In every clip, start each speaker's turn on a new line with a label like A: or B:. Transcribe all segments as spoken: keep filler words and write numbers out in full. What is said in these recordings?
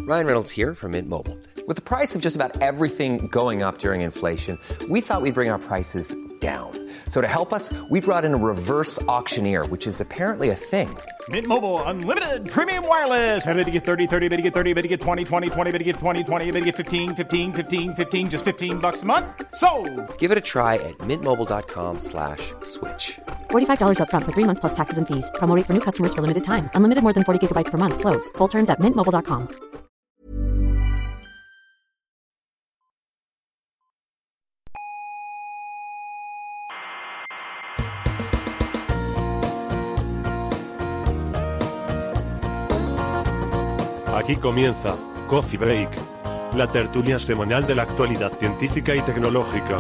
A: Ryan Reynolds here from Mint Mobile. With the price of just about everything going up during inflation, we thought we'd bring our prices down. So to help us, we brought in a reverse auctioneer, which is apparently a thing.
B: Mint Mobile Unlimited Premium Wireless. How to get thirty, thirty, how to get thirty, how to get twenty, twenty, twenty, how to get twenty, twenty, how to get fifteen, fifteen, fifteen, fifteen, just fifteen bucks a month? Sold!
A: Give it a try at mintmobile.com slash switch.
C: forty-five dollars up front for three months plus taxes and fees. Promo rate for new customers for limited time. Unlimited more than forty gigabytes per month. Slows full terms at mint mobile dot com.
D: Aquí comienza Coffee Break, la tertulia semanal de la actualidad científica y tecnológica.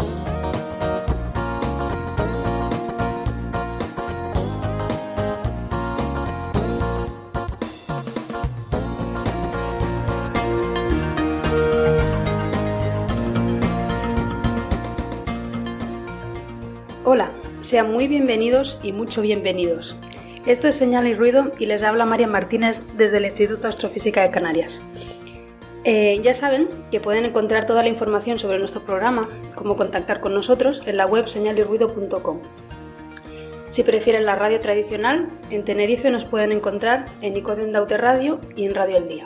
E: Hola, sean muy bienvenidos y mucho bienvenidos. Esto es Señal y Ruido y les habla María Martínez desde el Instituto de Astrofísica de Canarias. Eh, ya saben que pueden encontrar toda la información sobre nuestro programa, cómo contactar con nosotros, en la web señal y ruido punto com. Si prefieren la radio tradicional, en Tenerife nos pueden encontrar en Icoden Daute Radio y en Radio El Día.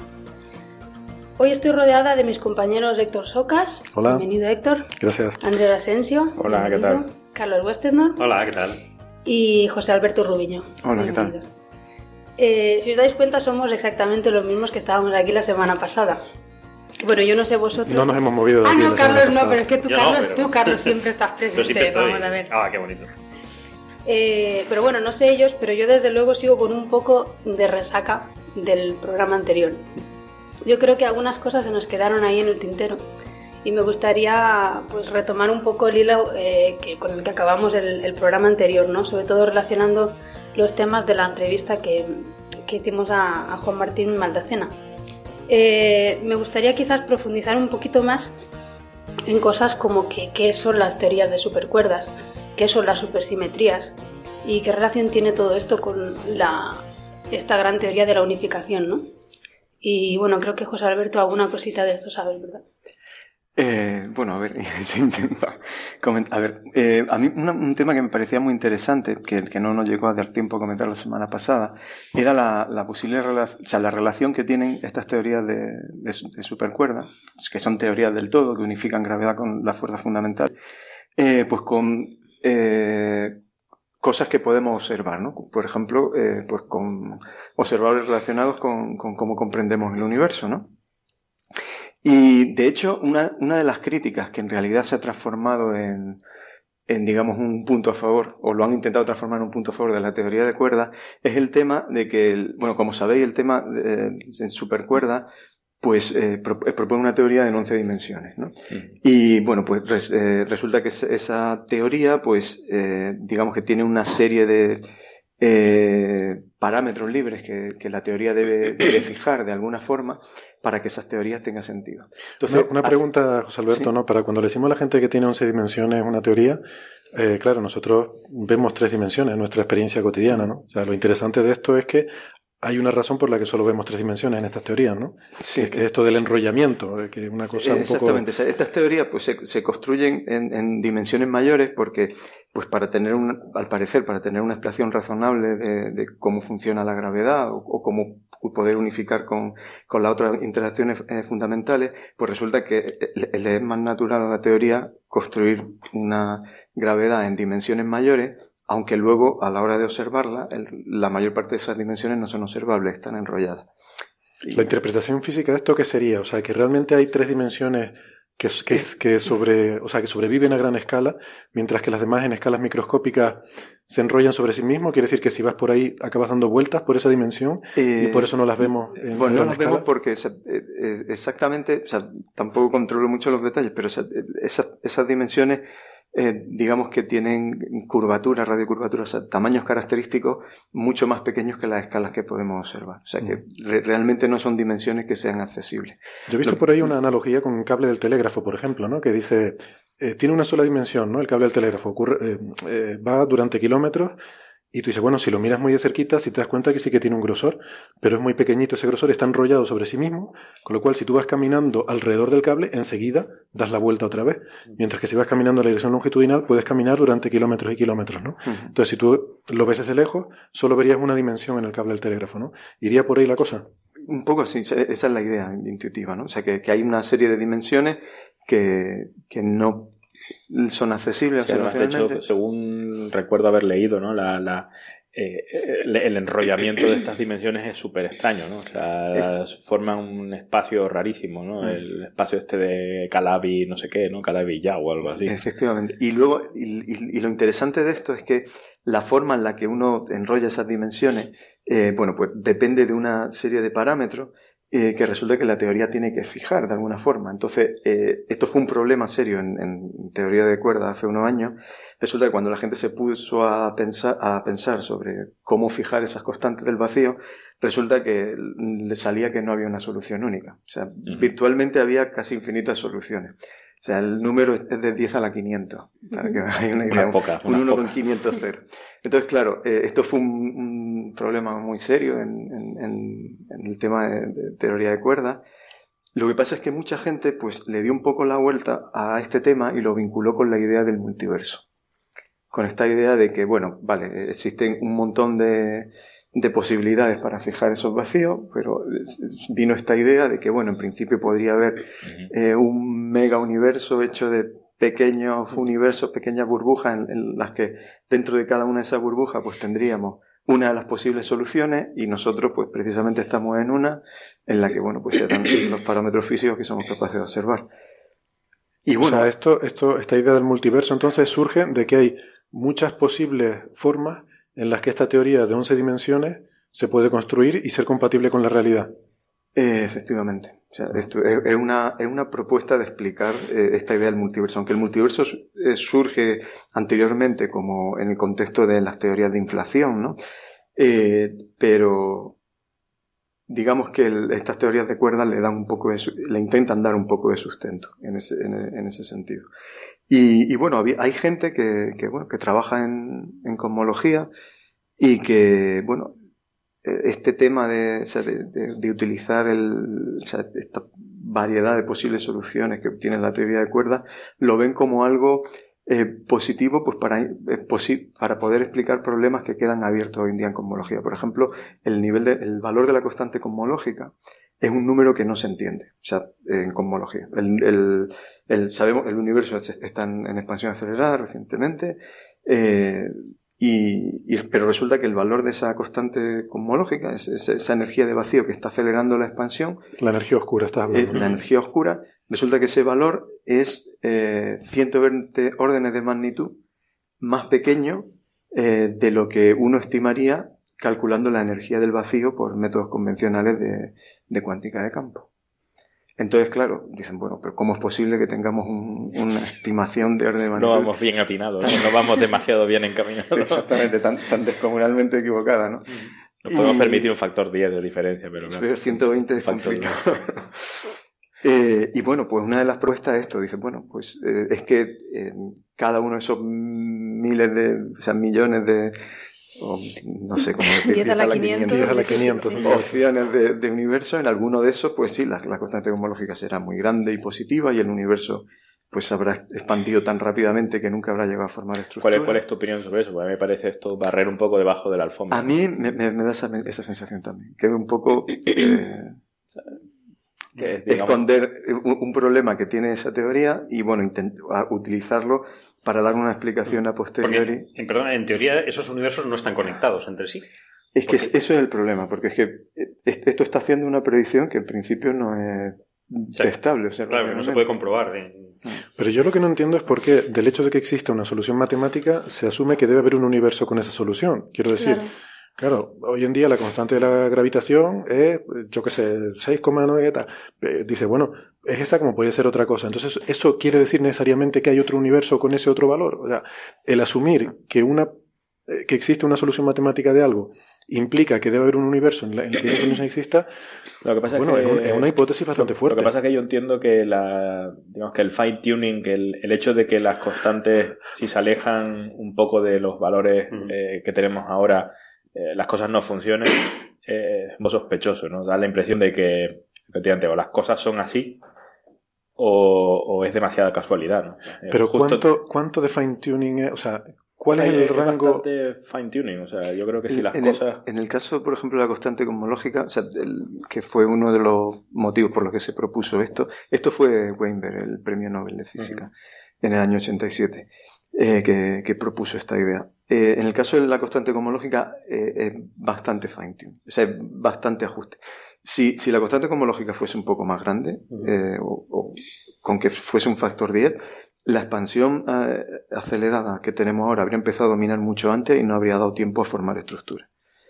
E: Hoy estoy rodeada de mis compañeros Héctor Socas.
F: Hola.
E: Bienvenido, Héctor.
F: Gracias.
E: Andrés Asensio.
F: Hola, ¿qué tal?
E: Carlos Westenor.
G: Hola, ¿qué tal?
E: Y José Alberto Rubiño.
F: Hola, ¿qué tal?
E: Eh, si os dais cuenta, somos exactamente los mismos que estábamos aquí la semana pasada. Bueno, yo no sé vosotros.
F: No nos hemos movido de
E: Ah,
F: aquí
E: no,
F: la
E: Carlos,
F: semana
E: no, pero es que tú,
G: Yo no,
E: Carlos,
G: pero-
E: tú, Carlos, siempre estás presente.
G: Yo siempre estoy.
E: Vamos a ver.
G: Ah, qué bonito.
E: Eh, pero bueno, no sé ellos, pero yo desde luego sigo con un poco de resaca del programa anterior. Yo creo que algunas cosas se nos quedaron ahí en el tintero. Y me gustaría pues retomar un poco el hilo eh, que, con el que acabamos el, el programa anterior, ¿no? Sobre todo relacionando los temas de la entrevista que, que hicimos a, a Juan Martín Maldacena. Eh, me gustaría quizás profundizar un poquito más en cosas como que, qué son las teorías de supercuerdas, qué son las supersimetrías y qué relación tiene todo esto con la, esta gran teoría de la unificación, ¿no? Y bueno, creo que José Alberto alguna cosita de esto sabes, ¿verdad?
F: Eh, bueno, a ver, se intenta comentar. A ver, eh, a mí una, un tema que me parecía muy interesante, que, que no nos llegó a dar tiempo a comentar la semana pasada, era la, la posible relación, o sea, la relación que tienen estas teorías de, de, de supercuerda, que son teorías del todo, que unifican gravedad con la fuerza fundamental, eh, pues con eh, cosas que podemos observar, ¿no? Por ejemplo, eh, pues con observables relacionados con, con cómo comprendemos el universo, ¿no? Y, de hecho, una, una de las críticas que en realidad se ha transformado en, en, digamos, un punto a favor, o lo han intentado transformar en un punto a favor de la teoría de cuerdas, es el tema de que, el, bueno, como sabéis, el tema de, en supercuerda, pues eh, pro, propone una teoría de once dimensiones, ¿no? Mm. Y, bueno, pues res, eh, resulta que esa teoría, pues, eh, digamos que tiene una serie de eh, parámetros libres que, que la teoría debe, debe fijar de alguna forma para que esas teorías tengan sentido. Entonces,
H: una, una pregunta, José Alberto, ¿sí? ¿No? Para cuando le decimos a la gente que tiene once dimensiones una teoría, eh, claro, nosotros vemos tres dimensiones en nuestra experiencia cotidiana, ¿no? O sea, lo interesante de esto es que hay una razón por la que solo vemos tres dimensiones en estas teorías, ¿no?
F: Sí.
H: Es que esto del enrollamiento, que es una cosa un poco...
F: Exactamente. O sea, estas teorías pues se, se construyen en, en dimensiones mayores porque, pues para tener una, al parecer, para tener una explicación razonable de, de cómo funciona la gravedad o, o cómo poder unificar con, con las otras interacciones eh, fundamentales, pues resulta que le, le es más natural a la teoría construir una gravedad en dimensiones mayores, aunque luego, a la hora de observarla, el, la mayor parte de esas dimensiones no son observables, están enrolladas. Y...
H: ¿La interpretación física de esto qué sería? O sea, que realmente hay tres dimensiones que, que, que, sobre, o sea, que sobreviven a gran escala, mientras que las demás en escalas microscópicas se enrollan sobre sí mismos. Quiere decir que si vas por ahí acabas dando vueltas por esa dimensión eh, y por eso no las vemos en
F: Bueno, no
H: gran
F: las
H: escala.
F: vemos porque eh, exactamente, o sea, tampoco controlo mucho los detalles, pero esas, esas, esas dimensiones Eh, digamos que tienen curvatura, radiocurvatura, o sea, tamaños característicos mucho más pequeños que las escalas que podemos observar. O sea, que re- realmente no son dimensiones que sean accesibles.
H: Yo he visto
F: Lo...
H: por ahí una analogía con un cable del telégrafo, por ejemplo, ¿no? Que dice, eh, tiene una sola dimensión, ¿no? El cable del telégrafo ocurre, eh, eh, va durante kilómetros Y tú dices, bueno, si lo miras muy de cerquita, si te das cuenta que sí que tiene un grosor, pero es muy pequeñito ese grosor, está enrollado sobre sí mismo, con lo cual si tú vas caminando alrededor del cable, enseguida das la vuelta otra vez. Mientras que si vas caminando en la dirección longitudinal, puedes caminar durante kilómetros y kilómetros, ¿no? Uh-huh. Entonces, si tú lo ves desde lejos, solo verías una dimensión en el cable del telégrafo, ¿no? ¿Iría por ahí la cosa?
F: Un poco sí, esa es la idea intuitiva, ¿no? O sea, que, que hay una serie de dimensiones que, que no son accesibles.
G: Sí, además, de hecho, según recuerdo haber leído, ¿no? La, la, eh, el, el enrollamiento de estas dimensiones es súper extraño, ¿no? O sea, es... forman un espacio rarísimo, ¿no? Mm. El espacio este de Calabi, no sé qué, ¿no? Calabi ya o algo así.
F: Efectivamente. Y luego, y, y, y lo interesante de esto es que la forma en la que uno enrolla esas dimensiones, eh, bueno, pues depende de una serie de parámetros Eh, que resulta que la teoría tiene que fijar de alguna forma. Entonces, eh, esto fue un problema serio en, en teoría de cuerdas hace unos años. Resulta que cuando la gente se puso a pensar, a pensar sobre cómo fijar esas constantes del vacío, resulta que le salía que no había una solución única. O sea, uh-huh. virtualmente había casi infinitas soluciones. O sea, el número es de diez a la quinientos. Para que hay una idea.
G: Una poca,
F: un
G: una
F: uno
G: poca.
F: con quinientos cero. Entonces, claro, eh, esto fue un, un problema muy serio en, en, en, en el tema de, de teoría de cuerdas. Lo que pasa es que mucha gente pues le dio un poco la vuelta a este tema y lo vinculó con la idea del multiverso. Con esta idea de que, bueno, vale, existen un montón de... de posibilidades para fijar esos vacíos, pero vino esta idea de que, bueno, en principio podría haber eh, un mega universo hecho de pequeños universos, pequeñas burbujas en, en las que dentro de cada una de esas burbujas pues tendríamos una de las posibles soluciones y nosotros pues precisamente estamos en una en la que, bueno, pues se dan los parámetros físicos que somos capaces de observar.
H: Y bueno, o sea, esto, esto, esta idea del multiverso entonces surge de que hay muchas posibles formas en las que esta teoría de once dimensiones se puede construir y ser compatible con la realidad.
F: Eh, efectivamente. O sea, esto es, es, una, es una propuesta de explicar eh, esta idea del multiverso. Aunque el multiverso eh, surge anteriormente como en el contexto de las teorías de inflación, ¿no? Eh, pero digamos que el, estas teorías de cuerdas le dan un poco de, le intentan dar un poco de sustento en ese, en, en ese sentido. Y, y bueno, hay gente que, que, bueno, que trabaja en, en cosmología y que, bueno, este tema de, o sea, de, de, de utilizar el, o sea, esta variedad de posibles soluciones que tiene la teoría de cuerdas, lo ven como algo eh, positivo pues para, eh, posi- para poder explicar problemas que quedan abiertos hoy en día en cosmología. Por ejemplo, el nivel de, el valor de la constante cosmológica es un número que no se entiende, o sea, en cosmología. El, el, el, sabemos, el universo está en, en expansión acelerada recientemente, eh, y, y, pero resulta que el valor de esa constante cosmológica, es, es, esa energía de vacío que está acelerando la expansión,
H: la energía oscura, estás hablando.
F: Eh, la energía oscura, resulta que ese valor es eh, ciento veinte órdenes de magnitud más pequeño eh, de lo que uno estimaría calculando la energía del vacío por métodos convencionales de, de cuántica de campo. Entonces, claro, dicen, bueno, pero ¿cómo es posible que tengamos un, una estimación de orden de magnitud?
G: No vamos bien atinados, ¿no? No vamos demasiado bien encaminados.
F: Exactamente, tan, tan descomunalmente equivocada, ¿no?
G: Nos podemos y... permitir un factor diez de diferencia, pero claro.
F: Pero ciento veinte es complicado. eh, y bueno, pues una de las propuestas es esto, dice, bueno, pues eh, es que eh, cada uno de esos miles de, o sea, millones de... o no sé cómo decir,
E: diez a la quinientos,
F: diez a la quinientos opciones de, de universo, en alguno de esos, pues sí, la, la constante cosmológica será muy grande y positiva y el universo pues habrá expandido tan rápidamente que nunca habrá llegado a formar estructuras.
G: ¿Cuál es, cuál es tu opinión sobre eso? Porque a mí me parece esto barrer un poco debajo de la alfombra.
F: A mí me, me, me da esa, esa sensación también, que es un poco eh, que es, digamos, esconder un, un problema que tiene esa teoría y bueno, intentar utilizarlo para dar una explicación a posteriori.
I: Porque, en, perdón, en teoría esos universos no están conectados entre sí.
F: Es que eso es el problema, porque es que esto está haciendo una predicción que en principio no es testable. O sea,
I: claro, que no se puede comprobar. De...
H: Pero yo lo que no entiendo es por qué, del hecho de que exista una solución matemática, se asume que debe haber un universo con esa solución. Quiero decir, claro, claro hoy en día la constante de la gravitación es, yo qué sé, seis coma nueve tal. Eh, dice, bueno, es esa como puede ser otra cosa. Entonces, ¿eso quiere decir necesariamente que hay otro universo con ese otro valor? O sea, el asumir que una que existe una solución matemática de algo implica que debe haber un universo en, la, en el que la información exista.
G: Lo que pasa
H: bueno,
G: es, que,
H: es, un, es una hipótesis bastante
G: lo,
H: fuerte.
G: Lo que pasa es que yo entiendo que la, digamos que el fine tuning, que el, el hecho de que las constantes, si se alejan un poco de los valores eh, que tenemos ahora, eh, las cosas no funcionen, eh, es muy sospechoso, ¿no? Da la impresión de que efectivamente o las cosas son así o, o es demasiada casualidad, ¿no?
H: Pero
G: Justo,
H: ¿cuánto, ¿cuánto de fine tuning es? O sea, ¿cuál es el
G: es
H: rango?
G: bastante fine tuning, o sea, yo creo que si
F: en,
G: las
F: en
G: cosas...
F: El, en el caso, por ejemplo, de la constante cosmológica, o sea, el, que fue uno de los motivos por los que se propuso esto, esto fue Weinberg, el premio Nobel de Física, uh-huh. en el año ochenta y siete, eh, que, que propuso esta idea. Eh, en el caso de la constante cosmológica, eh, es bastante fine tune, o sea, es bastante ajuste. Si, si la constante cosmológica fuese un poco más grande, uh-huh. eh, o, o con que fuese un factor diez, la expansión eh, acelerada que tenemos ahora habría empezado a dominar mucho antes y no habría dado tiempo a formar estructuras.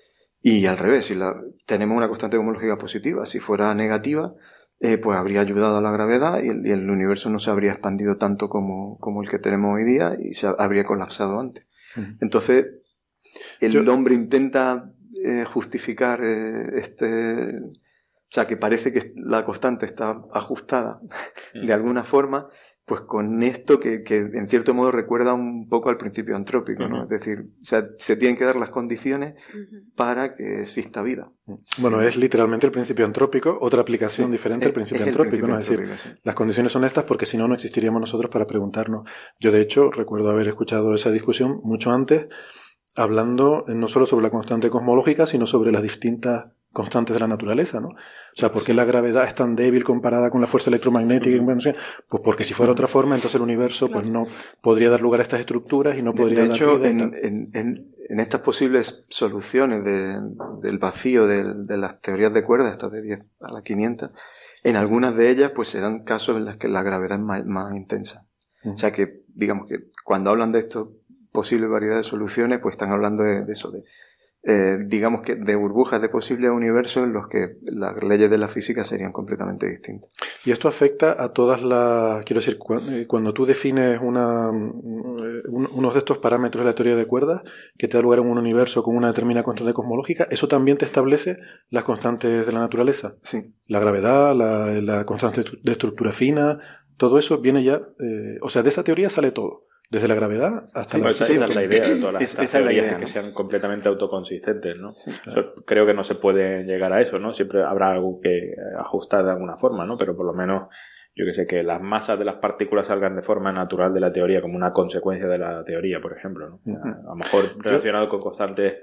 F: Y al revés, si la, tenemos una constante cosmológica positiva, si fuera negativa, eh, pues habría ayudado a la gravedad y el, y el universo no se habría expandido tanto como, como el que tenemos hoy día y se habría colapsado antes. Uh-huh. Entonces, el Yo... hombre intenta eh, justificar eh, este... O sea, que parece que la constante está ajustada uh-huh. de alguna forma, pues con esto que, que en cierto modo recuerda un poco al principio antrópico, ¿no? Uh-huh. Es decir, o sea, se tienen que dar las condiciones uh-huh. para que exista vida.
H: Bueno, sí. Es literalmente el principio antrópico, otra aplicación sí, diferente es, al principio es antrópico, ¿no? Es decir, sí. las condiciones son estas porque si no, no existiríamos nosotros para preguntarnos. Yo, de hecho, recuerdo haber escuchado esa discusión mucho antes, hablando no solo sobre la constante cosmológica, sino sobre las distintas constantes de la naturaleza, ¿no? O sea, ¿por qué la gravedad es tan débil comparada con la fuerza electromagnética? Uh-huh. Pues porque si fuera otra forma, entonces el universo pues no podría dar lugar a estas estructuras y no podría
F: de, de
H: dar
F: hecho,
H: vida
F: en, en, en, en estas posibles soluciones de, del vacío de, de las teorías de cuerdas, estas de diez a la quinientas, en algunas de ellas pues se dan casos en los que la gravedad es más, más intensa. Uh-huh. O sea que, digamos que cuando hablan de estas posibles variedades de soluciones, pues están hablando de, de eso, de Eh, digamos que de burbujas de posibles universos en los que las leyes de la física serían completamente distintas.
H: Y esto afecta a todas las... Quiero decir, cuando, cuando tú defines una, un, unos de estos parámetros de la teoría de cuerdas que te da lugar en un universo con una determinada constante cosmológica, ¿eso también te establece las constantes de la naturaleza?
F: Sí.
H: La gravedad, la, la constante de estructura fina, todo eso viene ya... Eh, o sea, de esa teoría sale todo. Desde la gravedad hasta
G: sí,
H: la
G: física. Esa es la idea de todas las,
F: es,
G: las teorías, idea, ¿no? Que sean completamente autoconsistentes, ¿no? Sí, claro. Creo que no se puede llegar a eso, ¿no? Siempre habrá algo que ajustar de alguna forma, ¿no? Pero por lo menos, yo que sé, que las masas de las partículas salgan de forma natural de la teoría, como una consecuencia de la teoría, por ejemplo, ¿no? Uh-huh. A lo mejor relacionado con constantes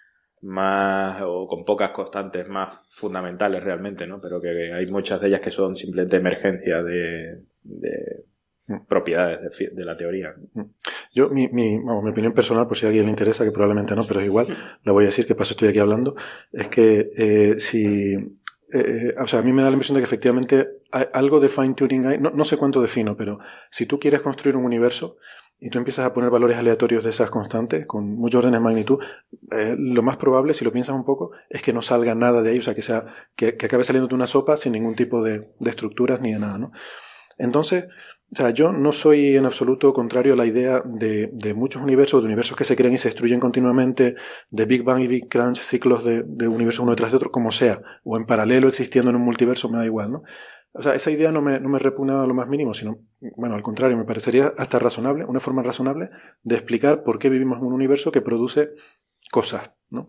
G: más, o con pocas constantes más fundamentales realmente, ¿no? Pero que hay muchas de ellas que son simplemente emergencia de... de propiedades de, de la teoría.
H: Yo, mi, mi, vamos, mi opinión personal, por si a alguien le interesa, que probablemente no, pero es igual, la voy a decir, que paso estoy aquí hablando, es que eh, si... Eh, o sea, a mí me da la impresión de que efectivamente hay algo de fine tuning hay, no, no sé cuánto defino, pero si tú quieres construir un universo y tú empiezas a poner valores aleatorios de esas constantes con muchos órdenes de magnitud, eh, lo más probable, si lo piensas un poco, es que no salga nada de ahí, o sea, que sea que, que acabe saliendo de una sopa sin ningún tipo de, de estructuras ni de nada, ¿no? Entonces, o sea, yo no soy en absoluto contrario a la idea de, de muchos universos, de universos que se crean y se destruyen continuamente, de Big Bang y Big Crunch, ciclos de, de universos uno detrás de otro, como sea, o en paralelo existiendo en un multiverso, me da igual, ¿no? O sea, esa idea no me, no me repugna a lo más mínimo, sino, bueno, al contrario, me parecería hasta razonable, una forma razonable de explicar por qué vivimos en un universo que produce cosas, ¿no?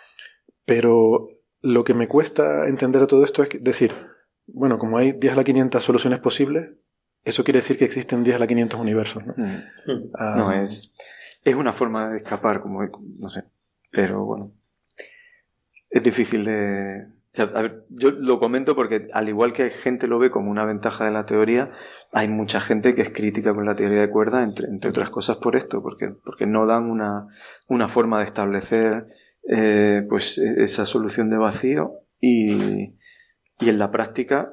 H: Pero lo que me cuesta entender a todo esto es decir, bueno, como hay diez a la quinientas soluciones posibles, eso quiere decir que existen diez a la quinientos universos, ¿no?
F: Mm. Um, no, es, es una forma de escapar, como, no sé, pero bueno, es difícil de... O sea, a ver, yo lo comento porque al igual que gente lo ve como una ventaja de la teoría, hay mucha gente que es crítica con la teoría de cuerdas, entre, entre otras cosas por esto, porque, porque no dan una, una forma de establecer eh, pues esa solución de vacío y... Y en la práctica,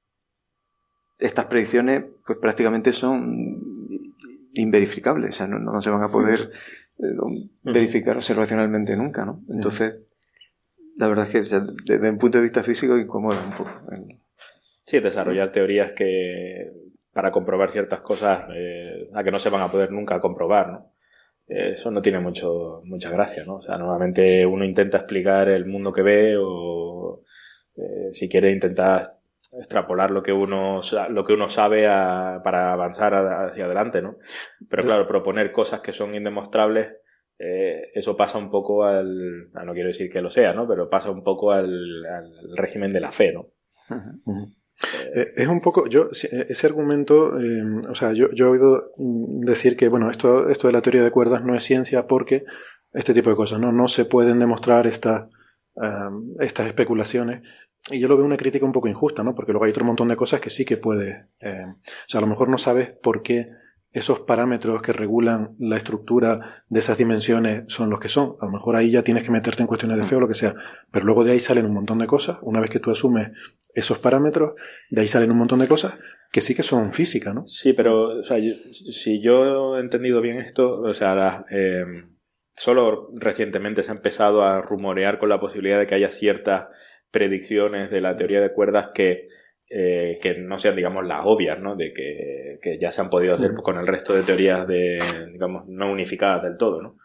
F: estas predicciones pues prácticamente son inverificables, o sea, no, no se van a poder eh, verificar observacionalmente nunca, ¿no? Entonces, la verdad es que o sea, desde un punto de vista físico incomoda un poco.
G: Sí, desarrollar teorías que para comprobar ciertas cosas eh, a que no se van a poder nunca comprobar, ¿no? eh, eso no tiene mucho mucha gracia, ¿no? O sea, normalmente uno intenta explicar el mundo que ve o eh, si quiere intentar extrapolar lo que uno lo que uno sabe a, para avanzar hacia adelante, ¿no? Pero claro, proponer cosas que son indemostrables, eh, eso pasa un poco al, no quiero decir que lo sea, ¿no? Pero pasa un poco al, al régimen de la fe, ¿no?
H: Uh-huh. Uh-huh. Eh, es un poco, yo, ese argumento, eh, o sea, yo, yo he oído decir que, bueno, esto, esto de la teoría de cuerdas no es ciencia porque este tipo de cosas, ¿no? No se pueden demostrar esta, um, estas especulaciones. Y yo lo veo una crítica un poco injusta, ¿no? Porque luego hay otro montón de cosas que sí que puede, eh, o sea, a lo mejor no sabes por qué esos parámetros que regulan la estructura de esas dimensiones son los que son. A lo mejor ahí ya tienes que meterte en cuestiones de fe o lo que sea. Pero luego de ahí salen un montón de cosas. Una vez que tú asumes esos parámetros, de ahí salen un montón de cosas que sí que son física, ¿no?
G: Sí, pero o sea, yo, si yo he entendido bien esto, o sea, la, eh, solo recientemente se ha empezado a rumorear con la posibilidad de que haya ciertas predicciones de la teoría de cuerdas que Eh, que no sean, digamos, las obvias, ¿no? De que, que ya se han podido hacer con el resto de teorías de, digamos, no unificadas del todo, ¿no?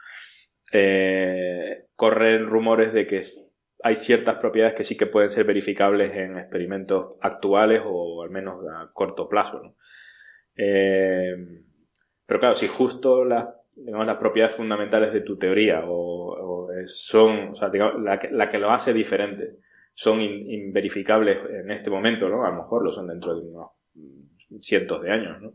G: Eh, corren rumores de que hay ciertas propiedades que sí que pueden ser verificables en experimentos actuales o al menos a corto plazo, ¿no? Eh, pero claro, si justo las, digamos, las propiedades fundamentales de tu teoría o, o son, o sea, digamos, la que, la que lo hace diferente son inverificables en este momento, ¿no? A lo mejor lo son dentro de unos cientos de años, ¿no?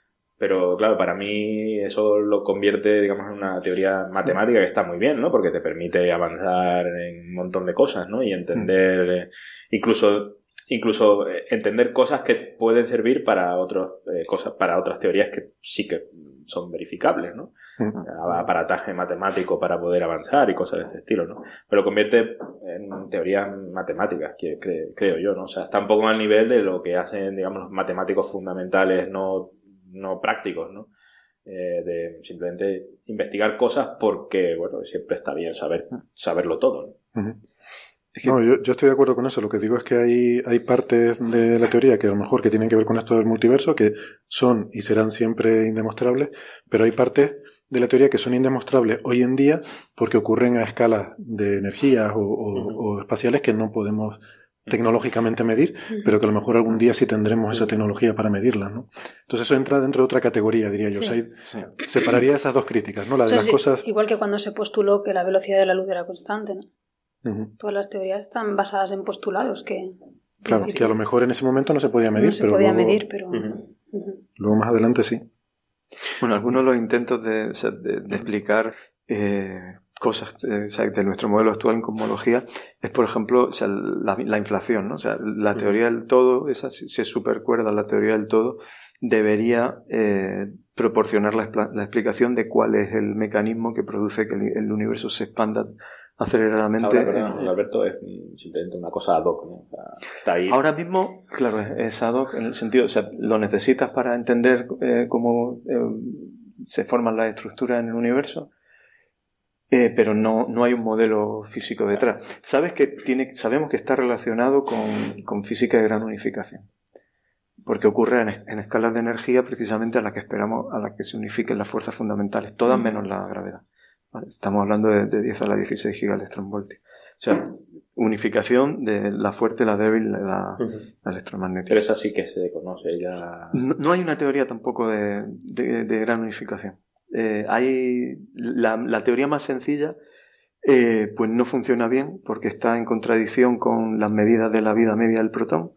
G: Pero claro, para mí eso lo convierte, digamos, en una teoría matemática que está muy bien, ¿no? Porque te permite avanzar en un montón de cosas, ¿no? Y entender, eh, incluso, incluso entender cosas que pueden servir para otros, eh, cosas, para otras teorías que sí que son verificables, ¿no? Aparataje matemático para poder avanzar y cosas de ese estilo, ¿no? Pero lo convierte en teorías matemáticas, que, cre, creo yo, ¿no? O sea, está un poco al nivel de lo que hacen, digamos, los matemáticos fundamentales no, no prácticos, ¿no? Eh, de simplemente investigar cosas porque, bueno, siempre está bien saber saberlo todo, ¿no?
H: Uh-huh. Es que... No, yo, yo estoy de acuerdo con eso. Lo que digo es que hay, hay partes de la teoría que a lo mejor que tienen que ver con esto del multiverso, que son y serán siempre indemostrables, pero hay partes de la teoría que son indemostrables hoy en día porque ocurren a escalas de energías o, o, uh-huh. o espaciales que no podemos tecnológicamente medir, uh-huh. pero que a lo mejor algún día sí tendremos esa tecnología para medirlas, ¿no? Entonces eso entra dentro de otra categoría, diría yo. Sí. O sea, sí. separaría esas dos críticas, ¿no? La de
E: Eso
H: las
E: sí,
H: cosas...
E: Igual que cuando se postuló que la velocidad de la luz era constante, ¿no?
H: Uh-huh.
E: Todas las teorías están basadas en postulados que...
H: Claro, que a lo mejor en ese momento no se podía medir,
E: no se
H: pero
E: podía
H: luego...
E: medir, pero...
H: Uh-huh. Uh-huh. Luego más adelante sí.
F: Bueno, algunos de los intentos de, o sea, de, de explicar eh, cosas eh, o sea, de nuestro modelo actual en cosmología es, por ejemplo, o sea, la, la inflación, ¿no? O sea, la teoría del todo, esa se supercuerda a la teoría del todo, debería eh, proporcionar la, la explicación de cuál es el mecanismo que produce que el, el universo se expanda aceleradamente.
G: Ahora, perdón, Alberto, es simplemente una cosa ad hoc, ¿no? O sea, está ahí.
F: Ahora mismo, claro, es ad hoc en el sentido, o sea, lo necesitas para entender eh, cómo eh, se forman las estructuras en el universo, eh, pero no, no hay un modelo físico detrás. Sabes que tiene, sabemos que está relacionado con, con física de gran unificación, porque ocurre en, en escalas de energía precisamente a la que esperamos, a la que se unifiquen las fuerzas fundamentales, todas menos la gravedad. ¿Vale? Estamos hablando de, de diez a la dieciséis gigaelectronvoltios. O sea, unificación de la fuerte, la débil, la, uh-huh. la electromagnética.
G: Pero esa sí que se conoce ya.
F: No, no hay una teoría tampoco de, de, de gran unificación. Eh, hay la, la teoría más sencilla, eh, pues no funciona bien porque está en contradicción con las medidas de la vida media del protón.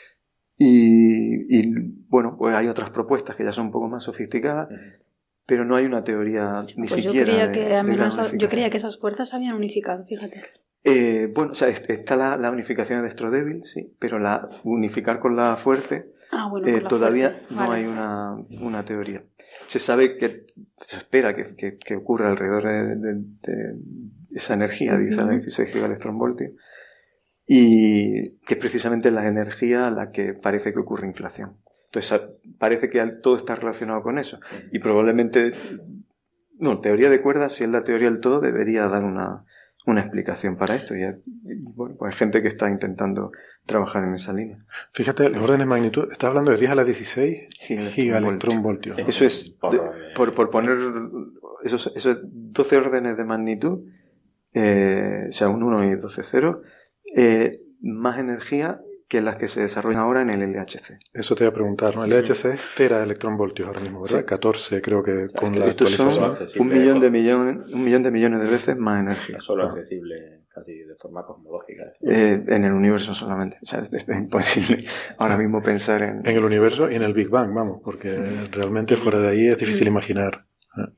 F: Y, y bueno, pues hay otras propuestas que ya son un poco más sofisticadas. Uh-huh. Pero no hay una teoría ni
E: pues
F: siquiera.
E: Yo creía,
F: de,
E: que, a
F: de
E: menos, yo creía que esas fuerzas habían unificado, fíjate.
F: Eh, bueno, o sea, está la, la unificación de electrodébil, sí, pero la unificar con la fuerte
E: ah, bueno,
F: eh,
E: la
F: todavía
E: fuerte.
F: no vale. hay una, una teoría. Se sabe que se espera que, que, que ocurra alrededor de, de, de esa energía, diez a la dieciséis gigaelectronvoltios, y que es precisamente la energía a la que parece que ocurre inflación. Entonces parece que todo está relacionado con eso. Y probablemente, no, teoría de cuerdas, si es la teoría del todo, debería dar una, una explicación para esto. Y hay, bueno, pues hay gente que está intentando trabajar en esa línea.
H: Fíjate, los órdenes de magnitud, ¿estás hablando de diez a la dieciséis gigaelectronvoltios?
F: Eso es, de, por, por poner esos, esos doce órdenes de magnitud, eh, o sea, un uno y doce cero, eh, más energía que las que se desarrollan ahora en el L H C.
H: Eso te iba a preguntar, ¿no? El L H C es tera electronvoltios ahora mismo, ¿verdad? Sí. catorce creo que con
F: esto,
H: la
F: esto
H: actualización.
F: Son un millón de millones, un millón de millones de veces más energía.
G: Solo ah. accesible casi de forma cosmológica.
F: Eh, en el universo solamente. O sea, es, es imposible ahora mismo pensar en...
H: En el universo y en el Big Bang, vamos, porque sí. realmente fuera de ahí es difícil imaginar.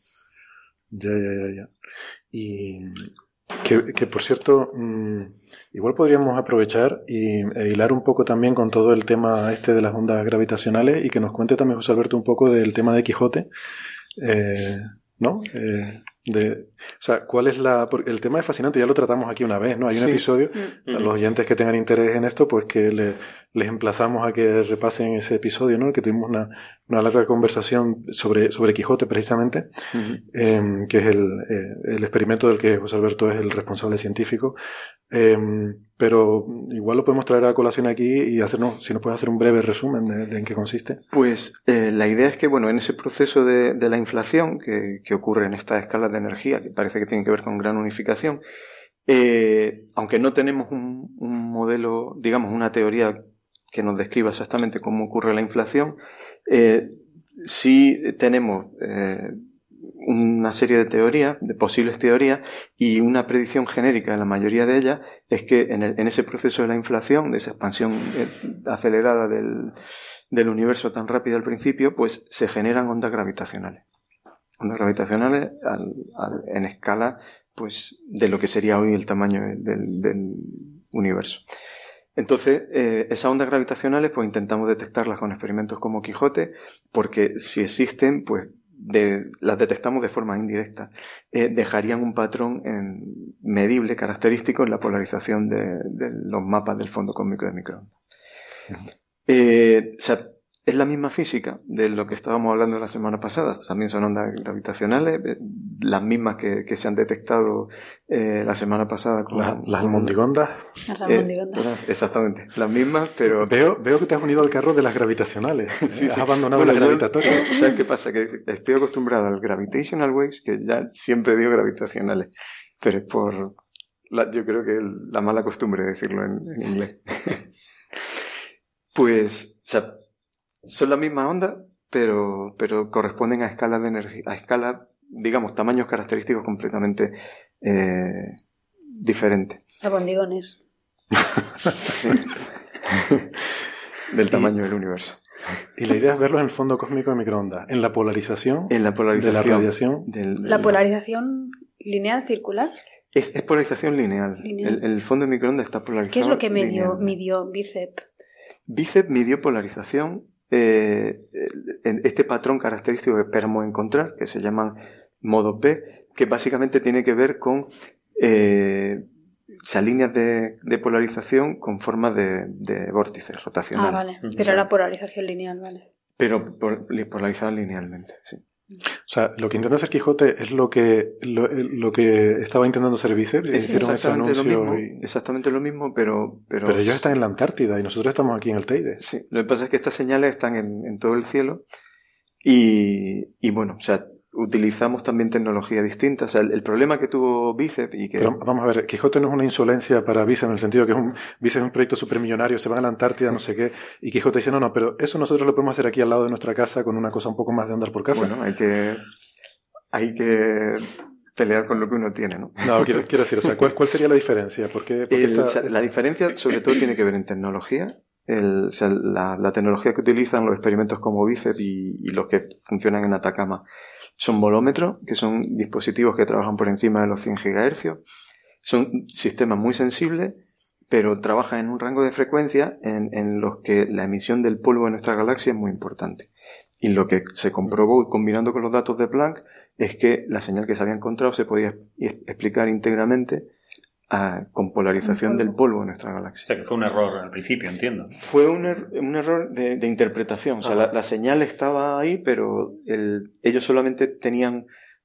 H: Ya, ya, ya, ya. Y... Que, que por cierto, mmm, igual podríamos aprovechar y e hilar un poco también con todo el tema este de las ondas gravitacionales y que nos cuente también José Alberto un poco del tema de Quijote, eh, ¿no? Eh, de, o sea, ¿cuál es la...? Porque el tema es fascinante, ya lo tratamos aquí una vez, ¿no? Hay un sí. episodio, mm. a los oyentes que tengan interés en esto, pues que le, les emplazamos a que repasen ese episodio, ¿no? Que tuvimos una, una larga conversación sobre, sobre Quijote, precisamente, mm-hmm. eh, que es el, eh, el experimento del que José Alberto es el responsable científico. Eh, pero igual lo podemos traer a colación aquí y hacernos, si nos puedes hacer un breve resumen de, de en qué consiste.
F: Pues eh, la idea es que, bueno, en ese proceso de, de la inflación que, que ocurre en estas escalas de energía, que parece que tienen que ver con gran unificación, eh, aunque no tenemos un, un modelo, digamos, una teoría que nos describa exactamente cómo ocurre la inflación, eh, sí tenemos eh, una serie de teorías, de posibles teorías, y una predicción genérica en la mayoría de ellas es que en, el, en ese proceso de la inflación, de esa expansión eh, acelerada del, del universo tan rápida al principio, pues se generan ondas gravitacionales. Ondas gravitacionales al, al, en escala pues de lo que sería hoy el tamaño del, del universo. Entonces, eh, esas ondas gravitacionales pues intentamos detectarlas con experimentos como Quijote, porque si existen, pues de, las detectamos de forma indirecta. Eh, dejarían un patrón en, medible, característico en la polarización de, de los mapas del fondo cósmico de microondas. Eh, o sea, es la misma física de lo que estábamos hablando la semana pasada. También son ondas gravitacionales, eh, las mismas que, que se han detectado eh, la semana pasada. Con,
H: la, las almondigondas.
E: Las almondigondas.
F: Eh, exactamente, las mismas, pero...
H: Veo, veo que te has unido al carro de las gravitacionales. sí, has sí. abandonado bueno, las gravitatorias.
F: ¿Sabes qué pasa? Que estoy acostumbrado al gravitational waves, que ya siempre digo gravitacionales, pero es por... La, yo creo que la mala costumbre de decirlo en, en inglés. Pues, o sea... Son la misma onda, pero, pero corresponden a escalas de energía, a escalas, digamos, tamaños característicos completamente eh, diferentes.
E: Albondigones.
F: Sí. Del tamaño y, del universo.
H: Y la idea es verlo en el fondo cósmico de microondas, en la polarización,
F: en la polarización
H: de la radiación.
F: Del,
E: ¿La polarización lineal circular?
F: Es, es polarización lineal. lineal. El, el fondo de microondas está polarizado.
E: ¿Qué es lo que midió, midió BICEP?
F: BICEP midió polarización. Eh, en este patrón característico que esperamos encontrar, que se llaman modos B, que básicamente tiene que ver con eh, o sea, líneas de, de polarización con forma de, de vórtices rotacionales.
E: Ah, vale, pero o sea, la polarización lineal, vale.
F: Pero por, polarizada linealmente, sí.
H: O sea, lo que intenta hacer Quijote es lo que lo, lo que estaba intentando hacer BICEP.
F: Es exactamente lo mismo, y... exactamente lo mismo, pero, pero...
H: Pero ellos están en la Antártida y nosotros estamos aquí en el Teide.
F: Sí, lo que pasa es que estas señales están en, en todo el cielo y, y bueno, o sea, utilizamos también tecnología distinta. O sea, el, el problema que tuvo BICEP y que...
H: Pero vamos a ver, Quijote no es una insolencia para BICEP en el sentido que es un, BICEP es un proyecto supermillonario, se van a la Antártida, no sé qué, y Quijote dice, no, no, pero eso nosotros lo podemos hacer aquí al lado de nuestra casa con una cosa un poco más de andar por casa.
F: Bueno, hay que... hay que pelear con lo que uno tiene, ¿no?
H: No, quiero, quiero decir, o sea, ¿cuál, cuál sería la diferencia? ¿Por qué, por qué
F: el,
H: está...
F: o sea, la diferencia sobre todo tiene que ver en tecnología. El, o sea, la, la tecnología que utilizan los experimentos como BICEP y, y los que funcionan en Atacama son volómetros, que son dispositivos que trabajan por encima de los cien gigahercios. Son sistemas muy sensibles, pero trabajan en un rango de frecuencia en, en los que la emisión del polvo de nuestra galaxia es muy importante. Y lo que se comprobó combinando con los datos de Planck es que la señal que se había encontrado se podía explicar íntegramente a, con polarización del polvo de nuestra galaxia.
I: O sea, que fue un error al principio, entiendo.
F: Fue un, er, un error de, de interpretación. O sea, la, la señal estaba ahí, pero el, ellos solamente tenían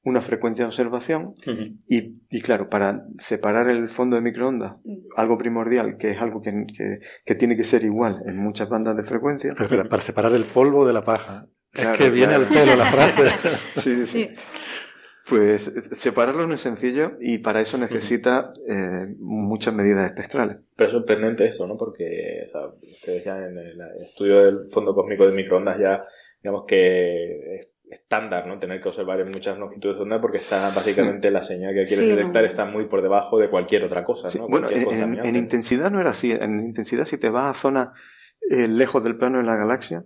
F: una frecuencia de observación
G: Uh-huh.
F: y, y claro, para separar el fondo de microondas, algo primordial, que es algo que, que, que tiene que ser igual en muchas bandas de frecuencia.
H: Pero espera, para separar el polvo de la paja.
F: Claro,
H: es que viene
F: claro.
H: al pelo la frase.
F: Sí, sí, sí.
E: Sí.
F: Pues separarlo no es sencillo y para eso necesita eh, muchas medidas espectrales.
G: Pero es sorprendente eso, ¿no? Porque, o sea, ustedes ya en el estudio del fondo cósmico de microondas ya, digamos que es estándar, ¿no? Tener que observar en muchas longitudes de onda porque está básicamente la señal que quieres
E: Sí,
G: detectar
E: no.
G: está muy por debajo de cualquier otra cosa,
F: Sí,
G: ¿no?
F: bueno,
G: Cualquier
F: en, en,
G: contaminante.
F: en intensidad no era así. En intensidad, si te vas a zonas eh, lejos del plano de la galaxia,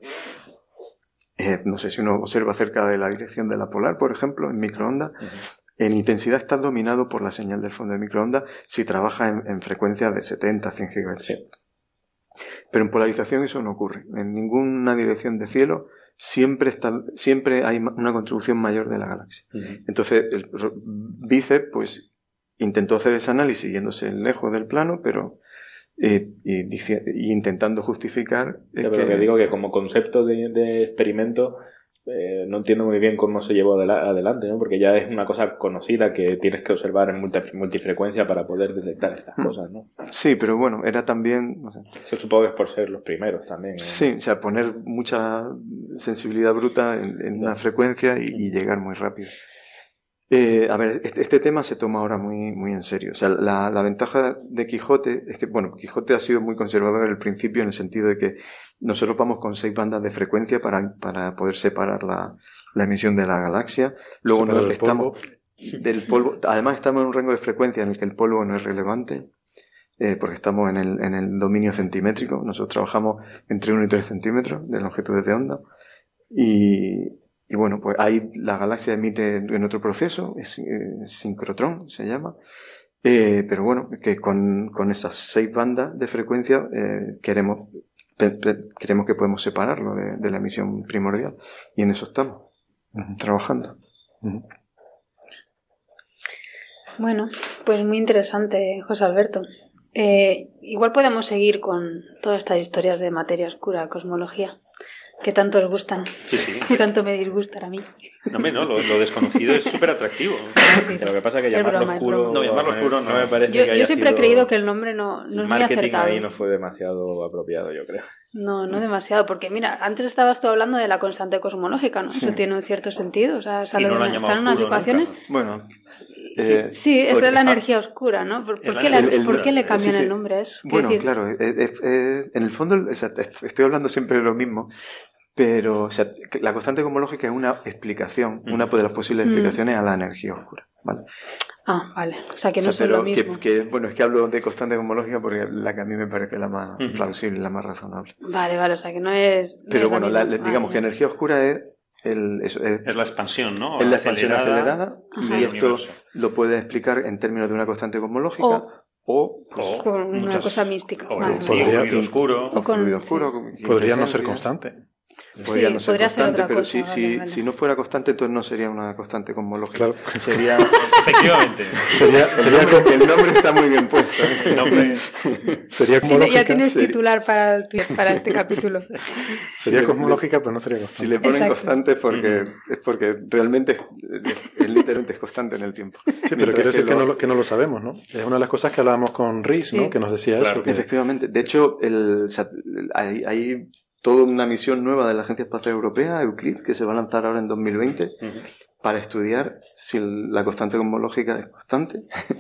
F: eh, no sé si uno observa cerca de la dirección de la polar, por ejemplo, en microondas,
G: Uh-huh.
F: en intensidad está dominado por la señal del fondo de microondas si trabaja en, en frecuencias de setenta a cien gigahercios.
G: Sí.
F: Pero en polarización eso no ocurre. En ninguna dirección de cielo siempre está, siempre hay una contribución mayor de la galaxia.
G: Uh-huh.
F: Entonces, el Bicep, pues, intentó hacer ese análisis yéndose lejos del plano, pero eh, y, dici- y intentando justificar eh,
G: Ya, pero
F: que,
G: que digo que como concepto de, de experimento eh, no entiendo muy bien cómo se llevó adela- adelante, ¿no? Porque ya es una cosa conocida que tienes que observar en multi- multifrecuencia para poder detectar estas
F: Hmm.
G: cosas, ¿no?
F: sí, pero bueno, era también, no sé,
G: Eso supongo que es por ser los primeros también, ¿no?
F: sí, o sea, poner mucha sensibilidad bruta en, en una frecuencia y, y llegar muy rápido. Eh, a ver, este, este tema se toma ahora muy, muy en serio. O sea, la, la ventaja de Quijote es que, bueno, Quijote ha sido muy conservador en el principio en el sentido de que nosotros vamos con seis bandas de frecuencia para, para poder separar la, la emisión de la galaxia. Luego
H: Separar
F: nos
H: el
F: estamos
H: polvo.
F: del polvo. Además estamos en un rango de frecuencia en el que el polvo no es relevante, eh, porque estamos en el, en el dominio centimétrico. Nosotros trabajamos entre uno y tres centímetros de longitudes de onda. Y, y bueno, pues ahí la galaxia emite en otro proceso, es eh, sincrotrón se llama, eh, pero bueno, que con, con esas seis bandas de frecuencia eh, queremos, pe, pe, queremos que podemos separarlo de, de la emisión primordial y en eso estamos uh-huh. trabajando.
H: Uh-huh.
E: Bueno, pues muy interesante, José Alberto. Eh, igual podemos seguir con todas estas historias de materia oscura, cosmología, que tanto os gustan,
I: sí, sí.
E: que tanto me disgustan a mí.
I: No, hombre, no, lo, lo desconocido es súper atractivo.
E: Sí,
G: Lo que pasa es que
E: es
G: llamarlo
E: broma, es
G: oscuro...
E: broma.
I: No, llamarlo oscuro no.
G: no me parece
E: Yo,
G: que haya
E: yo siempre he
G: sido-
E: creído que el nombre no, no
G: el
E: es muy
G: marketing
E: acertado.
G: ahí no fue demasiado apropiado, yo creo.
E: No, no demasiado, porque mira, antes estabas tú hablando de la constante cosmológica, ¿no?
F: Sí.
E: Eso tiene un cierto sentido, o sea,
I: Y
E: sale
I: no
E: de
I: lo han
E: una-
I: llamado
E: está en unas
I: oscuro
E: ecuaciones.
I: nunca.
F: Bueno, eh,
E: Sí, esa
F: porque
E: es la
F: está-
E: energía oscura, ¿no? ¿Por,
I: Es
E: por
I: la
E: qué, la-
I: energía
E: ¿por qué le
I: oscura,
E: cambian
F: sí, sí.
E: el nombre a eso? Quiero
F: Bueno,
E: decir,
F: claro, eh, eh, eh, en el fondo o sea, estoy hablando siempre de lo mismo, pero o sea, la constante cosmológica es una explicación,
I: Mm.
F: una de las posibles
E: Mm.
F: explicaciones a la energía oscura, ¿vale?
E: Ah, vale, o sea que
F: O
E: no
F: sea,
E: es lo
F: pero
E: mismo.
F: que, que, bueno, es que hablo de constante cosmológica porque la que a mí me parece la más
I: Ujú.
F: plausible, la más razonable.
E: Vale, vale, o sea que no es... no
F: Pero
E: es lo
F: bueno, la-
E: mismo.
F: la- digamos
E: Ah,
F: que
E: ya.
F: energía oscura es, el, eso, es,
I: Es la expansión, ¿no?
F: es la expansión acelerada,
E: Ajá.
F: y
I: del
F: esto
I: universo.
F: lo puedes explicar en términos de una constante cosmológica
E: O-
F: o, pues,
I: O
E: Con una
I: muchas-
E: cosa mística.
I: O,
E: Vale,
I: sí,
E: vale.
I: o
H: Podría-
I: fluido oscuro.
F: o
E: con-
F: fluido oscuro.
E: sí.
F: con
H: Podría no ser
F: quincesencia.
H: constante.
F: Podría
E: Sí,
F: no ser
E: podría ser
F: constante,
E: otra
F: pero
E: cosa,
F: si,
E: vale,
F: si,
E: vale.
F: si no fuera constante, entonces no sería una constante cosmológica.
H: Claro.
F: Sería,
I: Efectivamente.
H: Sería,
F: el,
H: sería,
F: nombre, el nombre está muy bien puesto. ¿eh?
I: El nombre-
H: sería
E: Sí,
H: cosmológica,
E: ya tienes
F: sería-
E: titular para, el- para este capítulo.
H: sería
F: Sí,
H: cosmológica, pero no sería
F: Si
H: constante.
F: le ponen
E: Exacto.
F: constante es porque, es porque realmente es, es- es literalmente es constante en el tiempo.
H: Sí, pero
F: Mientras
H: quiero decir que,
F: lo-
H: no, lo, que no lo sabemos, ¿no? Es una de las cosas que hablábamos con Rhys, ¿no?
E: Sí.
H: Que nos decía
I: Claro,
H: eso. Que,
F: Efectivamente. De hecho, el, o sea, hay, hay toda una misión nueva de la Agencia Espacial Europea, Euclid, que se va a lanzar ahora en dos mil veinte
I: Ujú.
F: para estudiar si el- la constante cosmológica es constante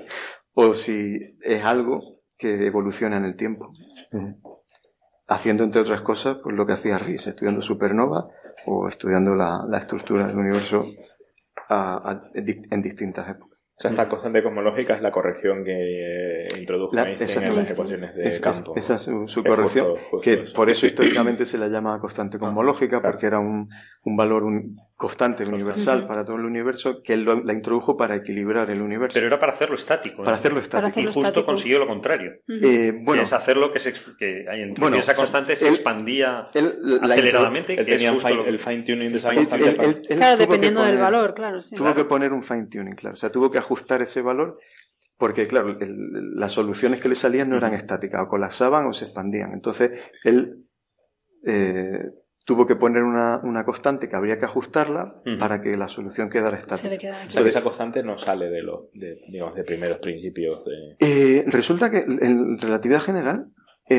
F: o si es algo que evoluciona en el tiempo.
H: Ujú.
F: Haciendo, entre otras cosas, pues lo que hacía Rhys, estudiando supernovas o estudiando la, la estructura del universo a- a- en di- en distintas épocas.
G: O sea, esta constante cosmológica es la corrección que eh, introdujo
F: La-
G: Einstein en
F: exactamente.
G: las ecuaciones de
F: Es- es-
G: campo.
F: esa es su, su
G: Es
F: corrección,
G: justo- justo
F: que
G: eso.
F: por eso históricamente se la llama constante cosmológica,
G: claro.
F: porque era un, un valor un- constante, universal
E: Ujú.
F: para todo el universo, que él lo- la introdujo para equilibrar el universo,
I: Pero era para hacerlo estático.
F: para
I: ¿eh?
F: hacerlo
E: Para
F: estático.
I: Y
E: hacerlo
I: justo
E: estático.
I: consiguió lo contrario.
E: Ujú.
F: Eh,
I: Bueno,
F: bueno,
I: es hacerlo que, se, ex- que hay en
F: Bueno,
I: esa
F: o sea,
I: constante se
F: él-
I: expandía
F: él la
I: aceleradamente.
G: Él
I: que es
G: tenía
I: justo
G: fine-
I: lo-
G: el fine tuning de esa
I: fine-
F: él-
G: constante.
F: él-
G: para-
F: él- él
E: Claro,
F: tuvo que
E: dependiendo del
F: poner-
E: valor, claro. Sí.
F: Tuvo que poner un fine tuning, claro. O sea, tuvo que ajustar ese valor porque, claro, el- las soluciones que le salían no eran estáticas, o colapsaban o se expandían. Entonces, él eh, tuvo que poner una, una constante que habría que ajustarla
G: Ujú.
F: para que la solución quedara estática.
E: Se le queda
G: O sea, que esa constante no sale de los de, digamos, de primeros principios de...
F: Eh, resulta que en relatividad general,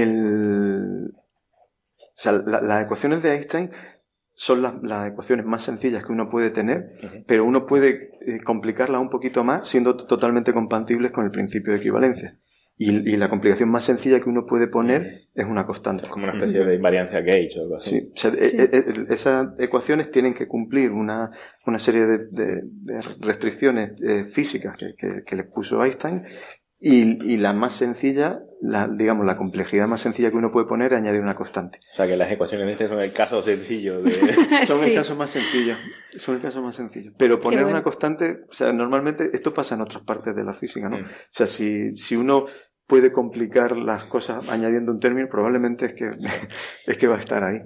F: el, o sea, la- las ecuaciones de Einstein son las, las ecuaciones más sencillas que uno puede tener,
G: Ujú.
F: pero uno puede eh, complicarlas un poquito más siendo t- totalmente compatibles con el principio de equivalencia. Y, y la complicación más sencilla que uno puede poner es una constante.
G: Es como una especie de invariancia gauge o algo así.
F: Sí, o sea, eh, eh, eh, esas ecuaciones tienen que cumplir una, una serie de, de- de restricciones eh, físicas que, que- que les puso Einstein, y, y la más sencilla, la, digamos, la complejidad más sencilla que uno puede poner es añadir una constante.
G: O sea, que las ecuaciones de este son el caso sencillo de...
F: Son
E: Sí.
F: el caso más sencillo. Son el caso más sencillo. Pero poner
E: bueno.
F: una constante, o sea, normalmente esto pasa en otras partes de la física, ¿no?
G: Mm.
F: O sea, si, si uno puede complicar las cosas añadiendo un término, probablemente es que, es que va a estar ahí.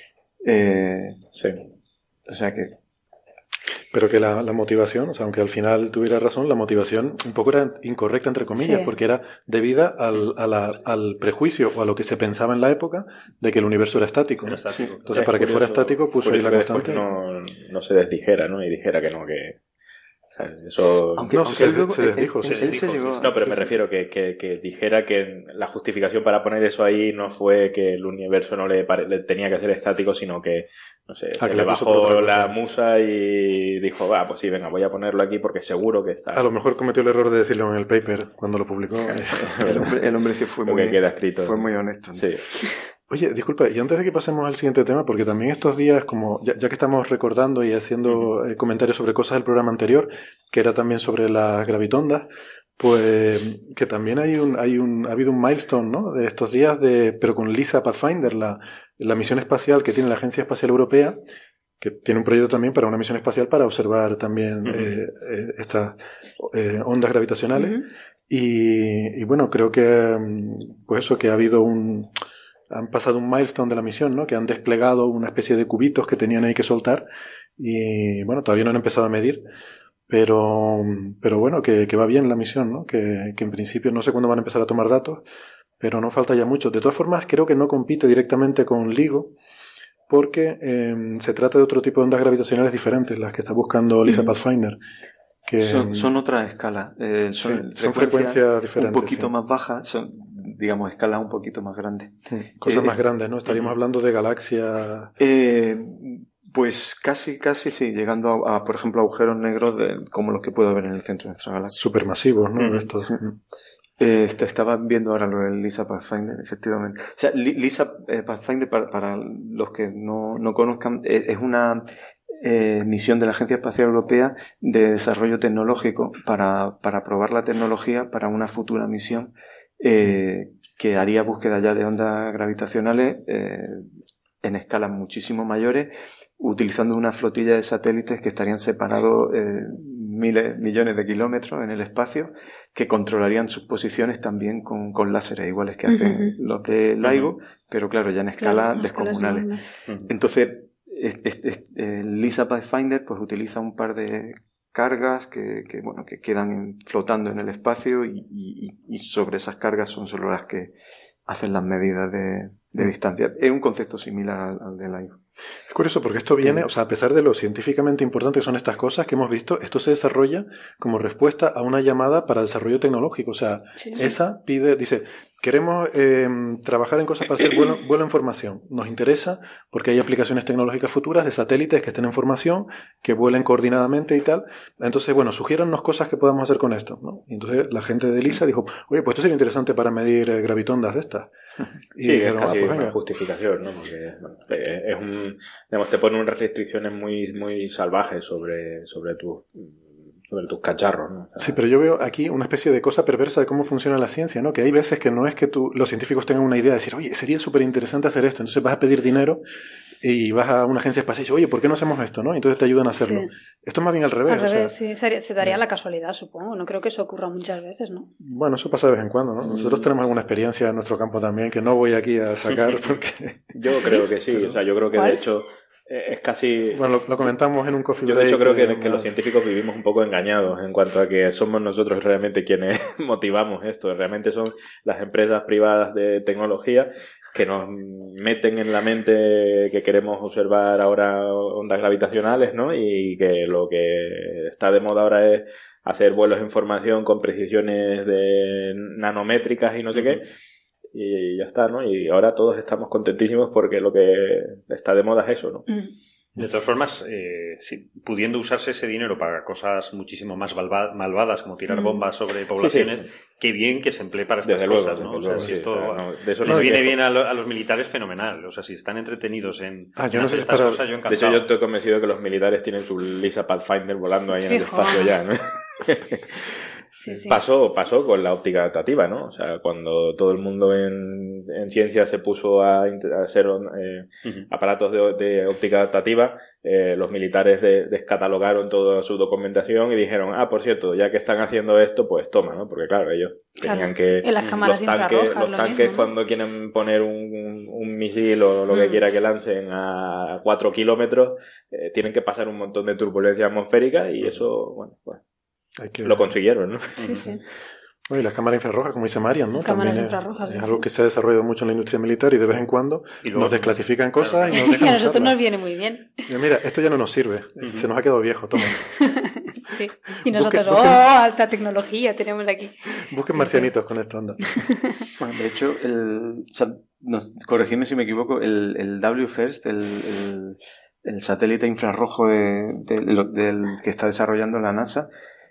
F: Eh,
G: Sí.
F: o sea que,
H: Pero que la, la motivación, o sea, aunque al final tuviera razón, la motivación un poco era incorrecta, entre comillas,
E: Sí.
H: porque era debida al, a la- al prejuicio o a lo que se pensaba en la época de que el universo era estático. ¿no?
I: Era estático.
H: Entonces,
G: Es
H: para que fuera
G: curioso-
H: estático, puso ahí
G: curioso
H: la
G: que después
H: constante.
G: No, no se desdijera, ¿no? Y dijera que no, que... o sea, eso...
F: aunque,
H: No,
F: aunque
H: se-
F: él luego-
H: se
F: él-
H: desdijo,
F: él-
H: se
F: él
I: desdijo,
F: se
I: sí,
F: llegó
I: sí.
F: a-
G: No, pero
F: sí,
G: me
F: sí.
G: refiero que, que, que dijera que la justificación para poner eso ahí no fue que el universo no le, pare- le tenía que ser estático, sino que, no sé,
H: Ah,
G: se
H: que
G: le
H: le puso por
G: bajó
H: otra
G: la
H: cosa.
G: musa y dijo, va, pues sí, venga, voy a ponerlo aquí porque seguro que está.
H: A lo mejor cometió el error de decirlo en el paper cuando lo publicó.
F: El hombre, el hombre que fue
G: Lo
F: muy,
G: que queda escrito.
F: fue muy honesto. ¿no?
G: Sí.
H: Oye, disculpa, y antes de que pasemos al siguiente tema, porque también estos días, como ya, ya que estamos recordando y haciendo eh, comentarios sobre cosas del programa anterior, que era también sobre las gravitondas, pues que también hay un, hay un, ha habido un milestone, ¿no? De estos días, de, pero con LISA Pathfinder, la, la misión espacial que tiene la Agencia Espacial Europea, que tiene un proyecto también para una misión espacial para observar también
G: Ujú.
H: eh, eh, estas eh, ondas gravitacionales.
E: Ujú.
H: Y, y bueno, creo que mm, pues eso, que ha habido un... Han pasado un milestone de la misión, ¿no? Que han desplegado una especie de cubitos que tenían ahí que soltar y bueno, todavía no han empezado a medir, pero, pero bueno, que, que va bien la misión, ¿no? Que, que en principio no sé cuándo van a empezar a tomar datos, pero no falta ya mucho. De todas formas, creo que no compite directamente con LIGO porque eh, se trata de otro tipo de ondas gravitacionales diferentes, las que está buscando LISA
E: Ujú.
H: Pathfinder. Que,
F: Son, son otras escalas. eh, son,
H: Sí, son frecuencias diferentes,
F: un poquito
H: sí.
F: más bajas, son, digamos, escalas un poquito más grandes.
H: cosas
F: eh,
H: más grandes, ¿no? Estaríamos
F: ujú.
H: hablando de galaxias.
F: Eh, pues casi, casi sí, llegando a, a, por ejemplo, agujeros negros de, como los que puede haber en el centro de nuestra galaxia.
H: Supermasivos, ¿no?
F: Ujú,
H: Estos.
F: sí. Eh, te estaba viendo ahora lo del LISA Pathfinder, efectivamente. O sea, Li- LISA eh, Pathfinder, para, para los que no, no conozcan, eh, es una eh, misión de la Agencia Espacial Europea de desarrollo tecnológico para, para probar la tecnología para una futura misión eh, que haría búsqueda ya de ondas gravitacionales eh, en escalas muchísimo mayores, utilizando una flotilla de satélites que estarían separados eh, miles, millones de kilómetros en el espacio, que controlarían sus posiciones también con, con láseres, iguales que hacen
E: Ujú.
F: los de LIGO, pero claro, ya en escalas
E: Claro, a escalas
F: descomunales.
E: enormes.
G: Ujú.
F: Entonces, es- es- es- el LISA Pathfinder pues utiliza un par de cargas que, que, bueno, que quedan en- flotando en el espacio y, y- y sobre esas cargas son solo las que hacen las medidas de, de distancia. Es un concepto similar al, al de LIGO.
H: Es curioso porque esto viene, o sea, a pesar de lo científicamente importante que son estas cosas que hemos visto, esto se desarrolla como respuesta a una llamada para desarrollo tecnológico. O sea,
E: Sí.
H: esa pide, dice, queremos eh, trabajar en cosas para hacer vuelo, vuelo en formación. Nos interesa porque hay aplicaciones tecnológicas futuras de satélites que estén en formación, que vuelen coordinadamente y tal. Entonces, bueno, sugiérannos cosas que podamos hacer con esto, ¿no? Y entonces la gente de LISA dijo, oye, pues esto sería interesante para medir eh, gravitondas de estas. Y
G: Sí, es
H: dijeron,
G: casi
H: "Ah, pues
G: una
H: venga".
G: justificación, ¿no? Porque bueno, eh, es un, digamos, te pone unas restricciones muy, muy salvajes sobre, sobre tus, sobre tus cacharros, ¿no? O sea,
H: Sí, pero yo veo aquí una especie de cosa perversa de cómo funciona la ciencia, ¿no? Que hay veces que no es que tú, los científicos tengan una idea de decir, oye, sería súper interesante hacer esto, entonces vas a pedir dinero y vas a una agencia espacial y dices, oye, ¿por qué no hacemos esto, no? Y entonces te ayudan a hacerlo.
E: Sí.
H: Esto es más bien al revés.
E: Al
H: o sea,
E: revés, sí, sería- se daría la casualidad, supongo. No creo que eso ocurra muchas veces, ¿no?
H: bueno, eso pasa de vez en cuando, ¿no? Nosotros
G: Mm.
H: tenemos alguna experiencia en nuestro campo también que no voy aquí a sacar porque,
G: yo creo que sí, o sea, yo creo que
E: ¿Cuál?
G: de hecho eh, es casi...
H: bueno, lo, lo comentamos en un coffee
G: Yo de hecho
H: break,
G: creo que,
H: eh,
G: que los
H: más-
G: científicos vivimos un poco engañados en cuanto a que somos nosotros realmente quienes motivamos esto. Realmente son las empresas privadas de tecnología que nos meten en la mente que queremos observar ahora ondas gravitacionales, ¿no? Y que lo que está de moda ahora es hacer vuelos en formación con precisiones de nanométricas y no sé qué, y ya está, ¿no? Y ahora todos estamos contentísimos porque lo que está de moda es eso, ¿no?
E: Mm.
I: De todas formas, eh, si, pudiendo usarse ese dinero para cosas muchísimo más malva- malvadas, como tirar
G: Mm.
I: bombas sobre poblaciones,
G: sí, sí.
I: qué bien que se emplee para estas
G: Desde
I: cosas,
G: luego,
I: ¿no?
G: desde
I: O sea,
G: luego,
I: si
G: sí,
I: esto
G: claro, no, de eso
I: les
G: no
I: viene
G: hay
I: bien a, lo- a los militares, fenomenal. O sea, si están entretenidos en,
H: Ah, yo
I: en
H: no
I: hacer
H: sé si
I: estas
H: para-
I: cosas, yo
G: De
I: encantado.
G: hecho, yo estoy convencido que los militares tienen su Lisa Pathfinder volando ahí en el
E: Fijo.
G: espacio ya, ¿no?
E: Sí, sí.
G: Pasó, pasó con la óptica adaptativa, ¿no? O sea, cuando todo el mundo en, en ciencia se puso a, int- a hacer eh,
I: Ujú.
G: aparatos de, de óptica adaptativa, eh, los militares de- descatalogaron toda su documentación y dijeron, ah, por cierto, ya que están haciendo esto, pues toma, ¿no? Porque claro, ellos tenían
E: Claro.
G: que...
E: En las cámaras
G: los tanques,
E: infrarrojas,
G: los
E: lo
G: tanques
E: mismo, ¿no?
G: cuando quieren poner un, un, un misil o lo que
E: Mm.
G: quiera que lancen a cuatro kilómetros, eh, tienen que pasar un montón de turbulencia atmosférica y eso, bueno, pues
H: Hay que-
G: lo consiguieron, ¿no?
E: Sí, sí.
H: Bueno, y las cámaras infrarrojas, como dice Marian, ¿no?
E: Cámaras
H: También es,
E: infrarrojas,
H: es
E: sí,
H: algo
E: sí.
H: que se ha desarrollado mucho en la industria militar y de vez en cuando
I: Y luego-
H: nos desclasifican cosas
I: Claro,
H: y nos
E: Y
H: dejan
E: a nosotros
H: usarlas.
E: nos viene muy bien.
H: Y mira, esto ya no nos sirve, se nos ha quedado viejo, toma.
E: Sí. Y nosotros,
H: Busquen- busquen-
E: ¡oh, alta tecnología tenemos aquí!
H: Busquen
E: Sí,
H: marcianitos con esto, anda.
F: Bueno, de hecho, el, o sea, nos- corregidme si me equivoco, el, el W FIRST, el, el, el satélite infrarrojo de, de lo- del que está desarrollando la NASA,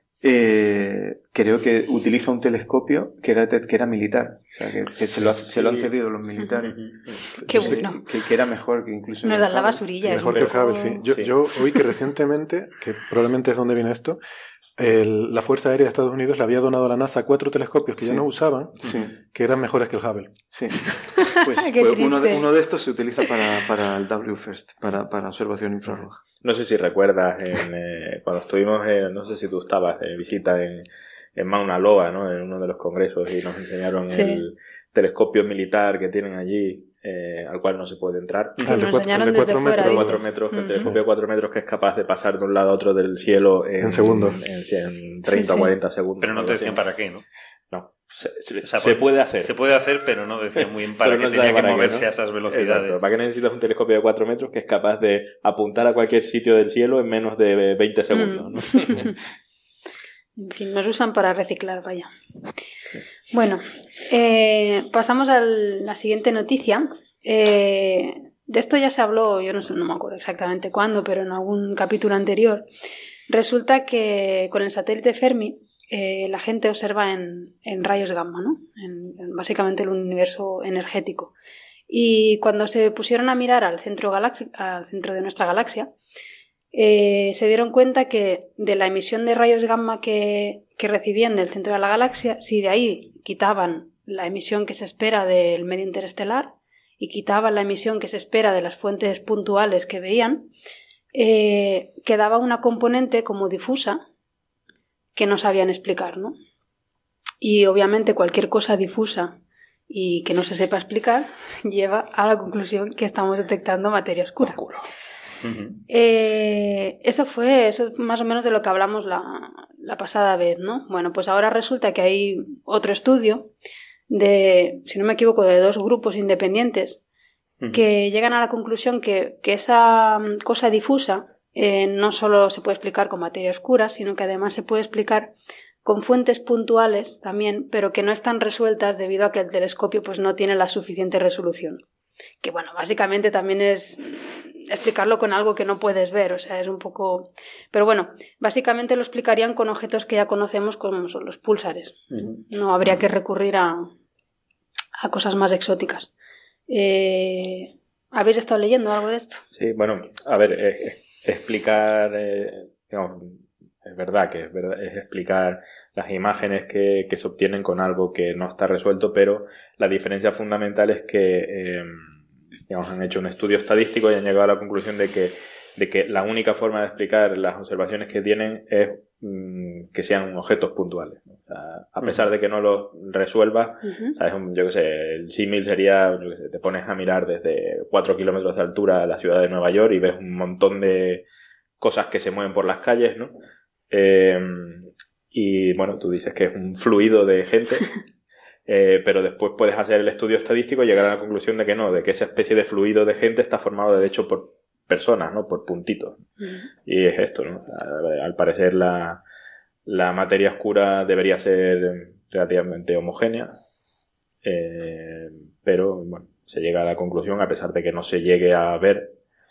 F: eh, creo que utiliza un telescopio que era, que era militar. O sea, que, que se, lo, ha- se lo han cedido los militares.
E: ¡Qué
H: Yo sé
E: bueno!
F: Que, que era mejor que incluso...
E: Nos
F: el
E: dan la
F: Hubble.
E: basurilla. es
H: Mejor
E: un
H: que el
E: poco-
H: Hubble, sí. Yo,
G: Sí.
H: yo oí que recientemente, que probablemente es donde viene esto, el- la Fuerza Aérea de Estados Unidos le había donado a la NASA cuatro telescopios que ya
F: Sí.
H: no usaban,
F: Sí,
H: que eran mejores que el Hubble.
F: sí. Pues,
E: Qué
F: pues uno, de,
E: triste.
F: uno de estos se utiliza para, para el W FIRST, para, para observación infrarroja.
G: No sé si recuerdas en, eh, cuando estuvimos, en, no sé si tú estabas de visita en, en Mauna Loa, ¿no? En uno de los congresos y nos enseñaron
E: Sí.
G: el telescopio militar que tienen allí, eh, al cual no se puede entrar.
H: Ah, el
E: Nos
H: de cuatro,
E: enseñaron
H: el de cuatro
E: desde fuera,
H: metros.
G: De
E: digo.
G: cuatro metros, el
E: Ujú.
G: telescopio de cuatro metros que es capaz de pasar de un lado a otro del cielo en,
H: En segundos.
G: en, en treinta o
E: Sí, sí.
G: cuarenta segundos.
I: Pero no te
G: algo así.
I: decían para qué, ¿no?
G: No, se, se-
I: O sea,
G: se
I: pues,
G: puede hacer.
I: Se puede hacer, pero no decían muy bien para
G: Pero
I: qué
G: no
I: tenía
G: sabe
I: que
G: para qué,
I: moverse
G: ¿no?
I: a esas velocidades.
G: Exacto. ¿Para qué necesitas un telescopio de cuatro metros que es capaz de apuntar a cualquier sitio del cielo en menos de veinte segundos? ¿no?
E: En fin, nos usan para reciclar, vaya. Bueno, eh, pasamos a la siguiente noticia. Eh, de esto ya se habló, yo no sé, no me acuerdo exactamente cuándo, pero en algún capítulo anterior. Resulta que con el satélite Fermi eh, la gente observa en, en rayos gamma, ¿no? En, en básicamente el universo energético. Y cuando se pusieron a mirar al centro, galaxi- al centro de nuestra galaxia, eh, se dieron cuenta que de la emisión de rayos gamma que, que recibían del centro de la galaxia, si de ahí quitaban la emisión que se espera del medio interestelar y quitaban la emisión que se espera de las fuentes puntuales que veían, eh, quedaba una componente como difusa que no sabían explicar, ¿no? Y obviamente cualquier cosa difusa y que no se sepa explicar lleva a la conclusión que estamos detectando materia oscura.
I: Ujú.
E: Eh, eso fue eso es más o menos de lo que hablamos la, la pasada vez, ¿no? Bueno, pues ahora resulta que hay otro estudio de, si no me equivoco, de dos grupos independientes
I: Ujú.
E: que llegan a la conclusión que, que esa mm, cosa difusa eh, no solo se puede explicar con materia oscura, sino que además se puede explicar con fuentes puntuales también, pero que no están resueltas debido a que el telescopio pues no tiene la suficiente resolución. Que bueno, básicamente también es explicarlo con algo que no puedes ver, o sea, es un poco... Pero bueno, básicamente lo explicarían con objetos que ya conocemos como son los púlsares.
G: Ujú.
E: No habría que recurrir a, a cosas más exóticas. Eh, ¿Habéis estado leyendo algo de esto?
G: Sí, bueno, a ver, es, es explicar, eh, digamos, es verdad que es, verdad, es explicar las imágenes que, que se obtienen con algo que no está resuelto, pero la diferencia fundamental es que, eh, digamos, han hecho un estudio estadístico y han llegado a la conclusión de que, de que la única forma de explicar las observaciones que tienen es mm, que sean objetos puntuales. O sea, a pesar de que no los resuelvas,
E: Uh-huh.
G: ¿sabes? Yo qué sé, el símil sería, yo qué sé, te pones a mirar desde cuatro kilómetros de altura a la ciudad de Nueva York y ves un montón de cosas que se mueven por las calles, ¿no? Eh, y bueno, tú dices que es un fluido de gente, Eh, pero después puedes hacer el estudio estadístico y llegar a la conclusión de que no, de que esa especie de fluido de gente está formado de hecho por personas, ¿no? Por puntitos. Uh-huh. Y es esto, ¿no? Al parecer la, la materia oscura debería ser relativamente homogénea, eh, pero bueno, se llega a la conclusión, a pesar de que no se llegue a ver,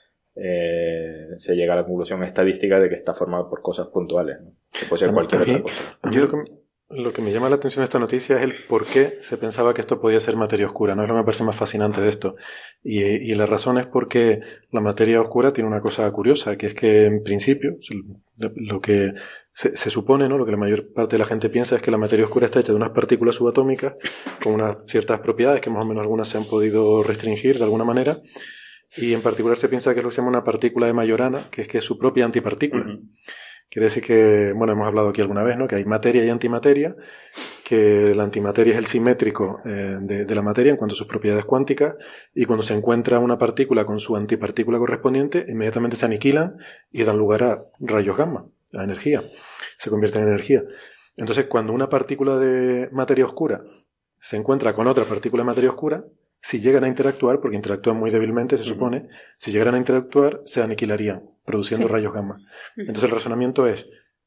G: eh, se llega a la conclusión estadística de que está formado por cosas puntuales, ¿no? Que puede ser cualquier otra cosa.
H: Yo lo que, lo que me llama la atención de esta noticia es el por qué se pensaba que esto podía ser materia oscura, ¿no? Es lo que me parece más fascinante de esto. Y, y la razón es porque la materia oscura tiene una cosa curiosa, que es que en principio, lo que se, se supone, ¿no? Lo que la mayor parte de la gente piensa es que la materia oscura está hecha de unas partículas subatómicas con unas ciertas propiedades que más o menos algunas se han podido restringir de alguna manera. Y en particular se piensa que es lo que se llama una partícula de Majorana, que es que es su propia antipartícula. Uh-huh. Quiere decir que, bueno, hemos hablado aquí alguna vez, ¿no? Que hay materia y antimateria, que la antimateria es el simétrico eh, de, de la materia en cuanto a sus propiedades cuánticas, y cuando se encuentra una partícula con su antipartícula correspondiente, inmediatamente se aniquilan y dan lugar a rayos gamma, a energía. Se convierten en energía. Entonces, cuando una partícula de materia oscura se encuentra con otra partícula de materia oscura, si llegan a interactuar, porque interactúan muy débilmente, se supone, uh-huh. si llegaran a interactuar, se aniquilarían, produciendo sí. rayos gamma. Entonces el razonamiento es,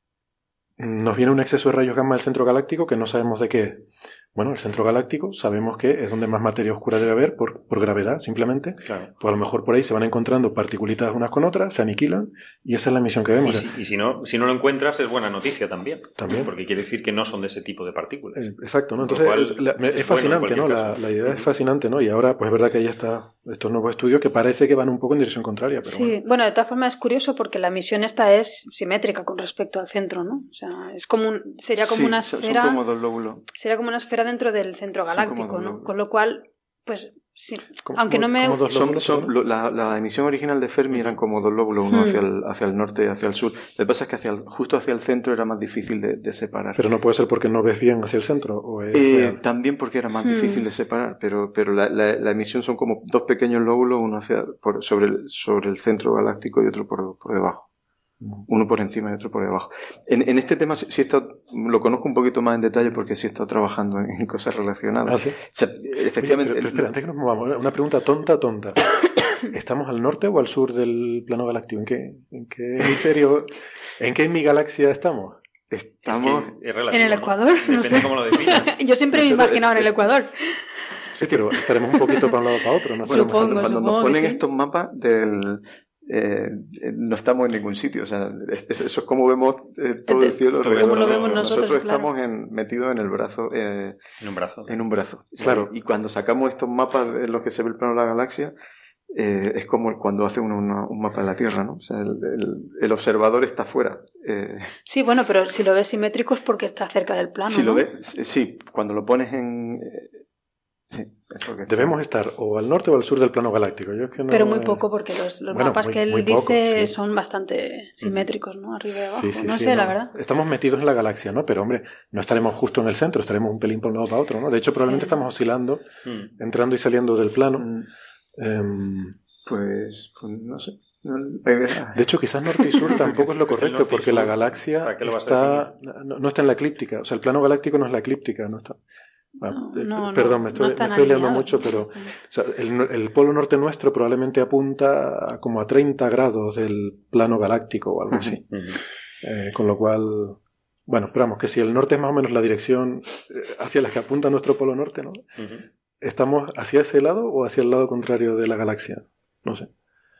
H: nos viene un exceso de rayos gamma del centro galáctico que no sabemos de qué es. Bueno, el centro galáctico sabemos que es donde más materia oscura debe haber, por, por gravedad, simplemente. Claro. Pues a lo mejor por ahí se van encontrando partículitas unas con otras, se aniquilan, y esa es la emisión que vemos.
I: Y si, y si no si no lo encuentras, es buena noticia también.
H: También.
I: Porque quiere decir que no son de ese tipo de partículas.
H: Eh, exacto, ¿no? Entonces, es, la, es, es fascinante, ¿no? La, la idea uh-huh. es fascinante, ¿no? Y ahora, pues es verdad que ahí está estos nuevos estudios que parece que van un poco en dirección contraria. Pero
E: sí, bueno. bueno, de todas formas es curioso porque la emisión esta es simétrica con respecto al centro, ¿no? O sea, es como un, sería como
F: sí,
E: una esfera.
F: Son como dos lóbulos.
E: Sería como una esfera dentro del centro galáctico, ¿no? Con lo cual, pues, sí,
H: como,
E: aunque no me...
F: Son, son, lo, la, la emisión original de Fermi eran como dos lóbulos, uno hmm. hacia, el, hacia el norte y hacia el sur. Lo que pasa es que hacia el, justo hacia el centro era más difícil de, de separar.
H: Pero no puede ser porque no ves bien hacia el centro. ¿O es
F: eh, también porque era más hmm. difícil de separar, pero, pero la, la, la emisión son como dos pequeños lóbulos, uno hacia, por, sobre, el, sobre el centro galáctico y otro por, por debajo. Uno por encima y otro por debajo. En, en este tema sí, sí está, lo conozco un poquito más en detalle porque sí he estado trabajando en, en cosas relacionadas.
H: ¿Ah, sí?
F: O sea, efectivamente.
H: Oye, pero, pero espera, antes que nos movamos, una pregunta tonta, tonta. ¿Estamos al norte o al sur del plano galáctico? ¿En qué, en qué hemisferio, en qué galaxia estamos?
F: Estamos
I: es que es relativo,
E: en el
I: ¿no?
E: Ecuador.
I: Depende
E: No sé.
I: cómo lo definas.
E: Yo siempre me he imaginado en el Ecuador.
H: Sí, pero estaremos un poquito para un lado o para otro. No
F: bueno,
E: supongo,
F: cuando, cuando
E: supongo
F: nos ponen
E: sí.
F: estos mapas del... Eh, no estamos en ningún sitio, o sea, es, eso es como vemos eh, todo el cielo alrededor.
E: Como lo vemos nosotros,
F: nosotros
E: claro.
F: estamos en, metidos en el brazo, eh,
I: en un brazo,
F: en un brazo.
H: Claro.
F: Y cuando sacamos estos mapas en los que se ve el plano de la galaxia, eh, es como cuando hace uno una, un mapa de la Tierra, ¿no? O sea, el, el, el observador está fuera. Eh,
E: sí, bueno, pero si lo ves simétrico es porque está cerca del plano.
F: Si
E: ¿no?
F: lo ves, sí, cuando lo pones en eh, sí,
H: debemos estar o al norte o al sur del plano galáctico. Yo es que no,
E: pero muy poco, porque los, los
H: bueno,
E: mapas
H: muy,
E: que él
H: muy
E: dice
H: poco, sí.
E: son bastante simétricos, ¿no? Arriba y abajo.
H: Sí, sí,
E: no
H: sí,
E: sé,
H: no.
E: la verdad.
H: Estamos metidos en la galaxia, ¿no? Pero, hombre, no estaremos justo en el centro, estaremos un pelín por un lado para otro, ¿no? De hecho, probablemente sí. estamos oscilando, mm. entrando y saliendo del plano. Mm. Um,
F: pues, pues, no sé.
H: De hecho, quizás norte y sur tampoco es lo correcto, porque la galaxia está, no, no está en la eclíptica. O sea, el plano galáctico no es la eclíptica, no está.
E: No, no,
H: Perdón,
E: no,
H: me estoy,
E: no
H: me estoy liando
E: alineados,
H: mucho, pero o sea, el, el polo norte nuestro probablemente apunta a como a treinta grados del plano galáctico o algo así. Uh-huh. eh, con lo cual, bueno, esperamos que si el norte es más o menos la dirección hacia la que apunta nuestro polo norte, ¿no? Uh-huh. ¿Estamos hacia ese lado o hacia el lado contrario de la galaxia? No sé.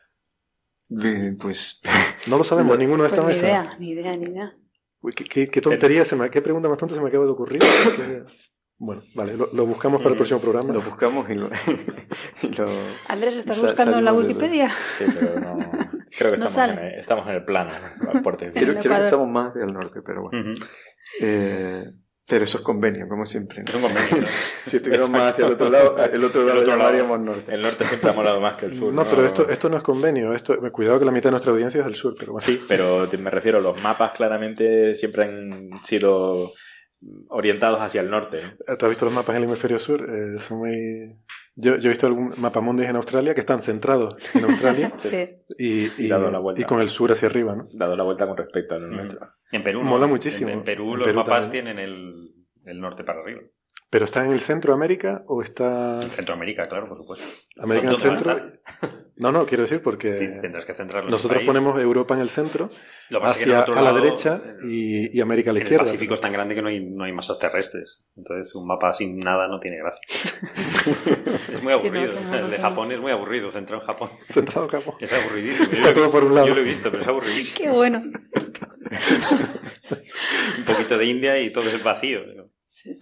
F: Bien, pues...
H: No lo sabemos, ninguno de esta
E: pues
H: mesa.
E: Ni idea, ni idea, ni idea.
H: Uy, qué, qué, qué tontería, se me, qué pregunta más tonta se me acaba de ocurrir. Bueno, vale, lo, lo buscamos para el próximo programa.
F: Lo buscamos y lo... y lo
E: Andrés, ¿estás buscando en la Wikipedia?
G: Sí, pero no... Creo que no estamos, en el, estamos en el plano. Creo,
F: creo que estamos más hacia el norte, pero bueno. Uh-huh. eh, pero eso es convenio, como siempre, ¿no?
G: Es un convenio, ¿no?
F: Si estuviéramos más hacia el otro lado, el otro lado
G: el
F: lo
G: otro
F: llamaríamos
G: lado,
F: norte.
G: El norte siempre ha molado más que el sur.
H: No,
G: No,
H: pero esto, esto no es convenio. Esto, cuidado que la mitad de nuestra audiencia es del sur, pero bueno.
G: Sí, pero me refiero, los mapas claramente siempre han sido orientados hacia el norte, ¿no?
H: ¿Tú has visto los mapas en el hemisferio sur? Eh, son muy... Yo, yo he visto algún mapamundis en Australia que están centrados en Australia
E: sí.
H: y, y,
G: y, dado la vuelta.
H: Y con el sur hacia arriba, ¿no?
G: Dado la vuelta con respecto al nuestro.
I: En Perú,
H: mola
I: ¿no?
H: muchísimo.
I: En, en Perú
H: en
I: los
H: Perú
I: mapas
H: también.
I: tienen el, el norte para arriba.
H: ¿Pero está en el centro de América o está...?
I: En Centroamérica, claro, por supuesto.
H: ¿América en el centro? No, no, quiero decir porque
I: sí, tendrás que centrarlo
H: nosotros
I: en el país.
H: ponemos Europa en el centro,
I: Lo
H: Asia
I: otro
H: a
I: lado,
H: la derecha y, y América a la
I: el
H: izquierda.
I: El Pacífico es tan grande que no hay, no hay masas terrestres. Entonces un mapa sin nada no tiene gracia. Es muy aburrido. Sí, no, el de Japón es muy aburrido, centrado en Japón.
H: Centrado en Japón.
I: Es aburridísimo.
H: Está
I: yo,
H: todo por un lado.
I: Yo lo he visto, pero es aburridísimo.
E: Qué bueno.
I: Un poquito de India y todo es vacío.
E: Sí, sí.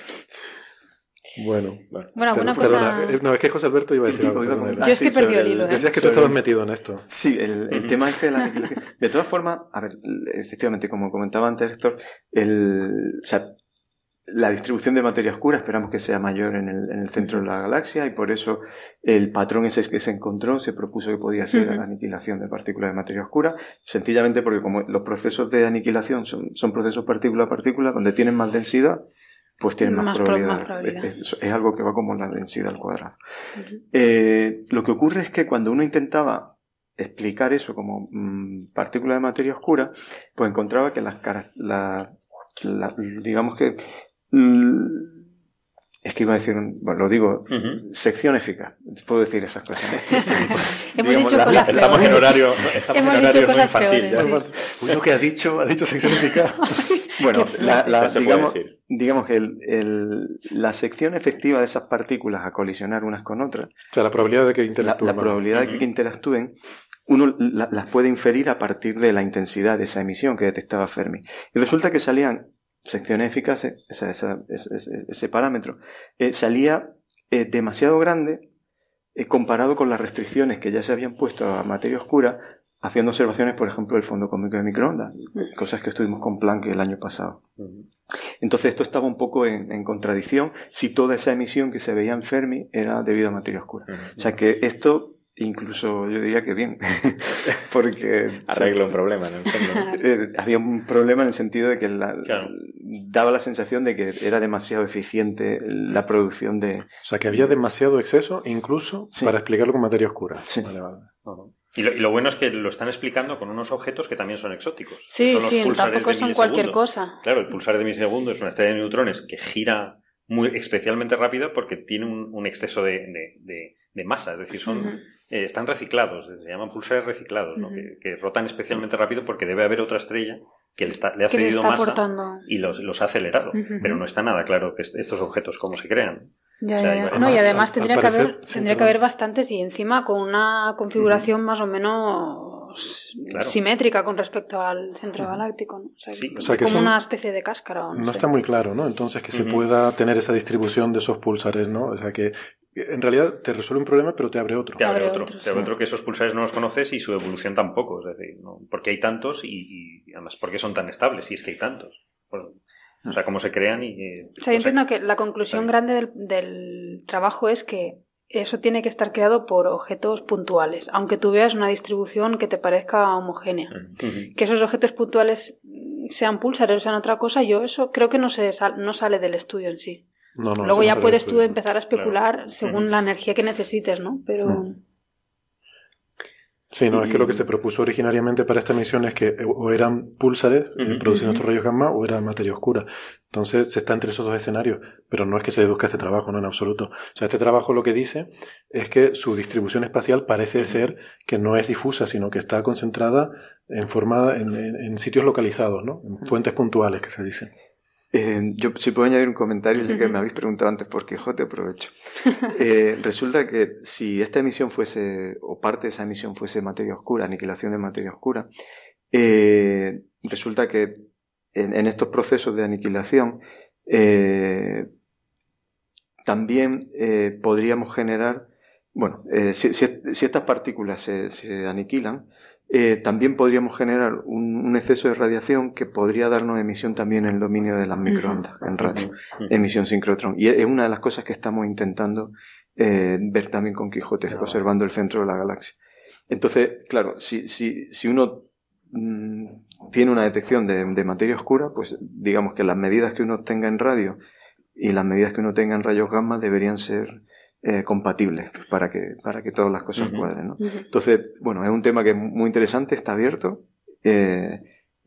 H: Bueno,
E: bueno, alguna
H: perdona,
E: cosa...
H: No, es que José Alberto iba a decir algo.
E: Yo es que perdí el hilo. ¿eh?
H: Decías que tú estabas metido en esto.
F: Sí, el, el uh-huh. tema este de la aniquilación. De todas formas, a ver, efectivamente, como comentaba antes Héctor, el, o sea, la distribución de materia oscura esperamos que sea mayor en el, en el centro de la galaxia y por eso el patrón ese que se encontró se propuso que podía ser uh-huh. la aniquilación de partículas de materia oscura, sencillamente porque como los procesos de aniquilación son, son procesos partícula a partícula, donde tienen más densidad, pues tienen más, más probabilidad. Más probabilidad. Es, es, es algo que va como la densidad al cuadrado. Uh-huh. Eh, lo que ocurre es que cuando uno intentaba explicar eso como mmm, partícula de materia oscura, pues encontraba que las caras, la, la, digamos que mmm, es que iba a decir, un, bueno, lo digo, uh-huh. sección eficaz. Puedo decir esas cosas.
E: Hemos dicho
I: la,
E: cosas
I: estamos en horario, estamos
E: Hemos
I: en horario
E: dicho
I: muy infantil.
H: Uy, lo que ha dicho, ha dicho sección eficaz.
F: Bueno, la, la, digamos, digamos que el, el, la sección efectiva de esas partículas a colisionar unas con otras,
H: o sea, la probabilidad de que interactúen,
F: la, la probabilidad uh-huh. de que interactúen, uno la, las puede inferir a partir de la intensidad de esa emisión que detectaba Fermi. Y resulta que salían secciones eficaces, esa, esa, ese, ese, ese parámetro, eh, salía eh, demasiado grande eh, comparado con las restricciones que ya se habían puesto a materia oscura, haciendo observaciones, por ejemplo, del fondo cósmico de microondas, cosas que estuvimos con Planck el año pasado. Entonces esto estaba un poco en, en contradicción si toda esa emisión que se veía en Fermi era debido a materia oscura. O sea que esto, incluso yo diría que bien, porque
I: arregla un problema, ¿no?
F: eh, había un problema en el sentido de que la, claro. daba la sensación de que era demasiado eficiente la producción de...
H: O sea que había demasiado exceso incluso sí. para explicarlo con materia oscura.
F: Sí.
H: Vale, vale.
I: Uh-huh. Y lo, y lo bueno es que lo están explicando con unos objetos que también son exóticos.
E: Sí,
I: son los
E: sí,
I: pulsares
E: tampoco
I: de
E: son cualquier cosa.
I: Claro, el pulsar de milisegundo es una estrella de neutrones que gira muy especialmente rápida porque tiene un, un exceso de, de, de, de masa. Es decir, son uh-huh. eh, están reciclados, se llaman pulsares reciclados, ¿no? uh-huh. que, que rotan especialmente rápido porque debe haber otra estrella que le, está, le ha cedido masa aportando... y los, los ha acelerado. Uh-huh. Pero no está nada claro que estos objetos cómo se crean.
E: Ya, o sea, ya, ya. No, y además tendría, que haber, tendría que haber bastantes y encima con una configuración uh-huh. más o menos claro. simétrica con respecto al centro uh-huh. galáctico, ¿no? O sea,
H: sí, o sea, que
E: como
H: son,
E: una especie de cáscara. No,
H: no
E: sé.
H: Está muy claro, ¿no? Entonces que uh-huh. se pueda tener esa distribución de esos pulsares, ¿no? O sea que en realidad te resuelve un problema pero te abre otro.
I: Te abre,
E: abre
I: otro,
E: otro
I: te abre
E: sí.
I: otro que esos pulsares no los conoces y su evolución tampoco, es decir, ¿no? Porque hay tantos y, y además porque son tan estables si es que hay tantos. Bueno, o sea, cómo se crean y... Eh,
E: o sea, yo entiendo que la conclusión grande del, del trabajo es que eso tiene que estar creado por objetos puntuales, aunque tú veas una distribución que te parezca homogénea. Uh-huh. Que esos objetos puntuales sean pulsares o sean otra cosa, yo eso creo que no, se sal, no sale del estudio en sí.
H: No, no,
E: Luego ya
H: no
E: puedes tú empezar a especular claro. según uh-huh. la energía que necesites, ¿no? Pero... Uh-huh.
H: Sí, no, es que lo que se propuso originariamente para esta misión es que o eran púlsares uh-huh, eh, produciendo uh-huh. estos rayos gamma o era materia oscura. Entonces se está entre esos dos escenarios, pero no es que se deduzca este trabajo, no en absoluto. O sea, este trabajo lo que dice es que su distribución espacial parece uh-huh. ser que no es difusa, sino que está concentrada en forma en, en, en sitios localizados, ¿no? En fuentes puntuales que se dicen.
F: Eh, yo si puedo añadir un comentario, ya que me habéis preguntado antes por Quijote, aprovecho. Eh, resulta que si esta emisión fuese, o parte de esa emisión fuese materia oscura, aniquilación de materia oscura, eh, resulta que en, en estos procesos de aniquilación eh, también eh, podríamos generar, bueno, eh, si, si, si estas partículas se, se aniquilan, Eh, también podríamos generar un, un exceso de radiación que podría darnos emisión también en el dominio de las microondas, en radio, emisión sincrotrón. Y es una de las cosas que estamos intentando eh, ver también con Quijote, claro. observando el centro de la galaxia. Entonces, claro, si, si, si uno mmm, tiene una detección de, de materia oscura, pues digamos que las medidas que uno tenga en radio y las medidas que uno tenga en rayos gamma deberían ser Eh, compatibles para que para que todas las cosas uh-huh. cuadren, ¿no? Uh-huh. Entonces, bueno, es un tema que es muy interesante, está abierto eh,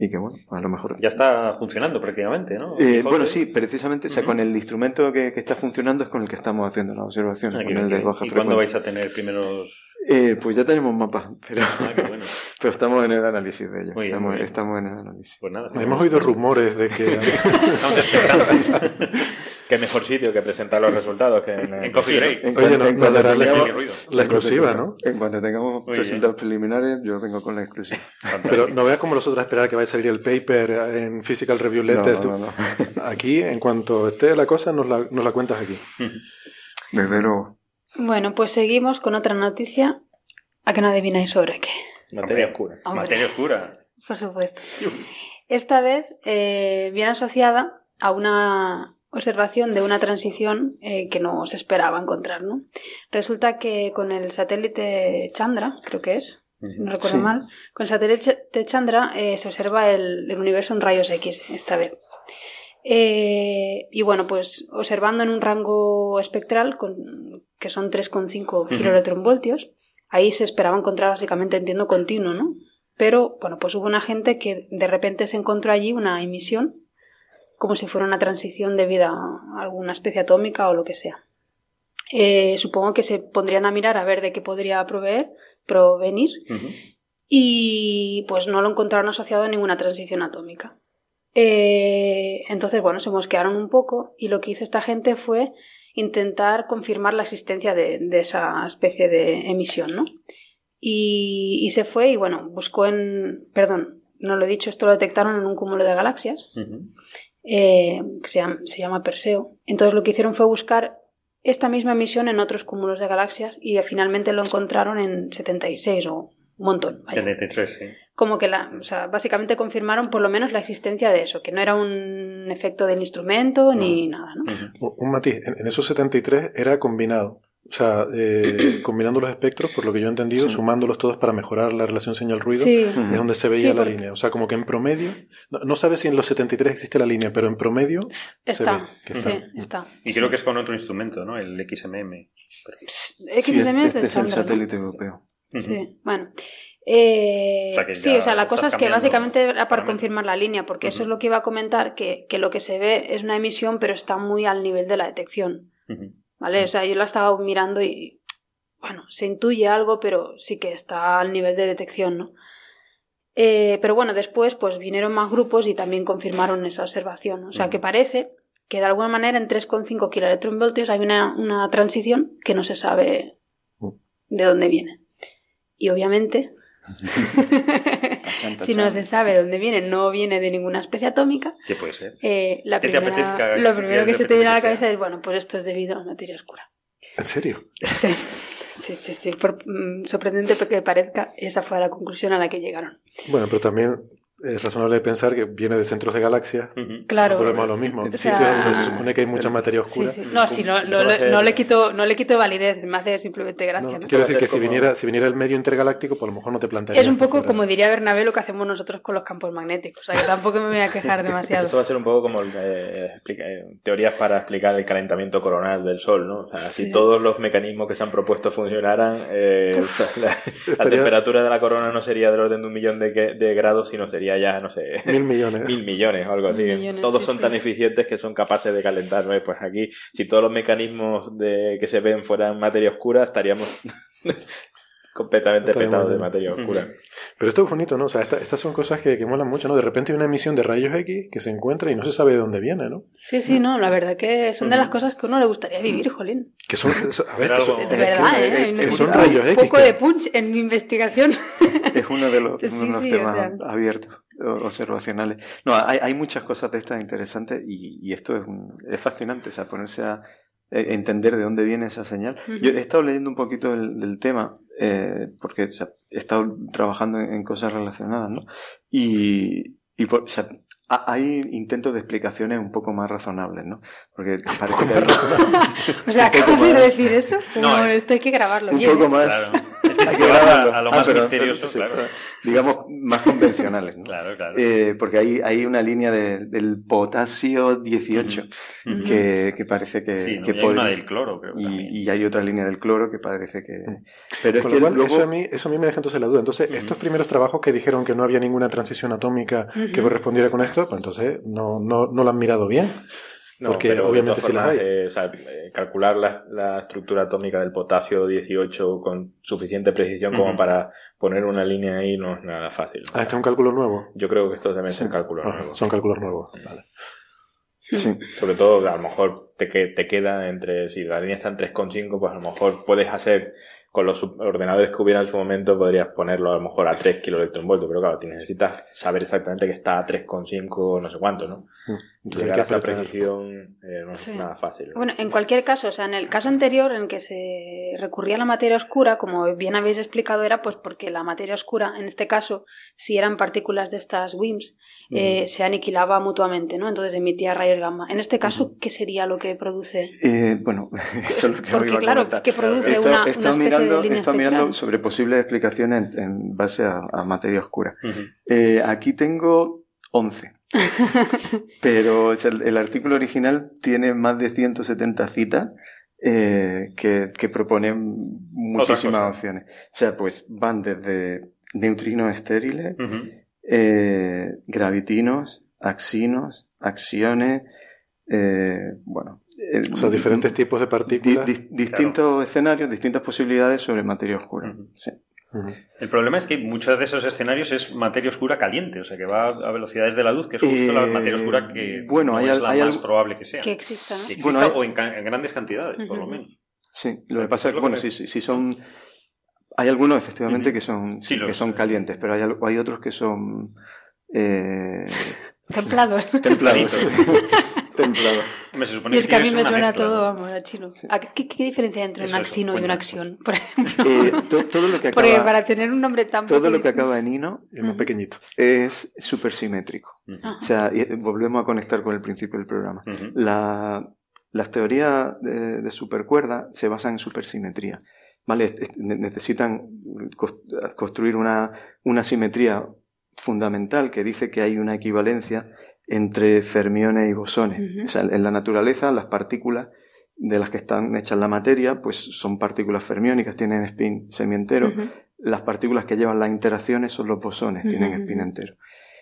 F: y que bueno, a lo mejor...
I: Ya está funcionando prácticamente, ¿no?
F: Eh, bueno, sí, precisamente, uh-huh. o sea, con el instrumento que, que está funcionando es con el que estamos haciendo las observaciones,
I: ah,
F: con el de baja
I: ¿Y
F: frecuencia.
I: cuándo vais a tener primeros...?
F: Eh, pues ya tenemos mapas, pero,
I: ah, qué bueno.
F: pero estamos en el análisis de ellos.
I: Muy bien,
F: estamos,
I: muy bien.
F: estamos en el análisis.
I: Pues nada.
H: Hemos oído rumores de que...
I: Estamos esperando.
G: Qué mejor sitio que presentar los resultados que en,
I: en Coffee Break.
F: En
H: Oye,
F: cuanto,
H: nos
F: en
H: dará
F: tengamos,
H: la exclusiva, ¿no?
F: En cuanto tengamos
I: Muy
F: resultados
I: bien.
F: preliminares, yo vengo con la exclusiva.
H: Pero no veas como nosotros esperar que vaya a salir el paper en Physical Review Letters.
F: No, no, no.
H: Aquí, en cuanto esté la cosa, nos la, nos la cuentas aquí.
F: Desde luego.
E: Bueno, pues seguimos con otra noticia. ¿A que no adivináis sobre qué?
G: Materia oscura.
E: Hombre.
I: Materia oscura.
E: Por supuesto. Esta vez eh, viene asociada a una observación de una transición eh, que no se esperaba encontrar, ¿no? Resulta que con el satélite Chandra, creo que es, si no recuerdo
F: Sí.
E: mal, con el satélite Chandra eh, se observa el, el universo en rayos X esta vez. Eh, y bueno, pues observando en un rango espectral con, que son tres coma cinco kiloelectronvoltios, ahí se esperaba encontrar básicamente, entiendo, continuo, ¿no? Pero, bueno, pues hubo una gente que de repente se encontró allí una emisión como si fuera una transición debido a alguna especie atómica o lo que sea. Eh, supongo que se pondrían a mirar a ver de qué podría proveer, provenir,
I: Uh-huh.
E: y pues no lo encontraron asociado a ninguna transición atómica. Eh, entonces, bueno, se mosquearon un poco y lo que hizo esta gente fue intentar confirmar la existencia de, de esa especie de emisión, ¿no? Y, y se fue y, bueno, buscó en... Perdón, no lo he dicho, esto lo detectaron en un cúmulo de galaxias,
I: Uh-huh.
E: eh, que se llama, se llama Perseo. Entonces lo que hicieron fue buscar esta misma emisión en otros cúmulos de galaxias y finalmente lo encontraron en setenta y seis o un montón. Vaya.
I: setenta y tres, sí.
E: Como que la, o sea, básicamente confirmaron por lo menos la existencia de eso, que no era un efecto del instrumento ni nada, ¿no?
I: Uh-huh.
H: Un matiz, en, en esos setenta y tres era combinado. O sea, eh, combinando los espectros, por lo que yo he entendido,
F: Sí.
H: sumándolos todos para mejorar la relación señal-ruido,
E: Sí.
H: es donde se veía
E: Sí,
H: la
E: porque-
H: línea. O sea, como que en promedio, no, no sabes si en los setenta y tres existe la línea, pero en promedio se
E: Está,
H: ve que
E: sí,
H: está.
E: está.
I: Y creo que es con otro instrumento, ¿no? El X M M.
F: Sí,
E: X M es
F: este
E: del
F: es el
E: Chandra, ¿no?
F: satélite europeo.
I: Ujú.
E: Sí, bueno. Eh,
I: O sea que
E: sí,
I: ya
E: o sea, la cosa
I: estás
E: es que
I: cambiando
E: básicamente era para
I: parámetros.
E: confirmar la línea, porque eso
I: Ujú.
E: es lo que iba a comentar, que, que lo que se ve es una emisión, pero está muy al nivel de la detección,
I: Uh-huh.
E: ¿vale? O sea, yo la estaba mirando y, bueno, se intuye algo, pero sí que está al nivel de detección, ¿no? Eh, pero bueno, después pues vinieron más grupos y también confirmaron esa observación, ¿no? O sea,
I: Ujú.
E: que parece que de alguna manera en tres coma cinco kiloelectronvoltios hay una, una transición que no se sabe de dónde viene. Y obviamente,
F: Tachan,
E: si no
F: tachan.
E: se sabe de dónde viene, no viene de ninguna especie atómica,
I: ¿Qué puede ser?
E: eh, la
I: ¿Qué te
E: primera-
I: apetezca?
E: lo primero que
I: ¿Qué
E: se
I: te
E: te viene a la
I: apetece que
E: cabeza es, bueno, pues esto es debido a materia oscura.
H: ¿En serio?
E: Sí, sí, sí, sí. Por mm, sorprendente que parezca, esa fue la conclusión a la que llegaron.
H: Bueno, pero también es razonable pensar que viene de centros de galaxias.
I: Uh-huh.
E: Claro.
H: Volvemos a lo mismo.
E: O
H: En
E: sea,
H: sitios donde se supone que hay mucha materia
E: Sí,
H: oscura.
E: sí. No, sí, no, no,
G: Eso va a
E: le-
G: ser-
E: no le quito, no le quito validez, me hace simplemente gracia,
H: No,
E: ¿no?
H: quiero decir
G: Puede
H: que
G: ser
H: si
G: como-
H: viniera, si viniera el medio intergaláctico, pues a lo mejor no te plantearías.
E: Es un poco
H: que fuera-
E: como diría Bernabé lo que hacemos nosotros con los campos magnéticos, o sea que tampoco me voy a quejar demasiado.
G: Esto va a ser un poco como eh, explica- eh, teorías para explicar el calentamiento coronal del Sol, ¿no? O sea, si
E: Sí.
G: todos los mecanismos que se han propuesto funcionaran, eh, o sea, la, la
H: Estaría-
G: temperatura de la corona no sería del orden de un millón de, que- de grados, sino sería ya, no sé,
H: Mil millones.
G: mil millones o algo así.
E: Mil millones,
G: Todos
E: sí,
G: son
E: sí.
G: tan eficientes que son capaces de calentar, ¿no? Pues aquí, si todos los mecanismos de, que se ven fueran materia oscura, estaríamos completamente
H: Estaríamos
G: petados de
H: en-
G: materia oscura.
H: Pero esto es bonito, ¿no? O sea, esta- estas son cosas que, que molan mucho, ¿no? De repente hay una emisión de rayos X que se encuentra y no se sabe de dónde viene, ¿no?
E: Sí, sí, no, la verdad que son de las cosas que a uno le gustaría vivir, jolín.
H: Que son, a ver,
I: Era
H: que son-
I: algo-
E: De
F: Es
E: verdad,
F: que-
E: ¿eh?
F: es-
E: Hay
H: que
E: un-
H: son rayos
E: un
H: X,
E: poco
H: que-
E: de punch en mi investigación.
F: Es uno de los,
E: Sí,
F: uno de los
E: sí,
F: temas
E: o sea.
F: abiertos, o- observacionales. No, hay, hay muchas cosas de estas interesantes y, y esto es, un, es fascinante, o sea, ponerse a eh, entender de dónde viene esa señal.
E: Ujú.
F: Yo he estado leyendo un poquito del, del tema, eh, porque o sea, he estado trabajando en, en cosas relacionadas, ¿no? Y, y por- o sea, ha- hay intentos de explicaciones un poco más razonables, ¿no? Porque parece que hay-
E: O sea,
F: Un poco
E: acabas de
F: más.
E: decir eso, pero
I: No, es-
E: esto hay que grabarlo
F: un
E: bien.
F: poco
E: ¿eh?
F: más...
I: Claro. Es hay que dar a, a lo más ah, pero, misterioso,
F: sí,
I: claro.
F: Digamos, más convencionales, ¿no?
I: Claro, claro.
F: Eh, porque hay, hay una línea de, del potasio dieciocho uh-huh. que, que parece que...
I: Sí, ¿no?
F: que
I: y hay
F: puede,
I: una del cloro, creo.
F: Y, y hay otra línea del cloro que parece que...
H: Pero Con es que cual, luego... eso, a mí, eso a mí me deja entonces la duda. Entonces, uh-huh. estos primeros trabajos que dijeron que no había ninguna transición atómica uh-huh. que correspondiera con esto, pues entonces no, no, no lo han mirado bien.
G: No,
H: porque
G: pero
H: obviamente sí las hay.
G: Eh, o sea, eh, calcular la, la estructura atómica del potasio dieciocho con suficiente precisión uh-huh. como para poner una línea ahí no es nada fácil.
H: Ah, ¿este es un cálculo nuevo?
G: Yo creo que estos también sí. son cálculos
H: ah,
G: nuevos.
H: Son cálculos nuevos, vale.
G: Sí. Sobre todo, a lo mejor te, te queda entre, si la línea está en tres coma cinco, pues a lo mejor puedes hacer, con los ordenadores que hubiera en su momento, podrías ponerlo a lo mejor a tres kiloelectronvoltios, pero claro, necesitas saber exactamente que está a tres coma cinco, no sé cuánto, ¿no? Entonces, llegar a esa precisión eh, no es sí. nada fácil.
E: Bueno, en cualquier caso, o sea, en el caso anterior en que se recurría a la materia oscura, como bien habéis explicado, era pues porque la materia oscura, en este caso, si eran partículas de estas W I M Ps, uh-huh. eh, se aniquilaba mutuamente, ¿no? Entonces emitía rayos gamma. En este caso, uh-huh. ¿qué sería lo que produce?
F: Eh, bueno, eso es lo que
E: porque,
F: iba a
E: claro,
F: comentar.
E: que produce
F: Esto,
E: una,
F: está
E: una especie
F: mirando,
E: de línea
F: está mirando
E: espectral.
F: sobre posibles explicaciones en, en base a, a materia oscura.
I: Uh-huh.
F: Eh, aquí tengo once. Pero o sea, el, el artículo original tiene más de ciento setenta citas eh, que, que proponen muchísimas opciones. O sea, pues van desde neutrinos estériles, uh-huh. eh, gravitinos, axinos, axiones, eh, bueno... Eh,
H: o sea, diferentes tipos de partículas.
F: Di, di, distintos claro. escenarios, distintas posibilidades sobre materia oscura. Uh-huh. Sí.
I: Uh-huh. El problema es que muchos de esos escenarios es materia oscura caliente, o sea que va a velocidades de la luz, que es justo eh, la materia oscura que
F: bueno,
I: no
F: hay,
I: es la
F: hay
I: más
F: algo...
I: probable que sea.
E: Que exista, ¿no?
I: Que exista
F: bueno, hay...
I: o en, en grandes cantidades, uh-huh. por lo menos.
F: Sí, lo que pasa es que, bueno, si sí, sí, sí son... Hay algunos, efectivamente, uh-huh. que son sí, que los... son calientes, pero hay, hay otros que son... Eh...
E: Templados.
F: Templados. Templado.
I: Me se supone
E: y es que, que a mí me suena
I: mezcla,
E: todo,
I: ¿no?
E: vamos, a chino. Sí. ¿Qué, ¿Qué diferencia entre
I: Eso,
E: un axino
I: eso,
E: y una acción, por ejemplo?
F: Eh, to, todo lo que acaba,
E: Porque para tener un nombre tan
F: todo
E: pequeñito.
F: lo que acaba en ino
H: es más pequeñito.
F: Es supersimétrico.
I: Uh-huh.
F: O sea, y volvemos a conectar con el principio del programa.
I: Uh-huh.
F: La, las teorías de, de supercuerda se basan en supersimetría. ¿Vale? Necesitan construir una, una simetría fundamental que dice que hay una equivalencia entre fermiones y bosones. Uh-huh. O sea, en la naturaleza, las partículas de las que están hechas la materia, pues son partículas fermiónicas, tienen spin semientero. Uh-huh. Las partículas que llevan las interacciones son los bosones, uh-huh. tienen spin entero.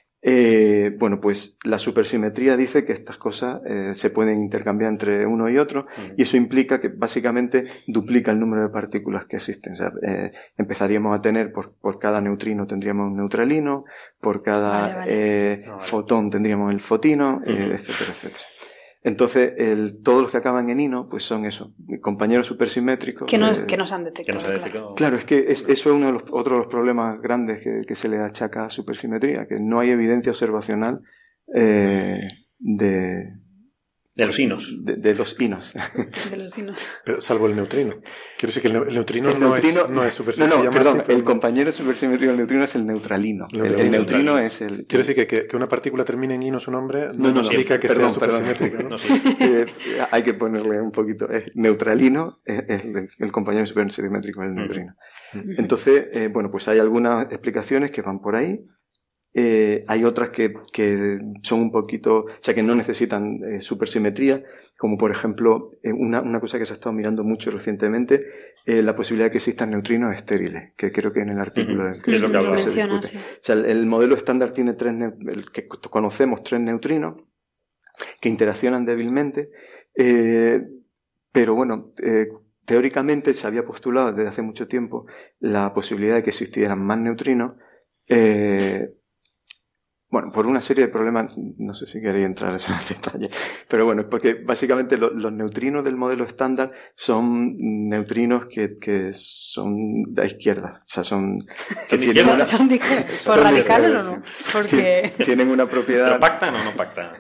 F: Eh, bueno, pues la supersimetría dice que estas cosas eh, se pueden intercambiar entre uno y otro, uh-huh. y eso implica que básicamente duplica el número de partículas que existen. O sea, eh, empezaríamos a tener, por, por cada neutrino tendríamos un neutralino, por cada
E: vale, vale.
F: Eh, no, vale. fotón tendríamos el fotino, uh-huh. eh, etcétera, etcétera. Entonces, el, todos los que acaban en ino, pues son eso, compañeros supersimétricos.
E: Que nos,
F: eh,
E: que nos han detectado.
I: Que nos han detectado.
F: Claro, es que es, eso es uno de los otros problemas grandes que, que se le achaca a supersimetría, que no hay evidencia observacional eh, de...
I: De los inos.
F: De, de los inos.
E: De los inos.
H: Pero salvo el neutrino. Quiero decir que el, neutrino,
F: el
H: no,
F: neutrino
H: es, no es supersimétrico.
F: No, no, perdón, el compañero supersimétrico del neutrino es el neutralino. El, el, el neutrino es el...
H: Quiero decir que, que, que una partícula termine en ino su nombre no,
F: no, no
H: significa
F: no,
H: que
F: perdón,
H: sea supersimétrica. ¿no?
F: No, sí. eh, hay que ponerle un poquito... Eh, neutralino es, es el, el compañero supersimétrico del neutrino. Mm. Entonces, eh, bueno, pues hay algunas explicaciones que van por ahí. Eh, hay otras que, que son un poquito, o sea, que no necesitan eh, supersimetría, como por ejemplo, eh, una, una cosa que se ha estado mirando mucho recientemente, eh, la posibilidad de que existan neutrinos estériles, que creo que en el artículo uh-huh. que
I: es lo que hablaba.
F: se discute. Sí. O sea, el, el modelo estándar tiene tres, el que conocemos, tres neutrinos que interaccionan débilmente, eh, pero bueno, eh, teóricamente se había postulado desde hace mucho tiempo la posibilidad de que existieran más neutrinos, eh, bueno, por una serie de problemas, no sé si queréis entrar en esos detalles, pero bueno, porque básicamente lo, los neutrinos del modelo estándar son neutrinos que, que son de izquierda, o sea, son... Que
E: ¿Son, tienen una, ¿Son de qué? ¿Por son radicales o no? Porque...
F: Tienen una propiedad...
I: ¿Pero pactan o no pactan?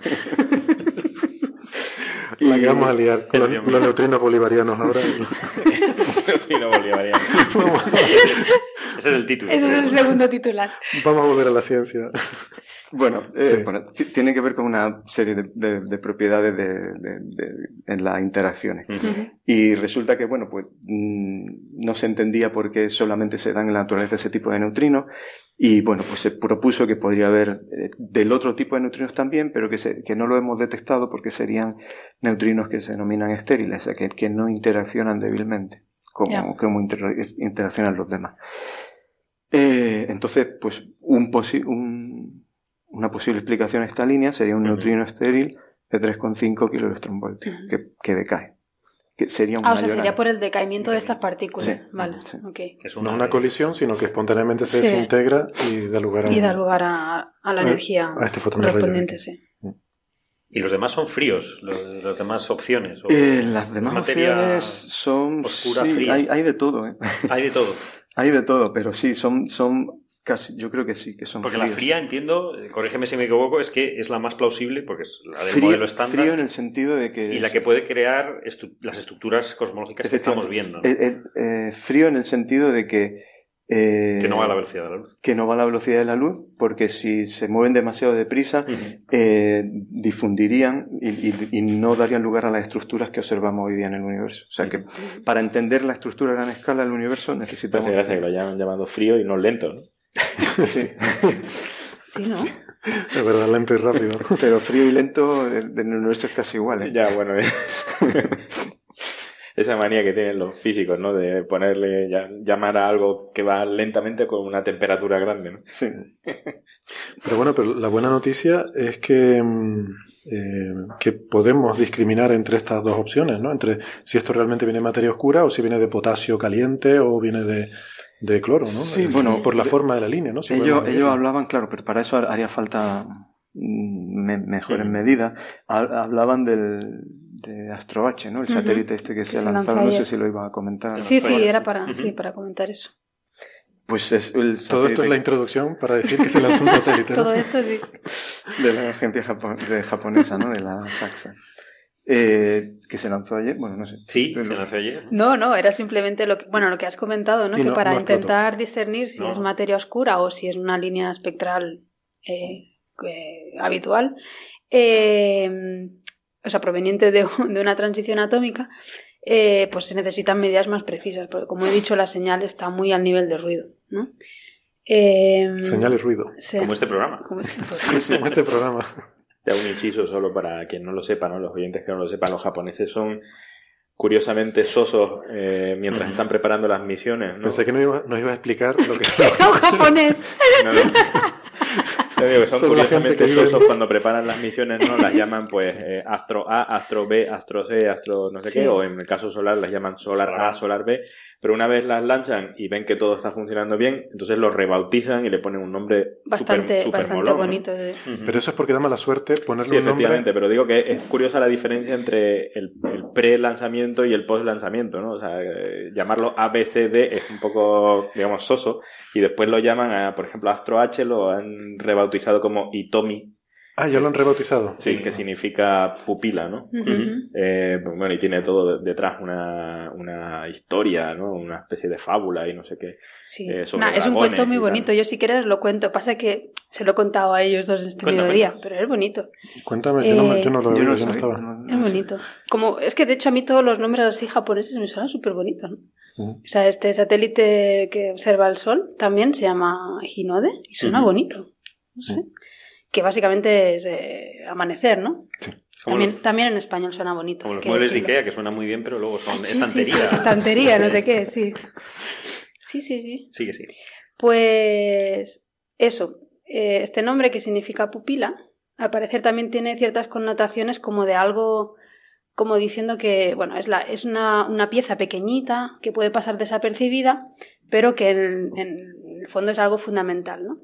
H: La que vamos a liar con los, los neutrinos bolivarianos ahora.
G: Torcino bolivariano.
I: Ese es el título.
E: Ese es el segundo titular.
H: Vamos a volver a la ciencia.
F: Bueno, eh,
H: Sí.
F: bueno t- tiene que ver con una serie de, de- de propiedades de, de- de- en las interacciones.
I: Ujú.
F: Y resulta que, bueno, pues mm, no se entendía por qué solamente se dan en la naturaleza ese tipo de neutrinos. Y, bueno, pues se propuso que podría haber eh, del otro tipo de neutrinos también, pero que, se- que no lo hemos detectado porque serían neutrinos que se denominan estériles, o sea, que, que no interaccionan débilmente, como,
E: Ya.
F: como inter- interaccionan los demás. Eh, entonces, pues un posi- un- una posible explicación a esta línea sería un
I: Ujú.
F: neutrino estéril de tres coma cinco kiloelectronvoltios,
E: Ujú.
F: que, que decae. Que sería un
E: Ah, o sea,
F: mayor
E: sería
F: año.
E: por el decaimiento de estas partículas.
F: Sí,
E: Vale,
F: sí.
E: ok.
I: Es
H: No es una colisión, sino que espontáneamente se
E: Sí.
H: desintegra y da lugar a,
E: Y da lugar a, a la
H: a-
E: energía
H: a este fotón de rayo
E: correspondiente,
H: X.
E: sí.
I: Y los demás son fríos, los, los demás opciones. o-
F: Eh, las demás
I: materia
F: opciones son...
I: oscura,
F: sí,
I: fría.
F: hay, hay de todo, ¿eh?
I: Hay de todo.
F: Hay de todo, pero sí, son, son casi... Yo creo que sí, que son
I: Porque la
F: fríos.
I: fría, entiendo, eh, corrígeme si me equivoco, es que es la más plausible, porque es la del
F: Frío-
I: modelo estándar.
F: frío en el sentido de que...
I: Y la que puede crear estu- las estructuras cosmológicas que estamos viendo, ¿no?
F: Eh, eh, eh, frío en el sentido de que... eh,
I: que no va a la velocidad de la luz.
F: que no va a la velocidad de la luz, porque si se mueven demasiado deprisa,
I: Ujú.
F: eh, difundirían y, y- y no darían lugar a las estructuras que observamos hoy día en el universo. O sea que para entender la estructura a gran escala del universo
G: Me
F: necesitamos...
G: hace gracia que lo llaman llamando frío y no lento, ¿no?
F: Sí.
E: Sí, ¿no?
H: Es verdad, lento y rápido.
F: Pero frío y lento en el universo es casi igual, ¿eh?
G: Ya, bueno. Esa manía que tienen los físicos, ¿no? De ponerle, ya- llamar a algo que va lentamente con una temperatura grande, ¿no?
F: Sí.
H: Pero bueno, pero la buena noticia es que, mm, eh, que podemos discriminar entre estas dos opciones, ¿no? Entre si esto realmente viene de materia oscura o si viene de potasio caliente o viene de, de cloro, ¿no?
F: Sí,
H: Es
F: bueno,
H: por la
F: de-
H: forma de la línea, ¿no? Si
F: Ellos,
H: podemos
F: ellos
H: medirlo.
F: hablaban, claro, pero para eso haría falta mm, me- mejores
I: Ujú.
F: medidas. Ha- Hablaban del de Astro H, ¿no? El
E: Ujú.
F: satélite este que,
E: Que
F: se ha
E: se lanzó
F: lanzado, no sé
E: ayer.
F: si lo iba a comentar.
E: Sí, sí,
I: Bueno.
E: era para,
I: Ujú.
E: sí, para comentar eso.
F: Pues es el
H: Todo esto
F: satélite
H: es la introducción para decir que se lanzó un satélite, ¿no?
E: Todo esto sí.
F: de la agencia japo- de japonesa, ¿no? De la JAXA. Eh, que se lanzó ayer, bueno, no sé.
I: Sí,
F: Pero-
I: se lanzó ayer.
E: No, no, era simplemente lo que, bueno, lo que has comentado, ¿no?
H: Y
E: Que
H: no-
E: para
H: no explotó.
E: intentar discernir si
I: No.
E: es materia oscura o si es una línea espectral eh, eh, habitual, eh, o sea, proveniente de, un- de una transición atómica, eh, pues se necesitan medidas más precisas, porque como he dicho, la señal está muy al nivel de ruido, ¿no? Eh,
H: Señal y ruido.
E: sí.
I: Como este programa.
E: Como este programa.
H: Sí, sí, como este programa.
G: Te hago un inciso solo para quien no lo sepa, ¿no? Los oyentes que no lo sepan, los japoneses son curiosamente sosos eh, mientras
I: Ujú.
G: están preparando las misiones, ¿no?
H: Pensé que no iba, nos iba a explicar lo que...
E: No, japonés.
G: No, no. Te digo que son
H: Solo la gente
G: curiosamente
H: que vive en-
G: sosos cuando preparan las misiones, ¿no? Las llaman pues eh, Astro A, Astro B, Astro C, Astro no sé
E: Sí.
G: qué, o en el caso solar las llaman Solar
I: Solar
G: A,
I: A.
G: Solar B, pero una vez las lanzan y ven que todo está funcionando bien, entonces los rebautizan y le ponen un nombre
E: Bastante,
G: súper súper
E: bastante
G: molón, ¿no?
E: bonito. sí.
I: Ujú.
H: Pero eso es porque da mala suerte ponerle
G: Sí,
H: un nombre...
G: efectivamente, pero digo que es curiosa la diferencia entre el, el pre-lanzamiento y el post-lanzamiento, ¿no? O sea, eh, llamarlo A, B, C, D es un poco, digamos, soso, y después lo llaman, a, por ejemplo, Astro H, lo han rebautizado como Itomi,
H: Ah, ya lo han rebautizado.
G: sí, que significa pupila, ¿no?
E: Ujú.
G: Eh, pues bueno, y tiene todo de- detrás una, una historia, ¿no? Una especie de fábula y no sé qué.
E: Sí.
G: eh, sobre
E: Nah, es un
G: dragones
E: cuento muy
G: y tal.
E: bonito. Yo si quieres lo cuento. Pasa que se lo he contado a ellos dos este
I: Cuenta,
E: mediodía,
I: cuenta.
E: pero es bonito.
H: Cuéntame, yo no, me- yo no lo
F: Yo no,
H: yo no
F: sabía,
H: estaba.
F: no- no
E: Es
F: sé.
E: bonito. Como, es que de hecho a mí todos los nombres así japoneses me suenan súper bonitos, ¿no?
H: Ujú.
E: O sea, este satélite que observa el Sol también se llama Hinode y suena
I: Ujú.
E: bonito. No sé. Que básicamente es eh, amanecer, ¿no?
I: Es como,
E: También,
I: los,
E: también en español suena bonito.
I: como los
E: hay que
I: muebles de
E: decirlo.
I: Ikea, que suenan muy bien, pero luego son
E: Sí, sí,
I: estantería.
E: sí, estantería, no sé qué, sí. Sí, sí, sí.
I: Sí, que sí.
E: Pues eso, eh, este nombre que significa pupila, al parecer también tiene ciertas connotaciones como de algo, como diciendo que, bueno, es, la, es una, una pieza pequeñita que puede pasar desapercibida, pero que en, en el fondo es algo fundamental, ¿no?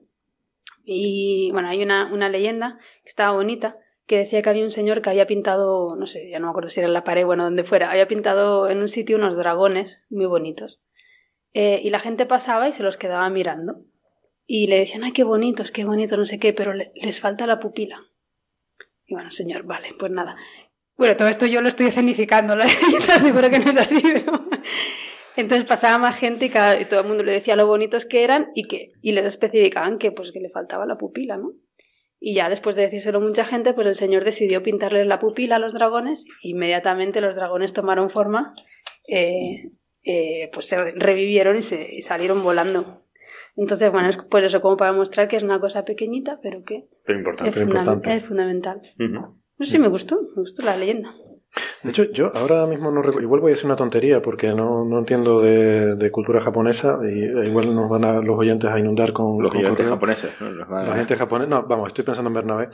E: Y bueno, hay una, una leyenda que estaba bonita, que decía que había un señor que había pintado, no sé, ya no me acuerdo si era en la pared, bueno, donde fuera, había pintado en un sitio unos dragones muy bonitos. Eh, y la gente pasaba y se los quedaba mirando. Y le decían, ay, qué bonitos, qué bonitos, no sé qué, pero le- les falta la pupila. Y bueno, señor, vale, pues nada. Bueno, todo esto yo lo estoy escenificando, la leyenda seguro que no es así, pero... Entonces pasaba más gente y, cada, y todo el mundo le decía lo bonitos que eran y que y les especificaban que pues que le faltaba la pupila, ¿no? Y ya después de decírselo mucha gente, pues el señor decidió pintarles la pupila a los dragones e inmediatamente los dragones tomaron forma, eh, eh, pues se revivieron y, se, y salieron volando. Entonces, bueno, es pues eso como para mostrar que es una cosa pequeñita, pero que
I: pero importante.
E: Es, funda- importante. es fundamental.
I: Uh-huh.
E: Pues sí, me gustó, me gustó la leyenda.
H: De hecho, yo ahora mismo no recuerdo, igual voy a decir una tontería porque no, no entiendo de, de cultura japonesa y igual nos van a los oyentes a inundar con
G: los
H: con
G: oyentes
H: correo.
G: japoneses, ¿no? Los,
H: los oyentes japoneses, no, vamos, estoy pensando en Bernabé.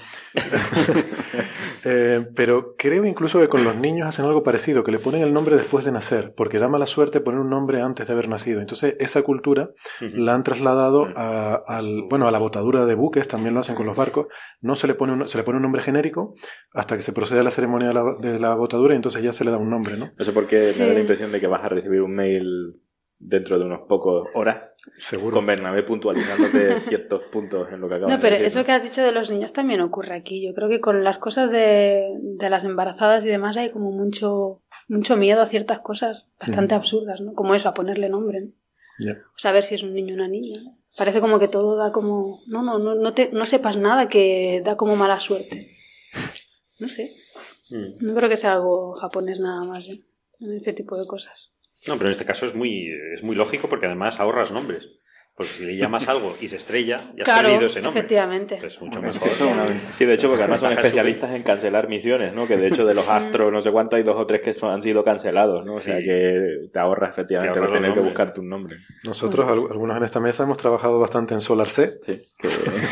H: eh, pero creo incluso que con los niños hacen algo parecido, que le ponen el nombre después de nacer, porque da mala suerte poner un nombre antes de haber nacido. Entonces, esa cultura uh-huh. la han trasladado a, al, bueno, a la botadura de buques, también lo hacen con los barcos. No se le pone un, se le pone un nombre genérico hasta que se procede a la ceremonia de la, de la botadura y entonces ya se le da un nombre, ¿no?
G: No sé por qué
E: sí.
G: me da la impresión de que vas a recibir un mail dentro de unos pocos horas.
H: Seguro.
G: Con Bernabé puntualizándote ciertos puntos en lo que acabas
E: No, pero
G: de decir.
E: eso que has dicho de los niños también ocurre aquí. Yo creo que con las cosas de, de las embarazadas y demás hay como mucho mucho miedo a ciertas cosas bastante mm. absurdas, ¿no? Como eso, a ponerle nombre, ¿no?
H: Yeah.
E: O saber si es un niño o una niña, ¿no? Parece como que todo da como... No, no, no, no, te, no sepas nada que da como mala suerte. No sé. No creo que sea algo japonés nada más, ¿eh? En este tipo de cosas.
I: No, pero en este caso es muy es muy lógico porque además ahorras nombres. Porque si le llamas algo y se estrella, ya
E: claro,
I: has perdido ese nombre.
E: Efectivamente.
I: Es mucho
F: bueno,
I: mejor.
F: es una...
G: Sí, de hecho, porque además son especialistas en cancelar misiones, ¿no? Que de hecho de los astros, no sé cuánto, hay dos o tres que son, han sido cancelados, ¿no? O sea
I: sí.
G: que te ahorras efectivamente
I: te
G: no tener que
I: nombre.
G: buscarte un nombre.
H: Nosotros, algunos en esta mesa, hemos trabajado bastante en Solar C.
G: Sí. Que...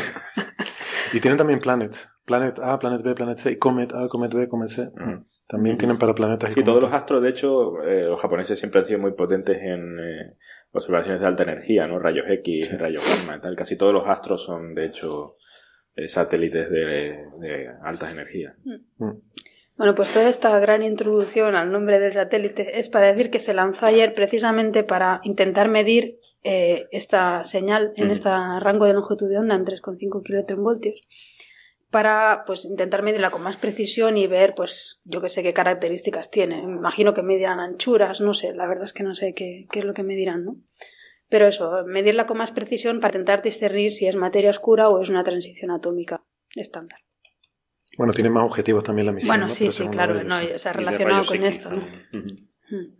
H: y tienen también Planets. Planet A, Planet B, Planet C, y Comet A, Comet B, Comet C. Uh-huh. También uh-huh. tienen para planetas y
G: sí, todos los astros, de hecho, eh, los japoneses siempre han sido muy potentes en eh, observaciones de alta energía, ¿no? Rayos X, sí. rayos gamma y tal. Casi todos los astros son, de hecho, eh, satélites de, de altas energías.
H: Mm.
E: Bueno, pues toda esta gran introducción al nombre del satélite es para decir que se lanzó ayer precisamente para intentar medir eh, esta señal en uh-huh. este rango de longitud de onda en tres coma cinco kilovoltios. Para pues intentar medirla con más precisión y ver, pues, yo que sé qué características tiene. Me imagino que medirán anchuras, no sé, la verdad es que no sé qué, qué es lo que medirán, ¿no? Pero eso, medirla con más precisión para intentar discernir si es materia oscura o es una transición atómica estándar.
H: Bueno, tiene más objetivos también la misión.
E: Bueno,
H: ¿no?
E: sí,
H: Pero
E: sí, claro,
H: ellos,
E: no,
H: sí.
E: se ha relacionado con
I: X,
E: esto, ¿no?
I: Uh-huh.
E: Hmm.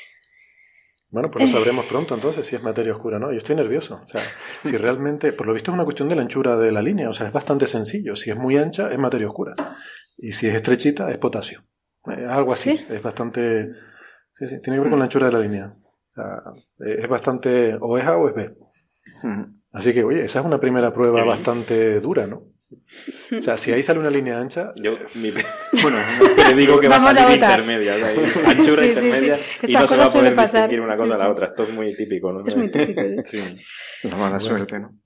H: Bueno, pues lo sabremos pronto entonces si es materia oscura, ¿no? Yo estoy nervioso. O sea, si realmente, por lo visto es una cuestión de la anchura de la línea, o sea, es bastante sencillo. Si es muy ancha, es materia oscura. Y si es estrechita, es potasio. Es algo así. ¿Sí? Es bastante... Sí, sí, tiene que ver con la anchura de la línea. O sea, es bastante... o es A o es B. Así que, oye, esa es una primera prueba bastante dura, ¿no? O sea, si ahí sale una línea ancha,
G: yo mi, bueno, te digo que va a salir intermedia, o sea, anchura
E: sí,
G: intermedia
E: sí, sí.
G: y no se va a poder
E: pasar.
G: distinguir una cosa
E: sí,
G: a la
E: sí.
G: otra. Esto es muy típico, ¿no?
E: Es muy típico.
G: Sí.
F: La mala bueno. suerte, ¿no?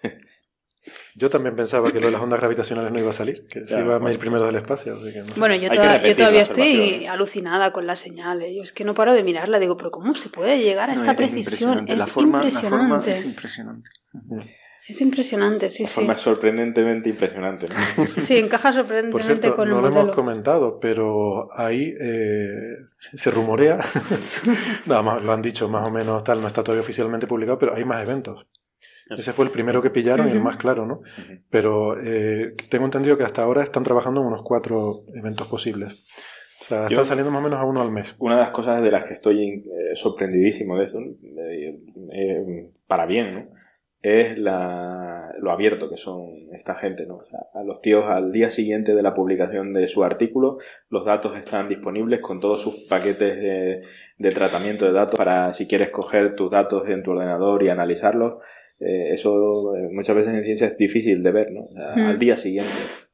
H: Yo también pensaba que lo de las ondas gravitacionales no iba a salir, que claro, se iba a medir primero del espacio. Así que no sé.
E: Bueno, yo, toda, yo todavía estoy alucinada con la señal. ¿eh? Yo es que no paro de mirarla. Digo, pero ¿cómo se puede llegar a no, esta
F: es
E: precisión? Es
F: la forma,
E: impresionante.
F: La forma es impresionante.
E: Es impresionante, sí,
G: la
E: sí.
G: forma es sorprendentemente impresionante, ¿no?
E: Sí, encaja sorprendentemente
H: Por cierto,
E: con el
H: no
E: modelo.
H: lo hemos comentado, pero ahí eh, se rumorea, nada más lo han dicho más o menos tal, no está todavía oficialmente publicado, pero hay más eventos. Ese fue el primero que pillaron uh-huh. y el más claro, ¿no? Uh-huh. Pero eh, tengo entendido que hasta ahora están trabajando en unos cuatro eventos posibles. O sea, están Yo, saliendo más o menos a uno al mes.
G: Una de las cosas de las que estoy eh, sorprendidísimo de eso, eh, eh, para bien, ¿no? Es la, lo abierto que son esta gente, ¿no? O sea, a los tíos al día siguiente de la publicación de su artículo, los datos están disponibles con todos sus paquetes de, de tratamiento de datos para si quieres coger tus datos en tu ordenador y analizarlos. Eh, eso eh, muchas veces en ciencia es difícil de ver, ¿no? O sea, mm. al día siguiente.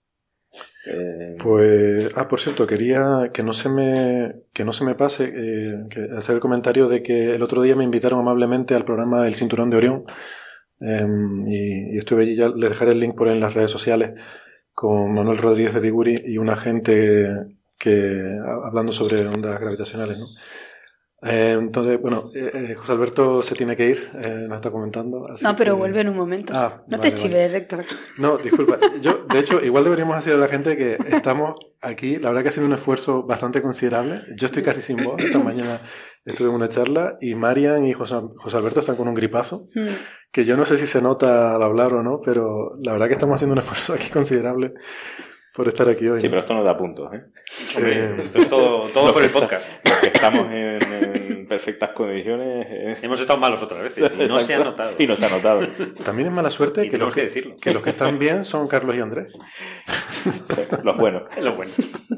G: Eh...
H: Pues, ah, por cierto, quería que no se me, que no se me pase eh, que hacer el comentario de que el otro día me invitaron amablemente al programa del Cinturón de Orión. Um, y, y estuve allí, ya les dejaré el link por ahí en las redes sociales con Manuel Rodríguez de Biguri y una gente que, hablando sobre ondas gravitacionales, ¿no? Eh, entonces, bueno, eh, eh, José Alberto se tiene que ir, eh, nos está comentando. Así
E: no, pero
H: que...
E: vuelve en un momento.
H: Ah,
E: no
H: vale,
E: te chives,
H: vale.
E: Héctor.
H: No, disculpa. Yo, de hecho, igual deberíamos decir a la gente que estamos aquí, la verdad que ha sido un esfuerzo bastante considerable. Yo estoy casi sin voz. Esta mañana estuve en una charla y Marian y José, José Alberto están con un gripazo, mm. que yo no sé si se nota al hablar o no, pero la verdad que estamos haciendo un esfuerzo aquí considerable por estar aquí hoy.
G: Sí,
H: ¿no?
G: Pero esto no da puntos, ¿eh?
I: Hombre, eh, esto es todo, todo por el podcast.
G: Los que estamos en, en perfectas condiciones. Eh.
I: Hemos estado malos otras veces y no
G: Exacto.
I: se ha notado.
G: Y no se ha notado.
H: También es mala suerte que los que,
I: que,
H: que los que están bien son Carlos y Andrés.
G: Los buenos.
I: Los buenos.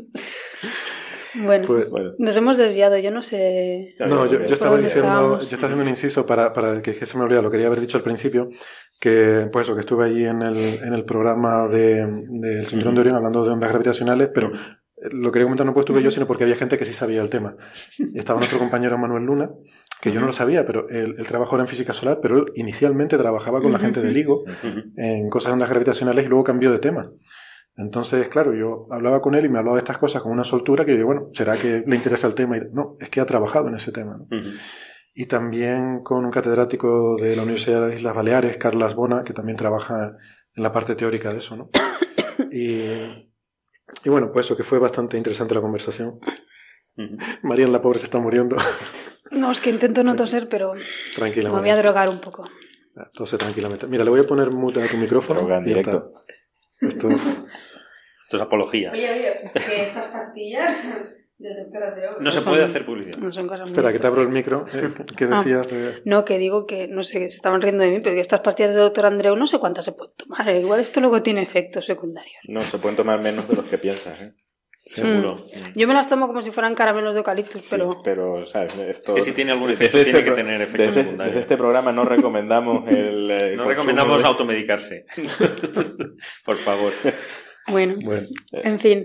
E: Bueno, pues, bueno, nos hemos desviado, yo no sé...
H: No, yo, yo estaba diciendo, estábamos? yo estaba haciendo un inciso para, para que, que se me olvida, lo quería haber dicho al principio, que pues eso, que estuve allí en el, en el programa del de, Cinturón de Orión hablando de ondas gravitacionales, pero lo quería comentar no pues estuve yo, sino porque había gente que sí sabía el tema. Estaba nuestro compañero Manuel Luna, que yo no lo sabía, pero él, él trabajó en física solar, pero él inicialmente trabajaba con la gente del LIGO en cosas de ondas gravitacionales y luego cambió de tema. Entonces, claro, yo hablaba con él y me hablaba de estas cosas con una soltura que yo digo, bueno, ¿será que le interesa el tema? Y no, es que ha trabajado en ese tema, ¿no? Uh-huh. Y también con un catedrático de la Universidad de Islas Baleares, Carlas Bona, que también trabaja en la parte teórica de eso, ¿no? Y, y bueno, pues eso, que fue bastante interesante la conversación. Uh-huh. Marian, la pobre, se está muriendo.
E: No, es que intento no toser, pero me voy a drogar un poco.
H: Tose tranquilamente. Mira, le voy a poner mute a tu micrófono.
G: Droga en directo.
H: Esto...
I: Esto es apología.
E: Oye, oye, que estas pastillas de temperatura...
I: No se
E: son,
I: puede hacer publicidad.
E: No son cosas
H: Espera,
E: muy...
H: que te abro el micro. ¿Eh? ¿Qué decías?
E: Ah,
H: de...
E: No, que digo que, no sé, se estaban riendo de mí, pero que estas pastillas de doctor Andreu no sé cuántas se pueden tomar. ¿eh? Igual esto luego tiene efectos secundarios.
G: No, se pueden tomar menos de los que piensas, ¿eh?
I: Seguro.
E: Mm. Yo me las tomo como si fueran caramelos de eucaliptus,
G: sí,
E: pero...
G: pero, ¿sabes? Esto...
I: Es que si tiene algún efecto, desde tiene este que tener efectos
G: desde,
I: secundarios.
G: Desde este programa no recomendamos el... Eh,
I: no recomendamos de... automedicarse. Por favor.
E: Bueno, bueno, en fin.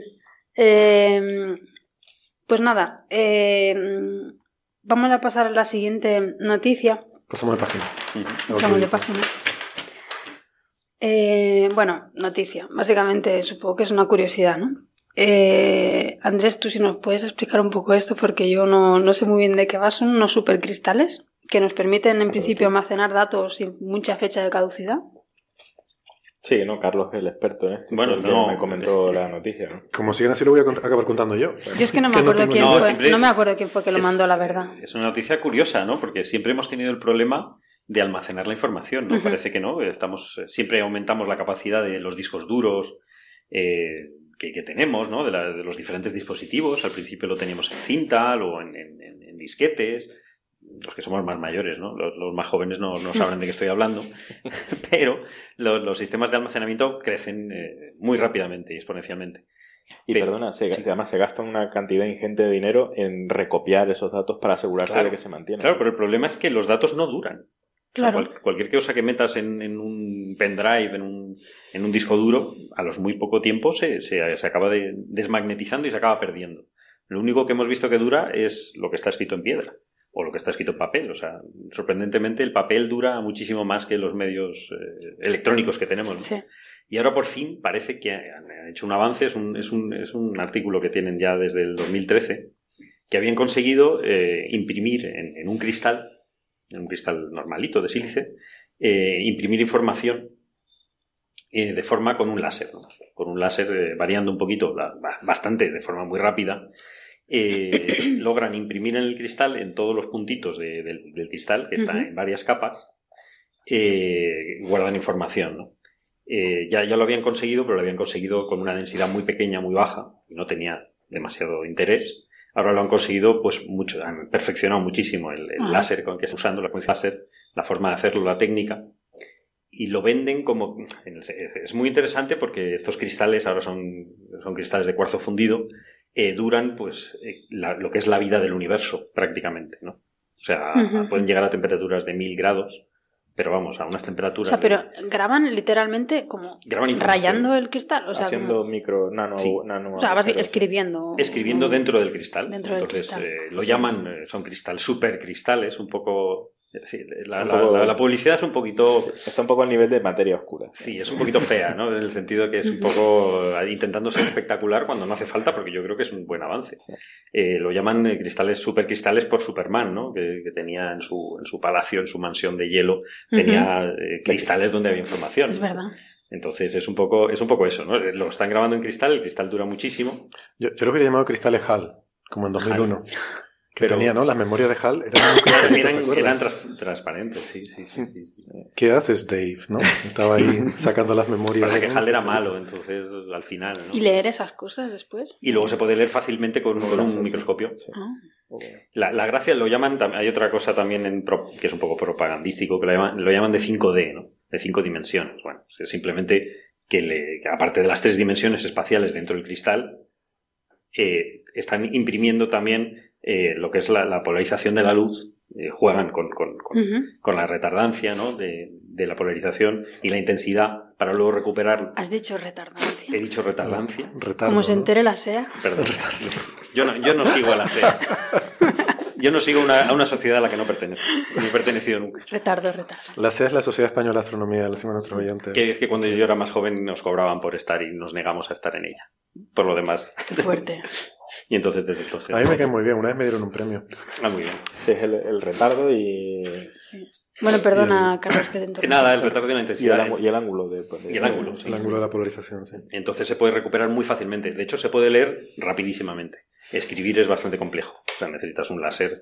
E: Eh, pues nada, eh, vamos a pasar a la siguiente noticia.
H: Pasamos de página.
E: Uh-huh. Pasamos de página. Eh, bueno, noticia. Básicamente supongo que es una curiosidad, ¿no? Eh, Andrés, tú si nos puedes explicar un poco esto, porque yo no, no sé muy bien de qué va. Son unos supercristales que nos permiten en principio almacenar datos sin mucha fecha de caducidad.
G: Sí, no, Carlos es el experto en esto.
I: Bueno, no,
G: me comentó la noticia, ¿no?
H: Como siguen así lo voy a cont- acabar contando yo.
E: Yo es que no me acuerdo quién
I: no,
E: fue. No me acuerdo quién fue que lo
I: es,
E: mandó, la verdad.
I: Es una noticia curiosa, ¿no? Porque siempre hemos tenido el problema de almacenar la información, ¿no? Uh-huh. Parece que no. Estamos siempre aumentamos la capacidad de los discos duros eh, que, que tenemos, ¿no? De, la, de los diferentes dispositivos. Al principio lo teníamos en cinta, luego en, en, en, en disquetes. Los que somos más mayores, ¿no? Los, los más jóvenes no, no sabrán de qué estoy hablando, pero los, los sistemas de almacenamiento crecen eh, muy rápidamente y exponencialmente.
G: Y pero, perdona, se, sí. además se gasta una cantidad ingente de dinero en recopiar esos datos para asegurarse
I: claro,
G: de que se mantienen.
I: Claro, pero el problema es que los datos no duran.
E: Claro.
I: O sea, cual, cualquier cosa que metas en, en un pendrive, en un, en un disco duro, a los muy poco tiempo se, se, se acaba de, desmagnetizando y se acaba perdiendo. Lo único que hemos visto que dura es lo que está escrito en piedra. O lo que está escrito en papel. O sea, sorprendentemente el papel dura muchísimo más que los medios eh, electrónicos que tenemos, ¿no?
E: Sí.
I: Y ahora por fin parece que han hecho un avance. Es un, es un, es un artículo que tienen ya desde el dos mil trece, que habían conseguido eh, imprimir en, en un cristal, en un cristal normalito de sílice, eh, imprimir información eh, de forma con un láser, ¿no? Con un láser eh, variando un poquito, la, bastante, de forma muy rápida. Eh, logran imprimir en el cristal, en todos los puntitos de, de, del cristal, que está uh-huh. en varias capas, eh, guardan información, ¿no? Eh, ya, ya lo habían conseguido, pero lo habían conseguido con una densidad muy pequeña, muy baja, y no tenía demasiado interés. Ahora lo han conseguido, pues mucho, han perfeccionado muchísimo el, el uh-huh. láser con el que está usando, la frecuencia láser, la forma de hacerlo, la técnica, y lo venden como... Es muy interesante porque estos cristales ahora son, son cristales de cuarzo fundido. Eh, duran pues eh, la, lo que es la vida del universo prácticamente, ¿no? O sea, uh-huh. pueden llegar a temperaturas de mil grados, pero vamos, a unas temperaturas...
E: O sea, pero
I: de...
E: graban literalmente como
I: graban
E: rayando el cristal, o sea,
G: haciendo
E: como...
G: micro, nano...
I: Sí.
G: nano
E: o sea, vas escribiendo...
I: Escribiendo dentro del cristal.
E: Dentro
I: Entonces,
E: del cristal.
I: Eh, lo llaman, eh, son cristal, supercristales, un poco Sí, la, la, la, la publicidad es un poquito...
G: Está un poco al nivel de materia oscura.
I: Sí, es un poquito fea, ¿no? En el sentido que es un poco intentando ser espectacular cuando no hace falta, porque yo creo que es un buen avance. Eh, lo llaman cristales, supercristales por Superman, ¿no? Que, que tenía en su, en su palacio, en su mansión de hielo, tenía eh, cristales donde había información.
E: Es verdad.
I: Entonces es un poco, es un poco eso, ¿no? Lo están grabando en cristal, el cristal dura muchísimo.
H: Yo, yo lo hubiera llamado cristales Hall, como en dos mil uno.
I: Hall.
H: Que
I: Pero,
H: tenía, ¿no? Las memorias de Hall eran,
I: eran, eran tras, transparentes, sí, sí, sí, sí, sí.
H: ¿Qué haces, Dave? ¿No? Estaba ahí sacando las memorias.
I: Parece que Hall era malo, entonces, al final, ¿no?
E: ¿Y leer esas cosas después?
I: Y luego se puede leer fácilmente con, con un microscopio. Sí.
E: Ah.
I: La, la gracia lo llaman, hay otra cosa también en pro, que es un poco propagandístico, que lo llaman, lo llaman de cinco D, ¿no? De cinco dimensiones. Bueno, es simplemente que, le, que aparte de las tres dimensiones espaciales dentro del cristal, eh, están imprimiendo también Eh, lo que es la, la polarización de la luz, eh, juegan con, con, con, uh-huh. con la retardancia, ¿no? de, de la polarización y la intensidad para luego recuperar.
E: Has dicho retardancia.
I: He dicho retardancia.
H: Retardo,
E: Como se
H: ¿no?
E: entere la S E A.
I: Perdón. Yo no, yo no sigo a la S E A. Yo no sigo una, a una sociedad a la que no pertenezco. No he pertenecido nunca.
E: Retardo, retardo.
H: La S E A es la Sociedad Española de Astronomía, lo decimos nuestros oyentes.
I: Que es que cuando yo era más joven nos cobraban por estar y nos negamos a estar en ella. Por lo demás.
E: Qué fuerte.
I: Y entonces desde entonces...
H: A mí me cae muy bien, una vez me dieron un premio.
I: Ah, muy bien.
G: Sí, es el, el retardo y...
E: Sí. Bueno, perdona, el... Carlos, que dentro...
I: Nada, el retardo de la intensidad.
G: Y el, y el ángulo. De, de,
I: y el ángulo, sí.
H: El ángulo de la polarización, sí.
I: Entonces se puede recuperar muy fácilmente. De hecho, se puede leer rapidísimamente. Escribir es bastante complejo. O sea, necesitas un láser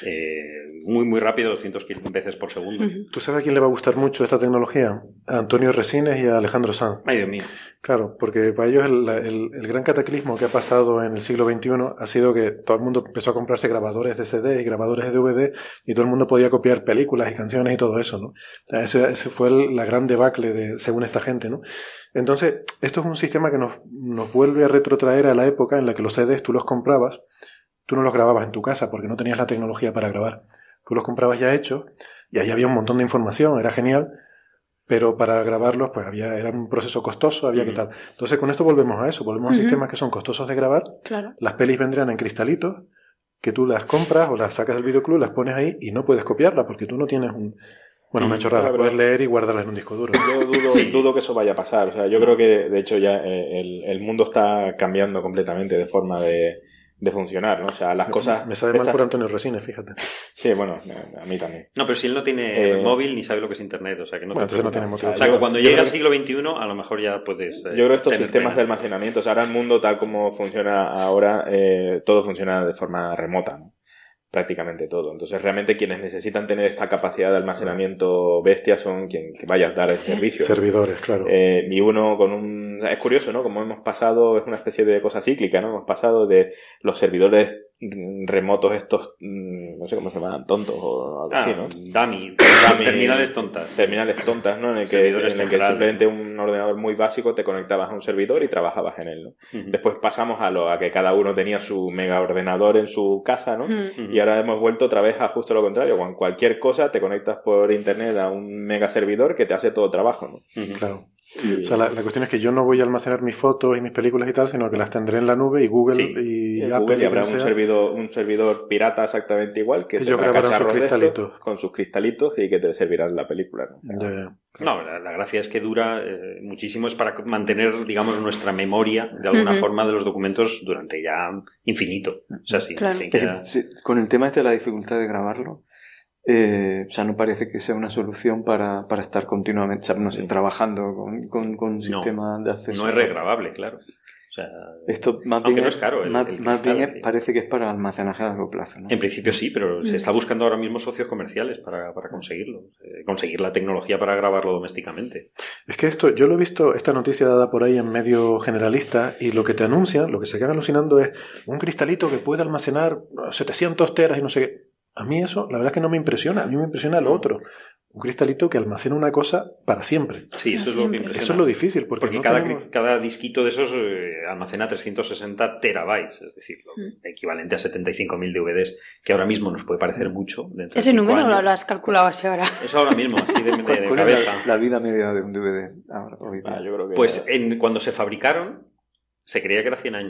I: eh, muy, muy rápido, doscientas veces por segundo.
E: Uh-huh.
H: ¿Tú sabes a quién le va a gustar mucho esta tecnología? A Antonio Resines y a Alejandro Sanz.
I: Ay, Dios mío.
H: Claro, porque para ellos el, el, el gran cataclismo que ha pasado en el siglo veintiuno ha sido que todo el mundo empezó a comprarse grabadores de C D y grabadores de D V D y todo el mundo podía copiar películas y canciones y todo eso, ¿no? O sea, ese, ese fue el, la gran debacle de, según esta gente, ¿no? Entonces, esto es un sistema que nos, nos vuelve a retrotraer a la época en la que los C Ds tú los comprabas, tú no los grababas en tu casa porque no tenías la tecnología para grabar. Tú los comprabas ya hechos y ahí había un montón de información, era genial. Pero para grabarlos, pues había, era un proceso costoso, había uh-huh. que tal. Entonces, con esto volvemos a eso, volvemos uh-huh. a sistemas que son costosos de grabar.
E: Claro.
H: Las pelis vendrían en cristalitos, que tú las compras o las sacas del videoclub, las pones ahí y no puedes copiarlas porque tú no tienes un... Bueno, una chorrada,
G: claro,
H: puedes leer y guardarlas en un disco duro.
G: Yo dudo, sí. dudo que eso vaya a pasar. O sea, yo creo que, de hecho, ya el, el mundo está cambiando completamente de forma de... de funcionar, ¿no? O sea, las cosas...
H: Me sabe
G: estas...
H: mal por Antonio Resines, fíjate.
G: Sí, bueno, a mí también.
I: No, pero si él no tiene
G: eh...
I: móvil ni sabe lo que es internet, o sea, que no...
H: Bueno, entonces no tiene motivo.
I: O sea, que cuando llegue al siglo veintiuno, a lo mejor ya puedes... Eh,
G: yo creo que estos sistemas
I: pena.
G: de almacenamiento, o sea, ahora el mundo tal como funciona ahora, eh, todo funciona de forma remota, ¿no? Prácticamente todo. Entonces, realmente quienes necesitan tener esta capacidad de almacenamiento bestia son quienes que vayas a dar el
E: sí.
G: servicio.
H: Servidores, claro.
G: Eh, y uno con un... Es curioso, ¿no? Como hemos pasado, es una especie de cosa cíclica, ¿no? Hemos pasado de los servidores remotos estos, no sé cómo se llaman, tontos o algo
I: ah,
G: así, ¿no?
I: Dummy.
G: Dummy.
I: Terminales tontas.
G: Terminales tontas, ¿no? En el que, en el que simplemente un ordenador muy básico te conectabas a un servidor y trabajabas en él, ¿no? Uh-huh. Después pasamos a lo a que cada uno tenía su mega ordenador en su casa, ¿no? Uh-huh. Y ahora hemos vuelto otra vez a justo lo contrario. Con cualquier cosa te conectas por internet a un mega servidor que te hace todo el trabajo, ¿no?
H: Uh-huh. Claro. Y... O sea, la, la cuestión es que yo no voy a almacenar mis fotos y mis películas y tal, sino que las tendré en la nube y Google
G: sí.
H: y,
G: y
H: Apple.
G: Google, y habrá un
H: sea.
G: servidor, un servidor pirata exactamente igual que
H: ellos grabarán sus cristalitos.
G: Estos, con sus cristalitos y que te servirán la película, ¿no?
H: Ya, ya.
I: No, la, la gracia es que dura eh, muchísimo, es para mantener, digamos, nuestra memoria de alguna uh-huh. forma de los documentos durante ya infinito. O sea, sí,
E: claro.
I: sí queda...
F: sí, con el tema este de la dificultad de grabarlo, Eh, o sea, no parece que sea una solución para, para estar continuamente, o sea, no sé, sí. trabajando con, con, con un sistema
I: no,
F: de acceso.
I: No es regrabable, claro. O sea,
F: esto más
I: aunque
F: bien,
I: no es caro. El,
F: más,
I: el
F: más bien es,
I: sí.
F: parece que es para almacenaje a largo plazo, ¿no?
I: En principio sí, pero mm. se está buscando ahora mismo socios comerciales para, para conseguirlo. Eh, conseguir la tecnología para grabarlo domésticamente.
H: Es que esto, yo lo he visto, esta noticia dada por ahí en medio generalista, y lo que te anuncian, lo que se quedan alucinando es un cristalito que puede almacenar setecientos teras y no sé qué. A mí eso, la verdad es que no me impresiona. A mí me impresiona lo otro. Un cristalito que almacena una cosa para siempre.
I: Sí, eso es lo que impresiona.
H: Eso es lo difícil. Porque,
I: porque
H: no
I: cada,
H: tenemos...
I: cada disquito de esos eh, almacena trescientos sesenta terabytes, es decir, lo mm. equivalente a setenta y cinco mil D V Ds, que ahora mismo nos puede parecer mucho. Dentro
E: ¿Ese
I: de
E: número
I: años.
E: lo has calculado así ahora?
I: Eso ahora mismo, así de, de, de
F: ¿Cuál
I: cabeza.
F: es la, la vida media de un D V D ahora? Hoy
G: ah, yo creo que
I: pues en, cuando se fabricaron, se creía que era cien años o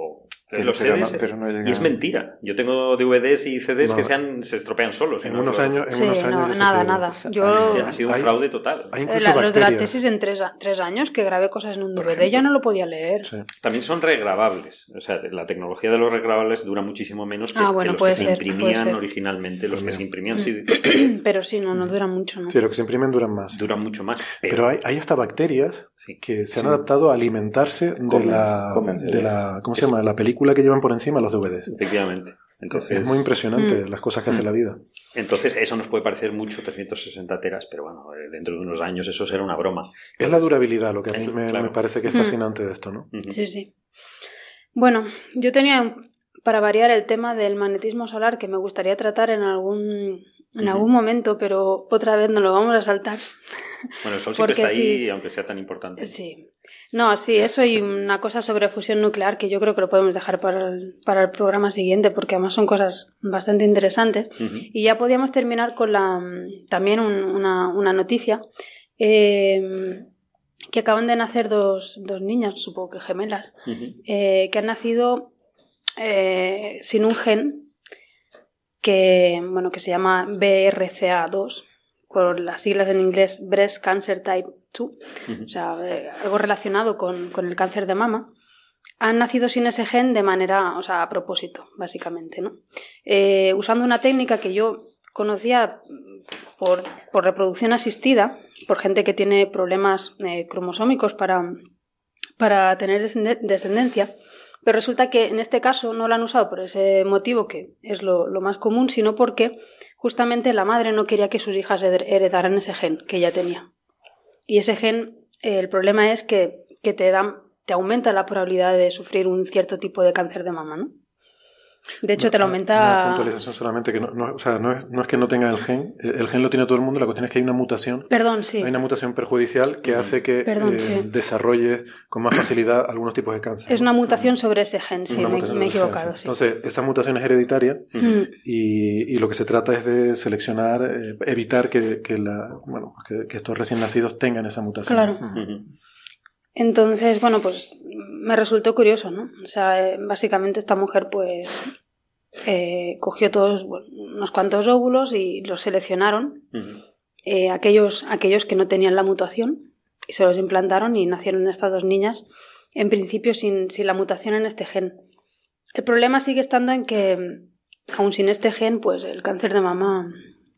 I: o
F: Pero
I: los
F: pero
I: C Ds,
F: no- pero no llega-
I: y es mentira. Yo tengo D V Ds y C Ds
H: No.
I: que se, han, se estropean solos.
H: En
I: ¿no?
H: unos
I: Los-
H: años, en
E: Sí,
H: unos años
E: no,
H: ya se
E: nada,
H: pierden.
E: nada. Yo,
I: Ha sido un
H: Hay-
I: fraude total.
H: Hay
E: eh,
H: incluso
E: la- los de la
H: bacterias.
E: tesis en tres, a- tres años que grabé cosas en un D V D
I: ejemplo.
E: ya no lo podía leer.
H: Sí.
I: También son regrabables. O sea, la tecnología de los regrabables dura muchísimo menos que,
E: Ah,
I: que
E: bueno,
I: los
E: puede
I: que se
E: ser, puede
I: imprimían
E: ser.
I: originalmente. Los que
H: También.
I: se imprimían sí,
E: Pero sí, no, no dura mucho, ¿no?
H: Sí, los que se imprimen duran más.
I: duran mucho más. Pero,
H: Pero hay, hay hasta bacterias
I: sí.
H: que se han
F: Sí.
H: adaptado a alimentarse de
F: Comen,
H: la,
F: comen,
H: de
F: sí.
H: la, ¿cómo se llama? La película que llevan por encima los D V Ds.
I: Efectivamente. Entonces,
H: Es muy impresionante
E: Mm.
H: las cosas que hace la vida.
I: entonces, eso nos puede parecer mucho, trescientos sesenta teras, pero bueno, eh, dentro de unos años eso será una broma.
H: Es la durabilidad lo que a mí
I: Eso,
H: me,
I: claro.
H: me parece que es
E: Mm.
H: fascinante de esto, ¿no?
I: Ujú.
E: Sí, sí. Bueno, yo tenía para variar el tema del magnetismo solar que me gustaría tratar en algún en
I: Ujú.
E: algún momento, pero otra vez nos lo vamos a saltar.
I: Bueno, el Sol siempre
E: Porque
I: está ahí,
E: sí.
I: aunque sea tan importante.
E: Sí. No, sí, eso y una cosa sobre fusión nuclear que yo creo que lo podemos dejar para el, para el programa siguiente porque además son cosas bastante interesantes.
I: Ujú.
E: Y ya podíamos terminar con la mm, también un- una, una noticia eh, que acaban de nacer dos, dos niñas, supongo que gemelas,
I: Ujú.
E: eh, que han nacido eh, sin un gen que, bueno, que se llama B R C A dos, por las siglas en inglés Breast Cancer Type dos,
I: Ujú.
E: o sea, eh, algo relacionado con, con el cáncer de mama. Han nacido sin ese gen de manera, o sea, a propósito, básicamente, ¿no? Eh, usando una técnica que yo conocía por, por reproducción asistida, por gente que tiene problemas eh, cromosómicos para, para tener descende- descendencia, pero resulta que en este caso no lo han usado por ese motivo, que es lo, lo más común, sino porque justamente la madre no quería que sus hijas her- heredaran ese gen que ella tenía. Y ese gen, eh, el problema es que, que te dan, te aumenta la probabilidad de sufrir un cierto tipo de cáncer de mama, ¿no? De hecho, te lo
H: Una
E: aumenta...
H: puntualización solamente que no, no- o sea, no, es, no es que no tenga el gen, el el gen lo tiene todo el mundo, la cuestión es que hay una mutación,
E: Perdón, sí.
H: hay una mutación perjudicial que
I: Ujú.
H: hace que
E: Perdón,
H: eh,
E: sí.
H: desarrolle con más facilidad algunos tipos de cáncer.
E: Es
H: ¿no?
E: una mutación sobre ese gen, sí,
H: Una
E: me,
H: mutación
E: me he
H: de los
E: equivocado,
H: genes.
E: sí.
H: Entonces, esa mutación es hereditaria
E: Mm.
H: y, y lo que se trata es de seleccionar, eh, evitar que, que, la, bueno, que, que estos recién nacidos tengan esa mutación.
E: Claro.
H: Ujú.
I: Ujú.
E: Entonces, bueno, pues me resultó curioso, ¿no? O sea, eh, básicamente esta mujer pues eh, cogió todos bueno, unos cuantos óvulos y los seleccionaron,
I: Ujú.
E: eh, aquellos, aquellos que no tenían la mutación, y se los implantaron y nacieron estas dos niñas, en principio sin, sin la mutación en este gen. El problema sigue estando en que, aun sin este gen, pues el cáncer de mama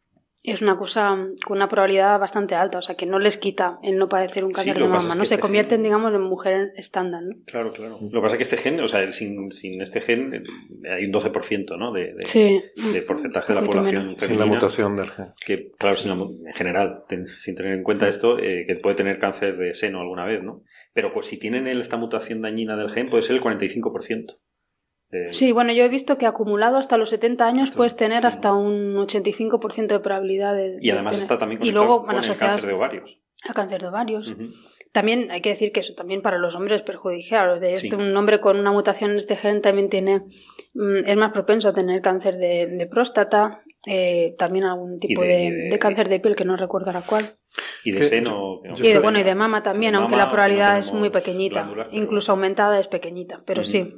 E: es una cosa con una probabilidad bastante alta, o sea que no les quita el no padecer un
I: Sí,
E: cáncer
I: lo
E: de
I: que pasa
E: mama,
I: es
E: ¿no?
I: que
E: Se
I: este
E: convierten,
I: gen-
E: digamos, en mujer estándar, ¿no?
I: Claro, claro. Lo que pasa es que este gen, o sea, sin, sin este gen eh, hay un doce por ciento, ¿no? De, de,
E: Sí.
I: de porcentaje de la
E: Un poquito
I: población
E: menos.
H: Sin la
I: femenina
H: mutación del gen.
I: que, claro, sin la mu- en general, ten- sin tener en cuenta esto, eh, que puede tener cáncer de seno alguna vez, ¿no? Pero pues si tienen el- esta mutación dañina del gen, puede ser el cuarenta y cinco por ciento. Eh,
E: Sí, bueno, yo he visto que acumulado hasta los setenta años
I: Hasta-
E: puedes tener
I: sí.
E: hasta un ochenta y cinco por ciento de probabilidad de,
I: Y
E: de
I: además
E: tener-
I: está también
E: y
I: conectado
E: luego
I: con
E: van
I: el
E: asociadas
I: cáncer de ovarios.
E: a cáncer de ovarios.
I: Ujú.
E: También hay que decir que eso también para los hombres es perjudicial. De
I: Sí.
E: este, un hombre con una mutación en este gen también tiene mm, es más propenso a tener cáncer de, de próstata, eh, también algún tipo
I: de-
E: de,
I: y de-
E: de cáncer de piel que no recuerdo ahora cuál.
I: Y de
H: Que-
I: seno.
H: yo-
E: Y de, bueno, y de mama también,
I: de
E: aunque
I: mama,
E: la probabilidad
I: no
E: es muy
I: tenemos
E: pequeñita.
I: glándulas, pero-
E: Incluso aumentada es pequeñita, pero
I: Ujú.
E: sí.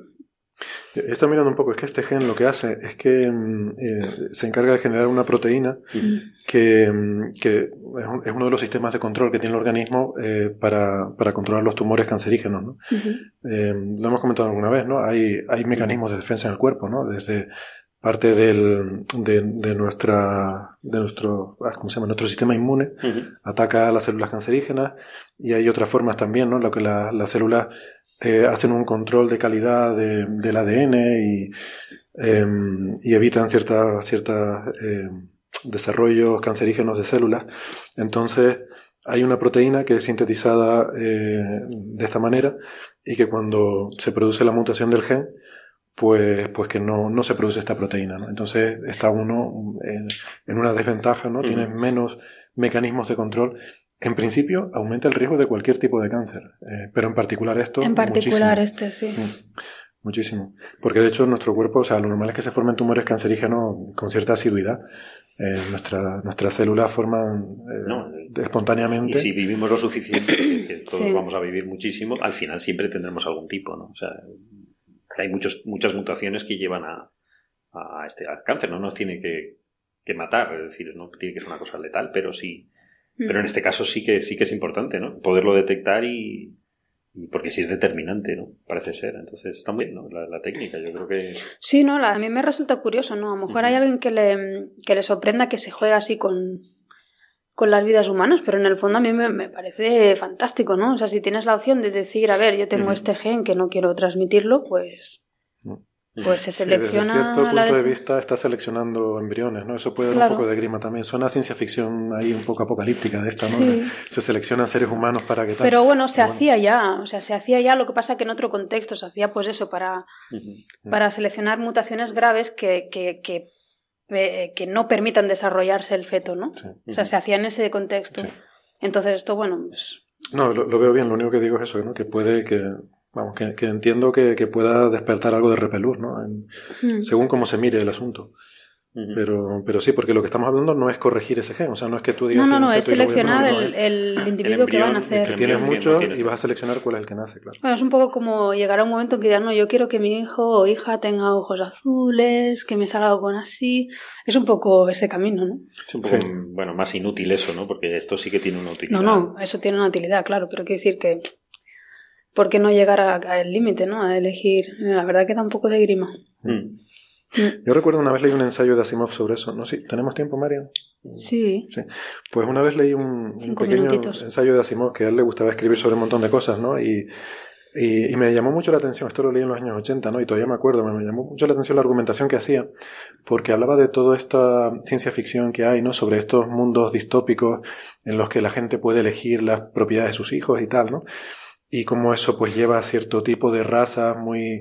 H: Yo estoy mirando un poco, es que este gen lo que hace es que mm, eh, se encarga de generar una proteína que, mm, que es, un- es uno de los sistemas de control que tiene el organismo eh, para, para controlar los tumores cancerígenos, ¿no?
E: Ujú.
H: Eh, lo hemos comentado alguna vez, ¿no? Hay, hay mecanismos de defensa en el cuerpo, ¿no? Desde parte del, de, de nuestra, de nuestro, ah, ¿cómo se llama? Nuestro sistema inmune
I: Ujú.
H: ataca a las células cancerígenas y hay otras formas también, ¿no? En lo que la- las células eh, hacen un control de calidad de- del A D N y, eh, y evitan ciertas ciertas eh, desarrollos cancerígenos de células. Entonces, hay una proteína que es sintetizada eh, de esta manera y que cuando se produce la mutación del gen, pues, pues que no, no se produce esta proteína, ¿no? Entonces está uno en, en una desventaja, ¿no?
I: Ujú.
H: Tiene menos mecanismos de control. En principio, aumenta el riesgo de cualquier tipo de cáncer, eh, pero en particular esto.
E: En particular
H: muchísimo.
E: este, sí.
H: Mm, Muchísimo. Porque de hecho, nuestro cuerpo, o sea, lo normal es que se formen tumores cancerígenos con cierta asiduidad. Eh, nuestra, nuestras células forman eh,
I: No,
H: espontáneamente.
I: Y si vivimos lo suficiente, que, que todos
E: Sí.
I: vamos a vivir muchísimo, al final siempre tendremos algún tipo, ¿no? O sea, hay muchos, muchas mutaciones que llevan a, a este al cáncer, no nos tiene que, que matar, es decir, no tiene que ser una cosa letal, pero sí, mm. pero en este caso sí que sí que es importante, ¿no? Poderlo detectar y, y porque sí es determinante, ¿no? Parece ser, entonces está muy bien, ¿no? La, la técnica, yo creo que
E: sí, no, la, a mí me resulta curioso, ¿no? A lo mejor uh-huh. hay alguien que le que le sorprenda que se juegue así con con las vidas humanas, pero en el fondo a mí me, me parece fantástico, ¿no? O sea, si tienes la opción de decir, a ver, yo tengo uh-huh. este gen que no quiero transmitirlo, pues pues se selecciona...
H: Sí, desde cierto punto
E: la
H: de vista está seleccionando embriones, ¿no? Eso puede dar claro. un poco de grima también. Suena ciencia ficción ahí un poco apocalíptica de esta, ¿no?
E: Sí.
H: Se seleccionan seres humanos para que tal.
E: Pero bueno, se Pero hacía bueno. ya, o sea, se hacía ya, lo que pasa que en otro contexto se hacía pues eso, para, uh-huh. para seleccionar mutaciones graves que, que, que, eh, que no permitan desarrollarse el feto, ¿no? Sí. O sea, se hacía en ese contexto. Sí. Entonces esto, bueno, pues...
H: No, lo, lo veo bien, lo único que digo es eso, ¿no? Que puede que... Vamos, que, que entiendo que, que pueda despertar algo de repelús, ¿no? En, mm. Según cómo se mire el asunto. Uh-huh. Pero, pero sí, porque lo que estamos hablando no es corregir ese gen, o sea, no es que tú digas...
E: No, no, no, es seleccionar el, el, el individuo el embrión, que van a hacer.
H: Que tienes mucho y vas a seleccionar cuál es el que nace, claro.
E: Bueno, es un poco como llegar a un momento en que digas, no, yo quiero que mi hijo o hija tenga ojos azules, que me salga algo con así... Es un poco ese camino, ¿no?
I: Es un poco, sí. bueno, más inútil eso, ¿no? Porque esto sí que tiene una utilidad.
E: No, no, eso tiene una utilidad, claro, pero quiero decir que... ¿Por qué no llegar al límite, ¿no? A elegir. La verdad que da un poco de grima.
H: Mm. Mm. Yo recuerdo una vez leí un ensayo de Asimov sobre eso. ¿No? Sí, ¿tenemos tiempo, Marian?
E: Sí.
H: sí. Pues una vez leí un, un pequeño
E: minutitos.
H: ensayo de Asimov que a él le gustaba escribir sobre un montón de cosas, ¿no? Y, y, y me llamó mucho la atención. Esto lo leí en los años ochenta, ¿no? Y todavía me acuerdo. Me llamó mucho la atención la argumentación que hacía, porque hablaba de toda esta ciencia ficción que hay, ¿no? Sobre estos mundos distópicos en los que la gente puede elegir las propiedades de sus hijos y tal, ¿no? Y cómo eso pues lleva a cierto tipo de raza muy,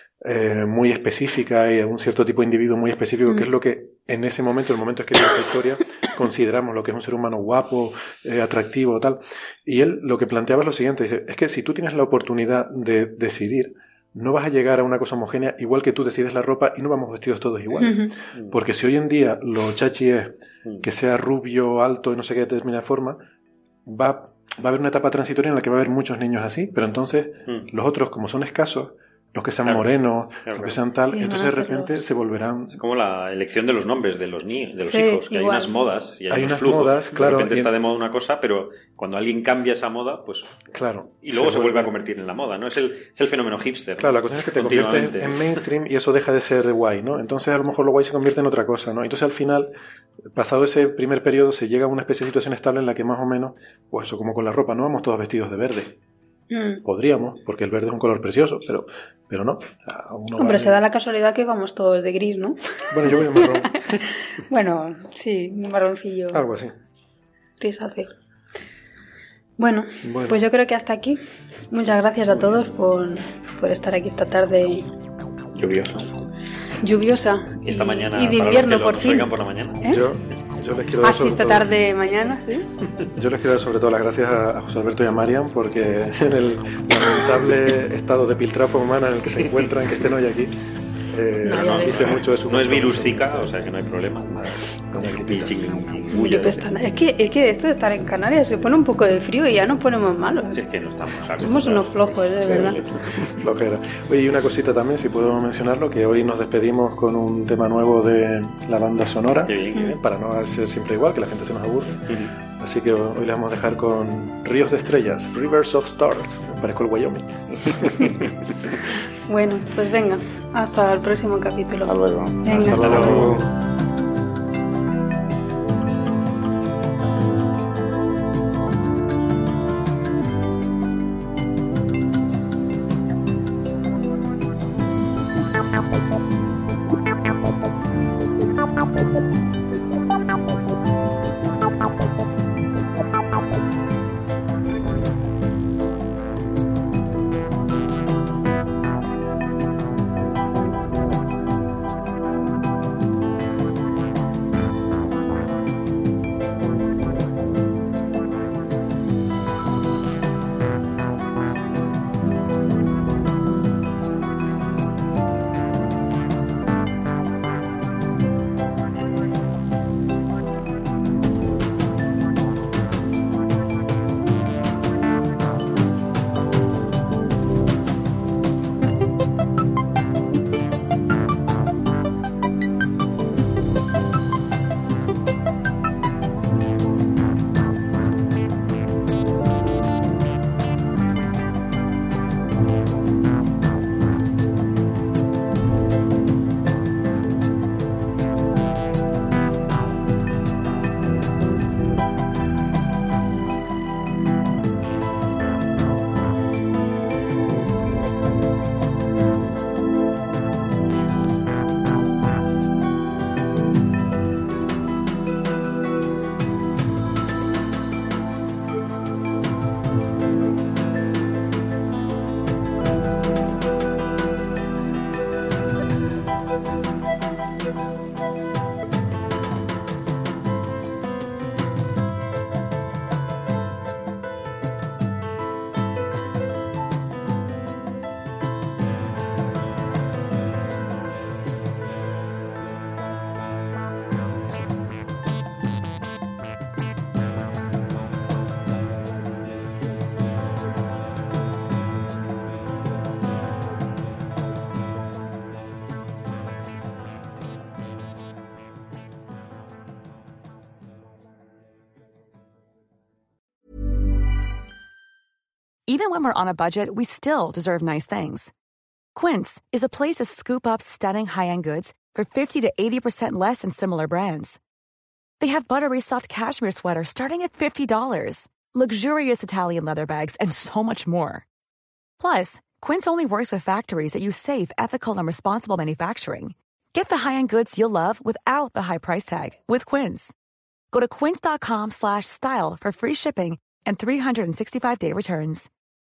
H: eh, muy específica y a un cierto tipo de individuo muy específico, mm. que es lo que en ese momento, el momento en que leí esa historia, consideramos lo que es un ser humano guapo, eh, atractivo, tal. Y él lo que planteaba es lo siguiente, dice, es que si tú tienes la oportunidad de decidir, no vas a llegar a una cosa homogénea igual que tú decides la ropa y no vamos vestidos todos iguales. Mm-hmm. Porque si hoy en día lo chachi es que sea rubio, alto y no sé qué de determinada forma, va... Va a haber una etapa transitoria en la que va a haber muchos niños así, pero entonces mm. los otros, como son escasos, los que sean claro, morenos, claro, los que sean tal, sí, entonces no, de repente los... se volverán...
I: Es como la elección de los nombres de los niños, de los sí, hijos, que igual. Hay unas modas y hay, hay unos
H: unas
I: flujos.
H: Modas, claro,
I: de repente
H: y...
I: está de moda una cosa, pero cuando alguien cambia esa moda, pues...
H: Claro.
I: Y luego se,
H: se
I: vuelve a convertir en la moda, ¿no? Es el, es el fenómeno hipster.
H: Claro, la cuestión es que te conviertes en mainstream y eso deja de ser guay, ¿no? Entonces a lo mejor lo guay se convierte en otra cosa, ¿no? Entonces al final, pasado ese primer periodo, se llega a una especie de situación estable en la que más o menos, pues eso, como con la ropa, no vamos todos vestidos de verde. Mm. Podríamos, porque el verde es un color precioso, pero, pero no.
E: Hombre, se da la casualidad que vamos todos de gris, ¿no?
H: Bueno, yo voy en marrón.
E: Bueno, sí, un marroncillo.
H: Algo así.
E: Grisáceo. Bueno, bueno, pues yo creo que hasta aquí. Muchas gracias a todos por, por estar aquí esta tarde
I: lluviosa.
E: Lluviosa.
I: Y esta
E: y,
I: mañana,
E: y de invierno,
I: para los que
E: por fin.
I: Por la mañana.
E: ¿Eh?
H: Yo, yo les quiero dar
E: Así
H: sobre
E: esta
H: todo,
E: tarde mañana, ¿sí?
H: Yo les quiero dar sobre todo las gracias a, a José Alberto y a Marian, porque en el lamentable estado de piltrafa humana en el que se encuentran, que estén hoy aquí, eh,
I: no, no,
H: dice mucho de su
I: no es virus Zika, o sea que no hay problema.
E: Es que, es que esto de estar en Canarias se pone un poco de frío y ya nos ponemos malos.
I: Es que no estamos.
E: Somos unos flojos, de verdad.
H: Flojera. Oye, y una cosita también, si puedo mencionarlo, que hoy nos despedimos con un tema nuevo de la banda sonora,
I: qué bien, qué bien.
H: Para no ser siempre igual, que la gente se nos aburre. Uh-huh. Así que hoy les vamos a dejar con Ríos de Estrellas, Rivers of Stars. Me parezco el Wyoming.
E: Bueno, pues venga, hasta el próximo capítulo.
H: Hasta luego.
E: Venga.
H: Hasta luego.
J: Even when we're on a budget, we still deserve nice things. Quince is a place to scoop up stunning high-end goods for fifty to eighty percent less than similar brands. They have buttery soft cashmere sweaters starting at fifty dollars, luxurious Italian leather bags, and so much more. Plus, Quince only works with factories that use safe, ethical, and responsible manufacturing. Get the high-end goods you'll love without the high price tag with Quince. Go to quince.com slash style for free shipping and three sixty-five day returns.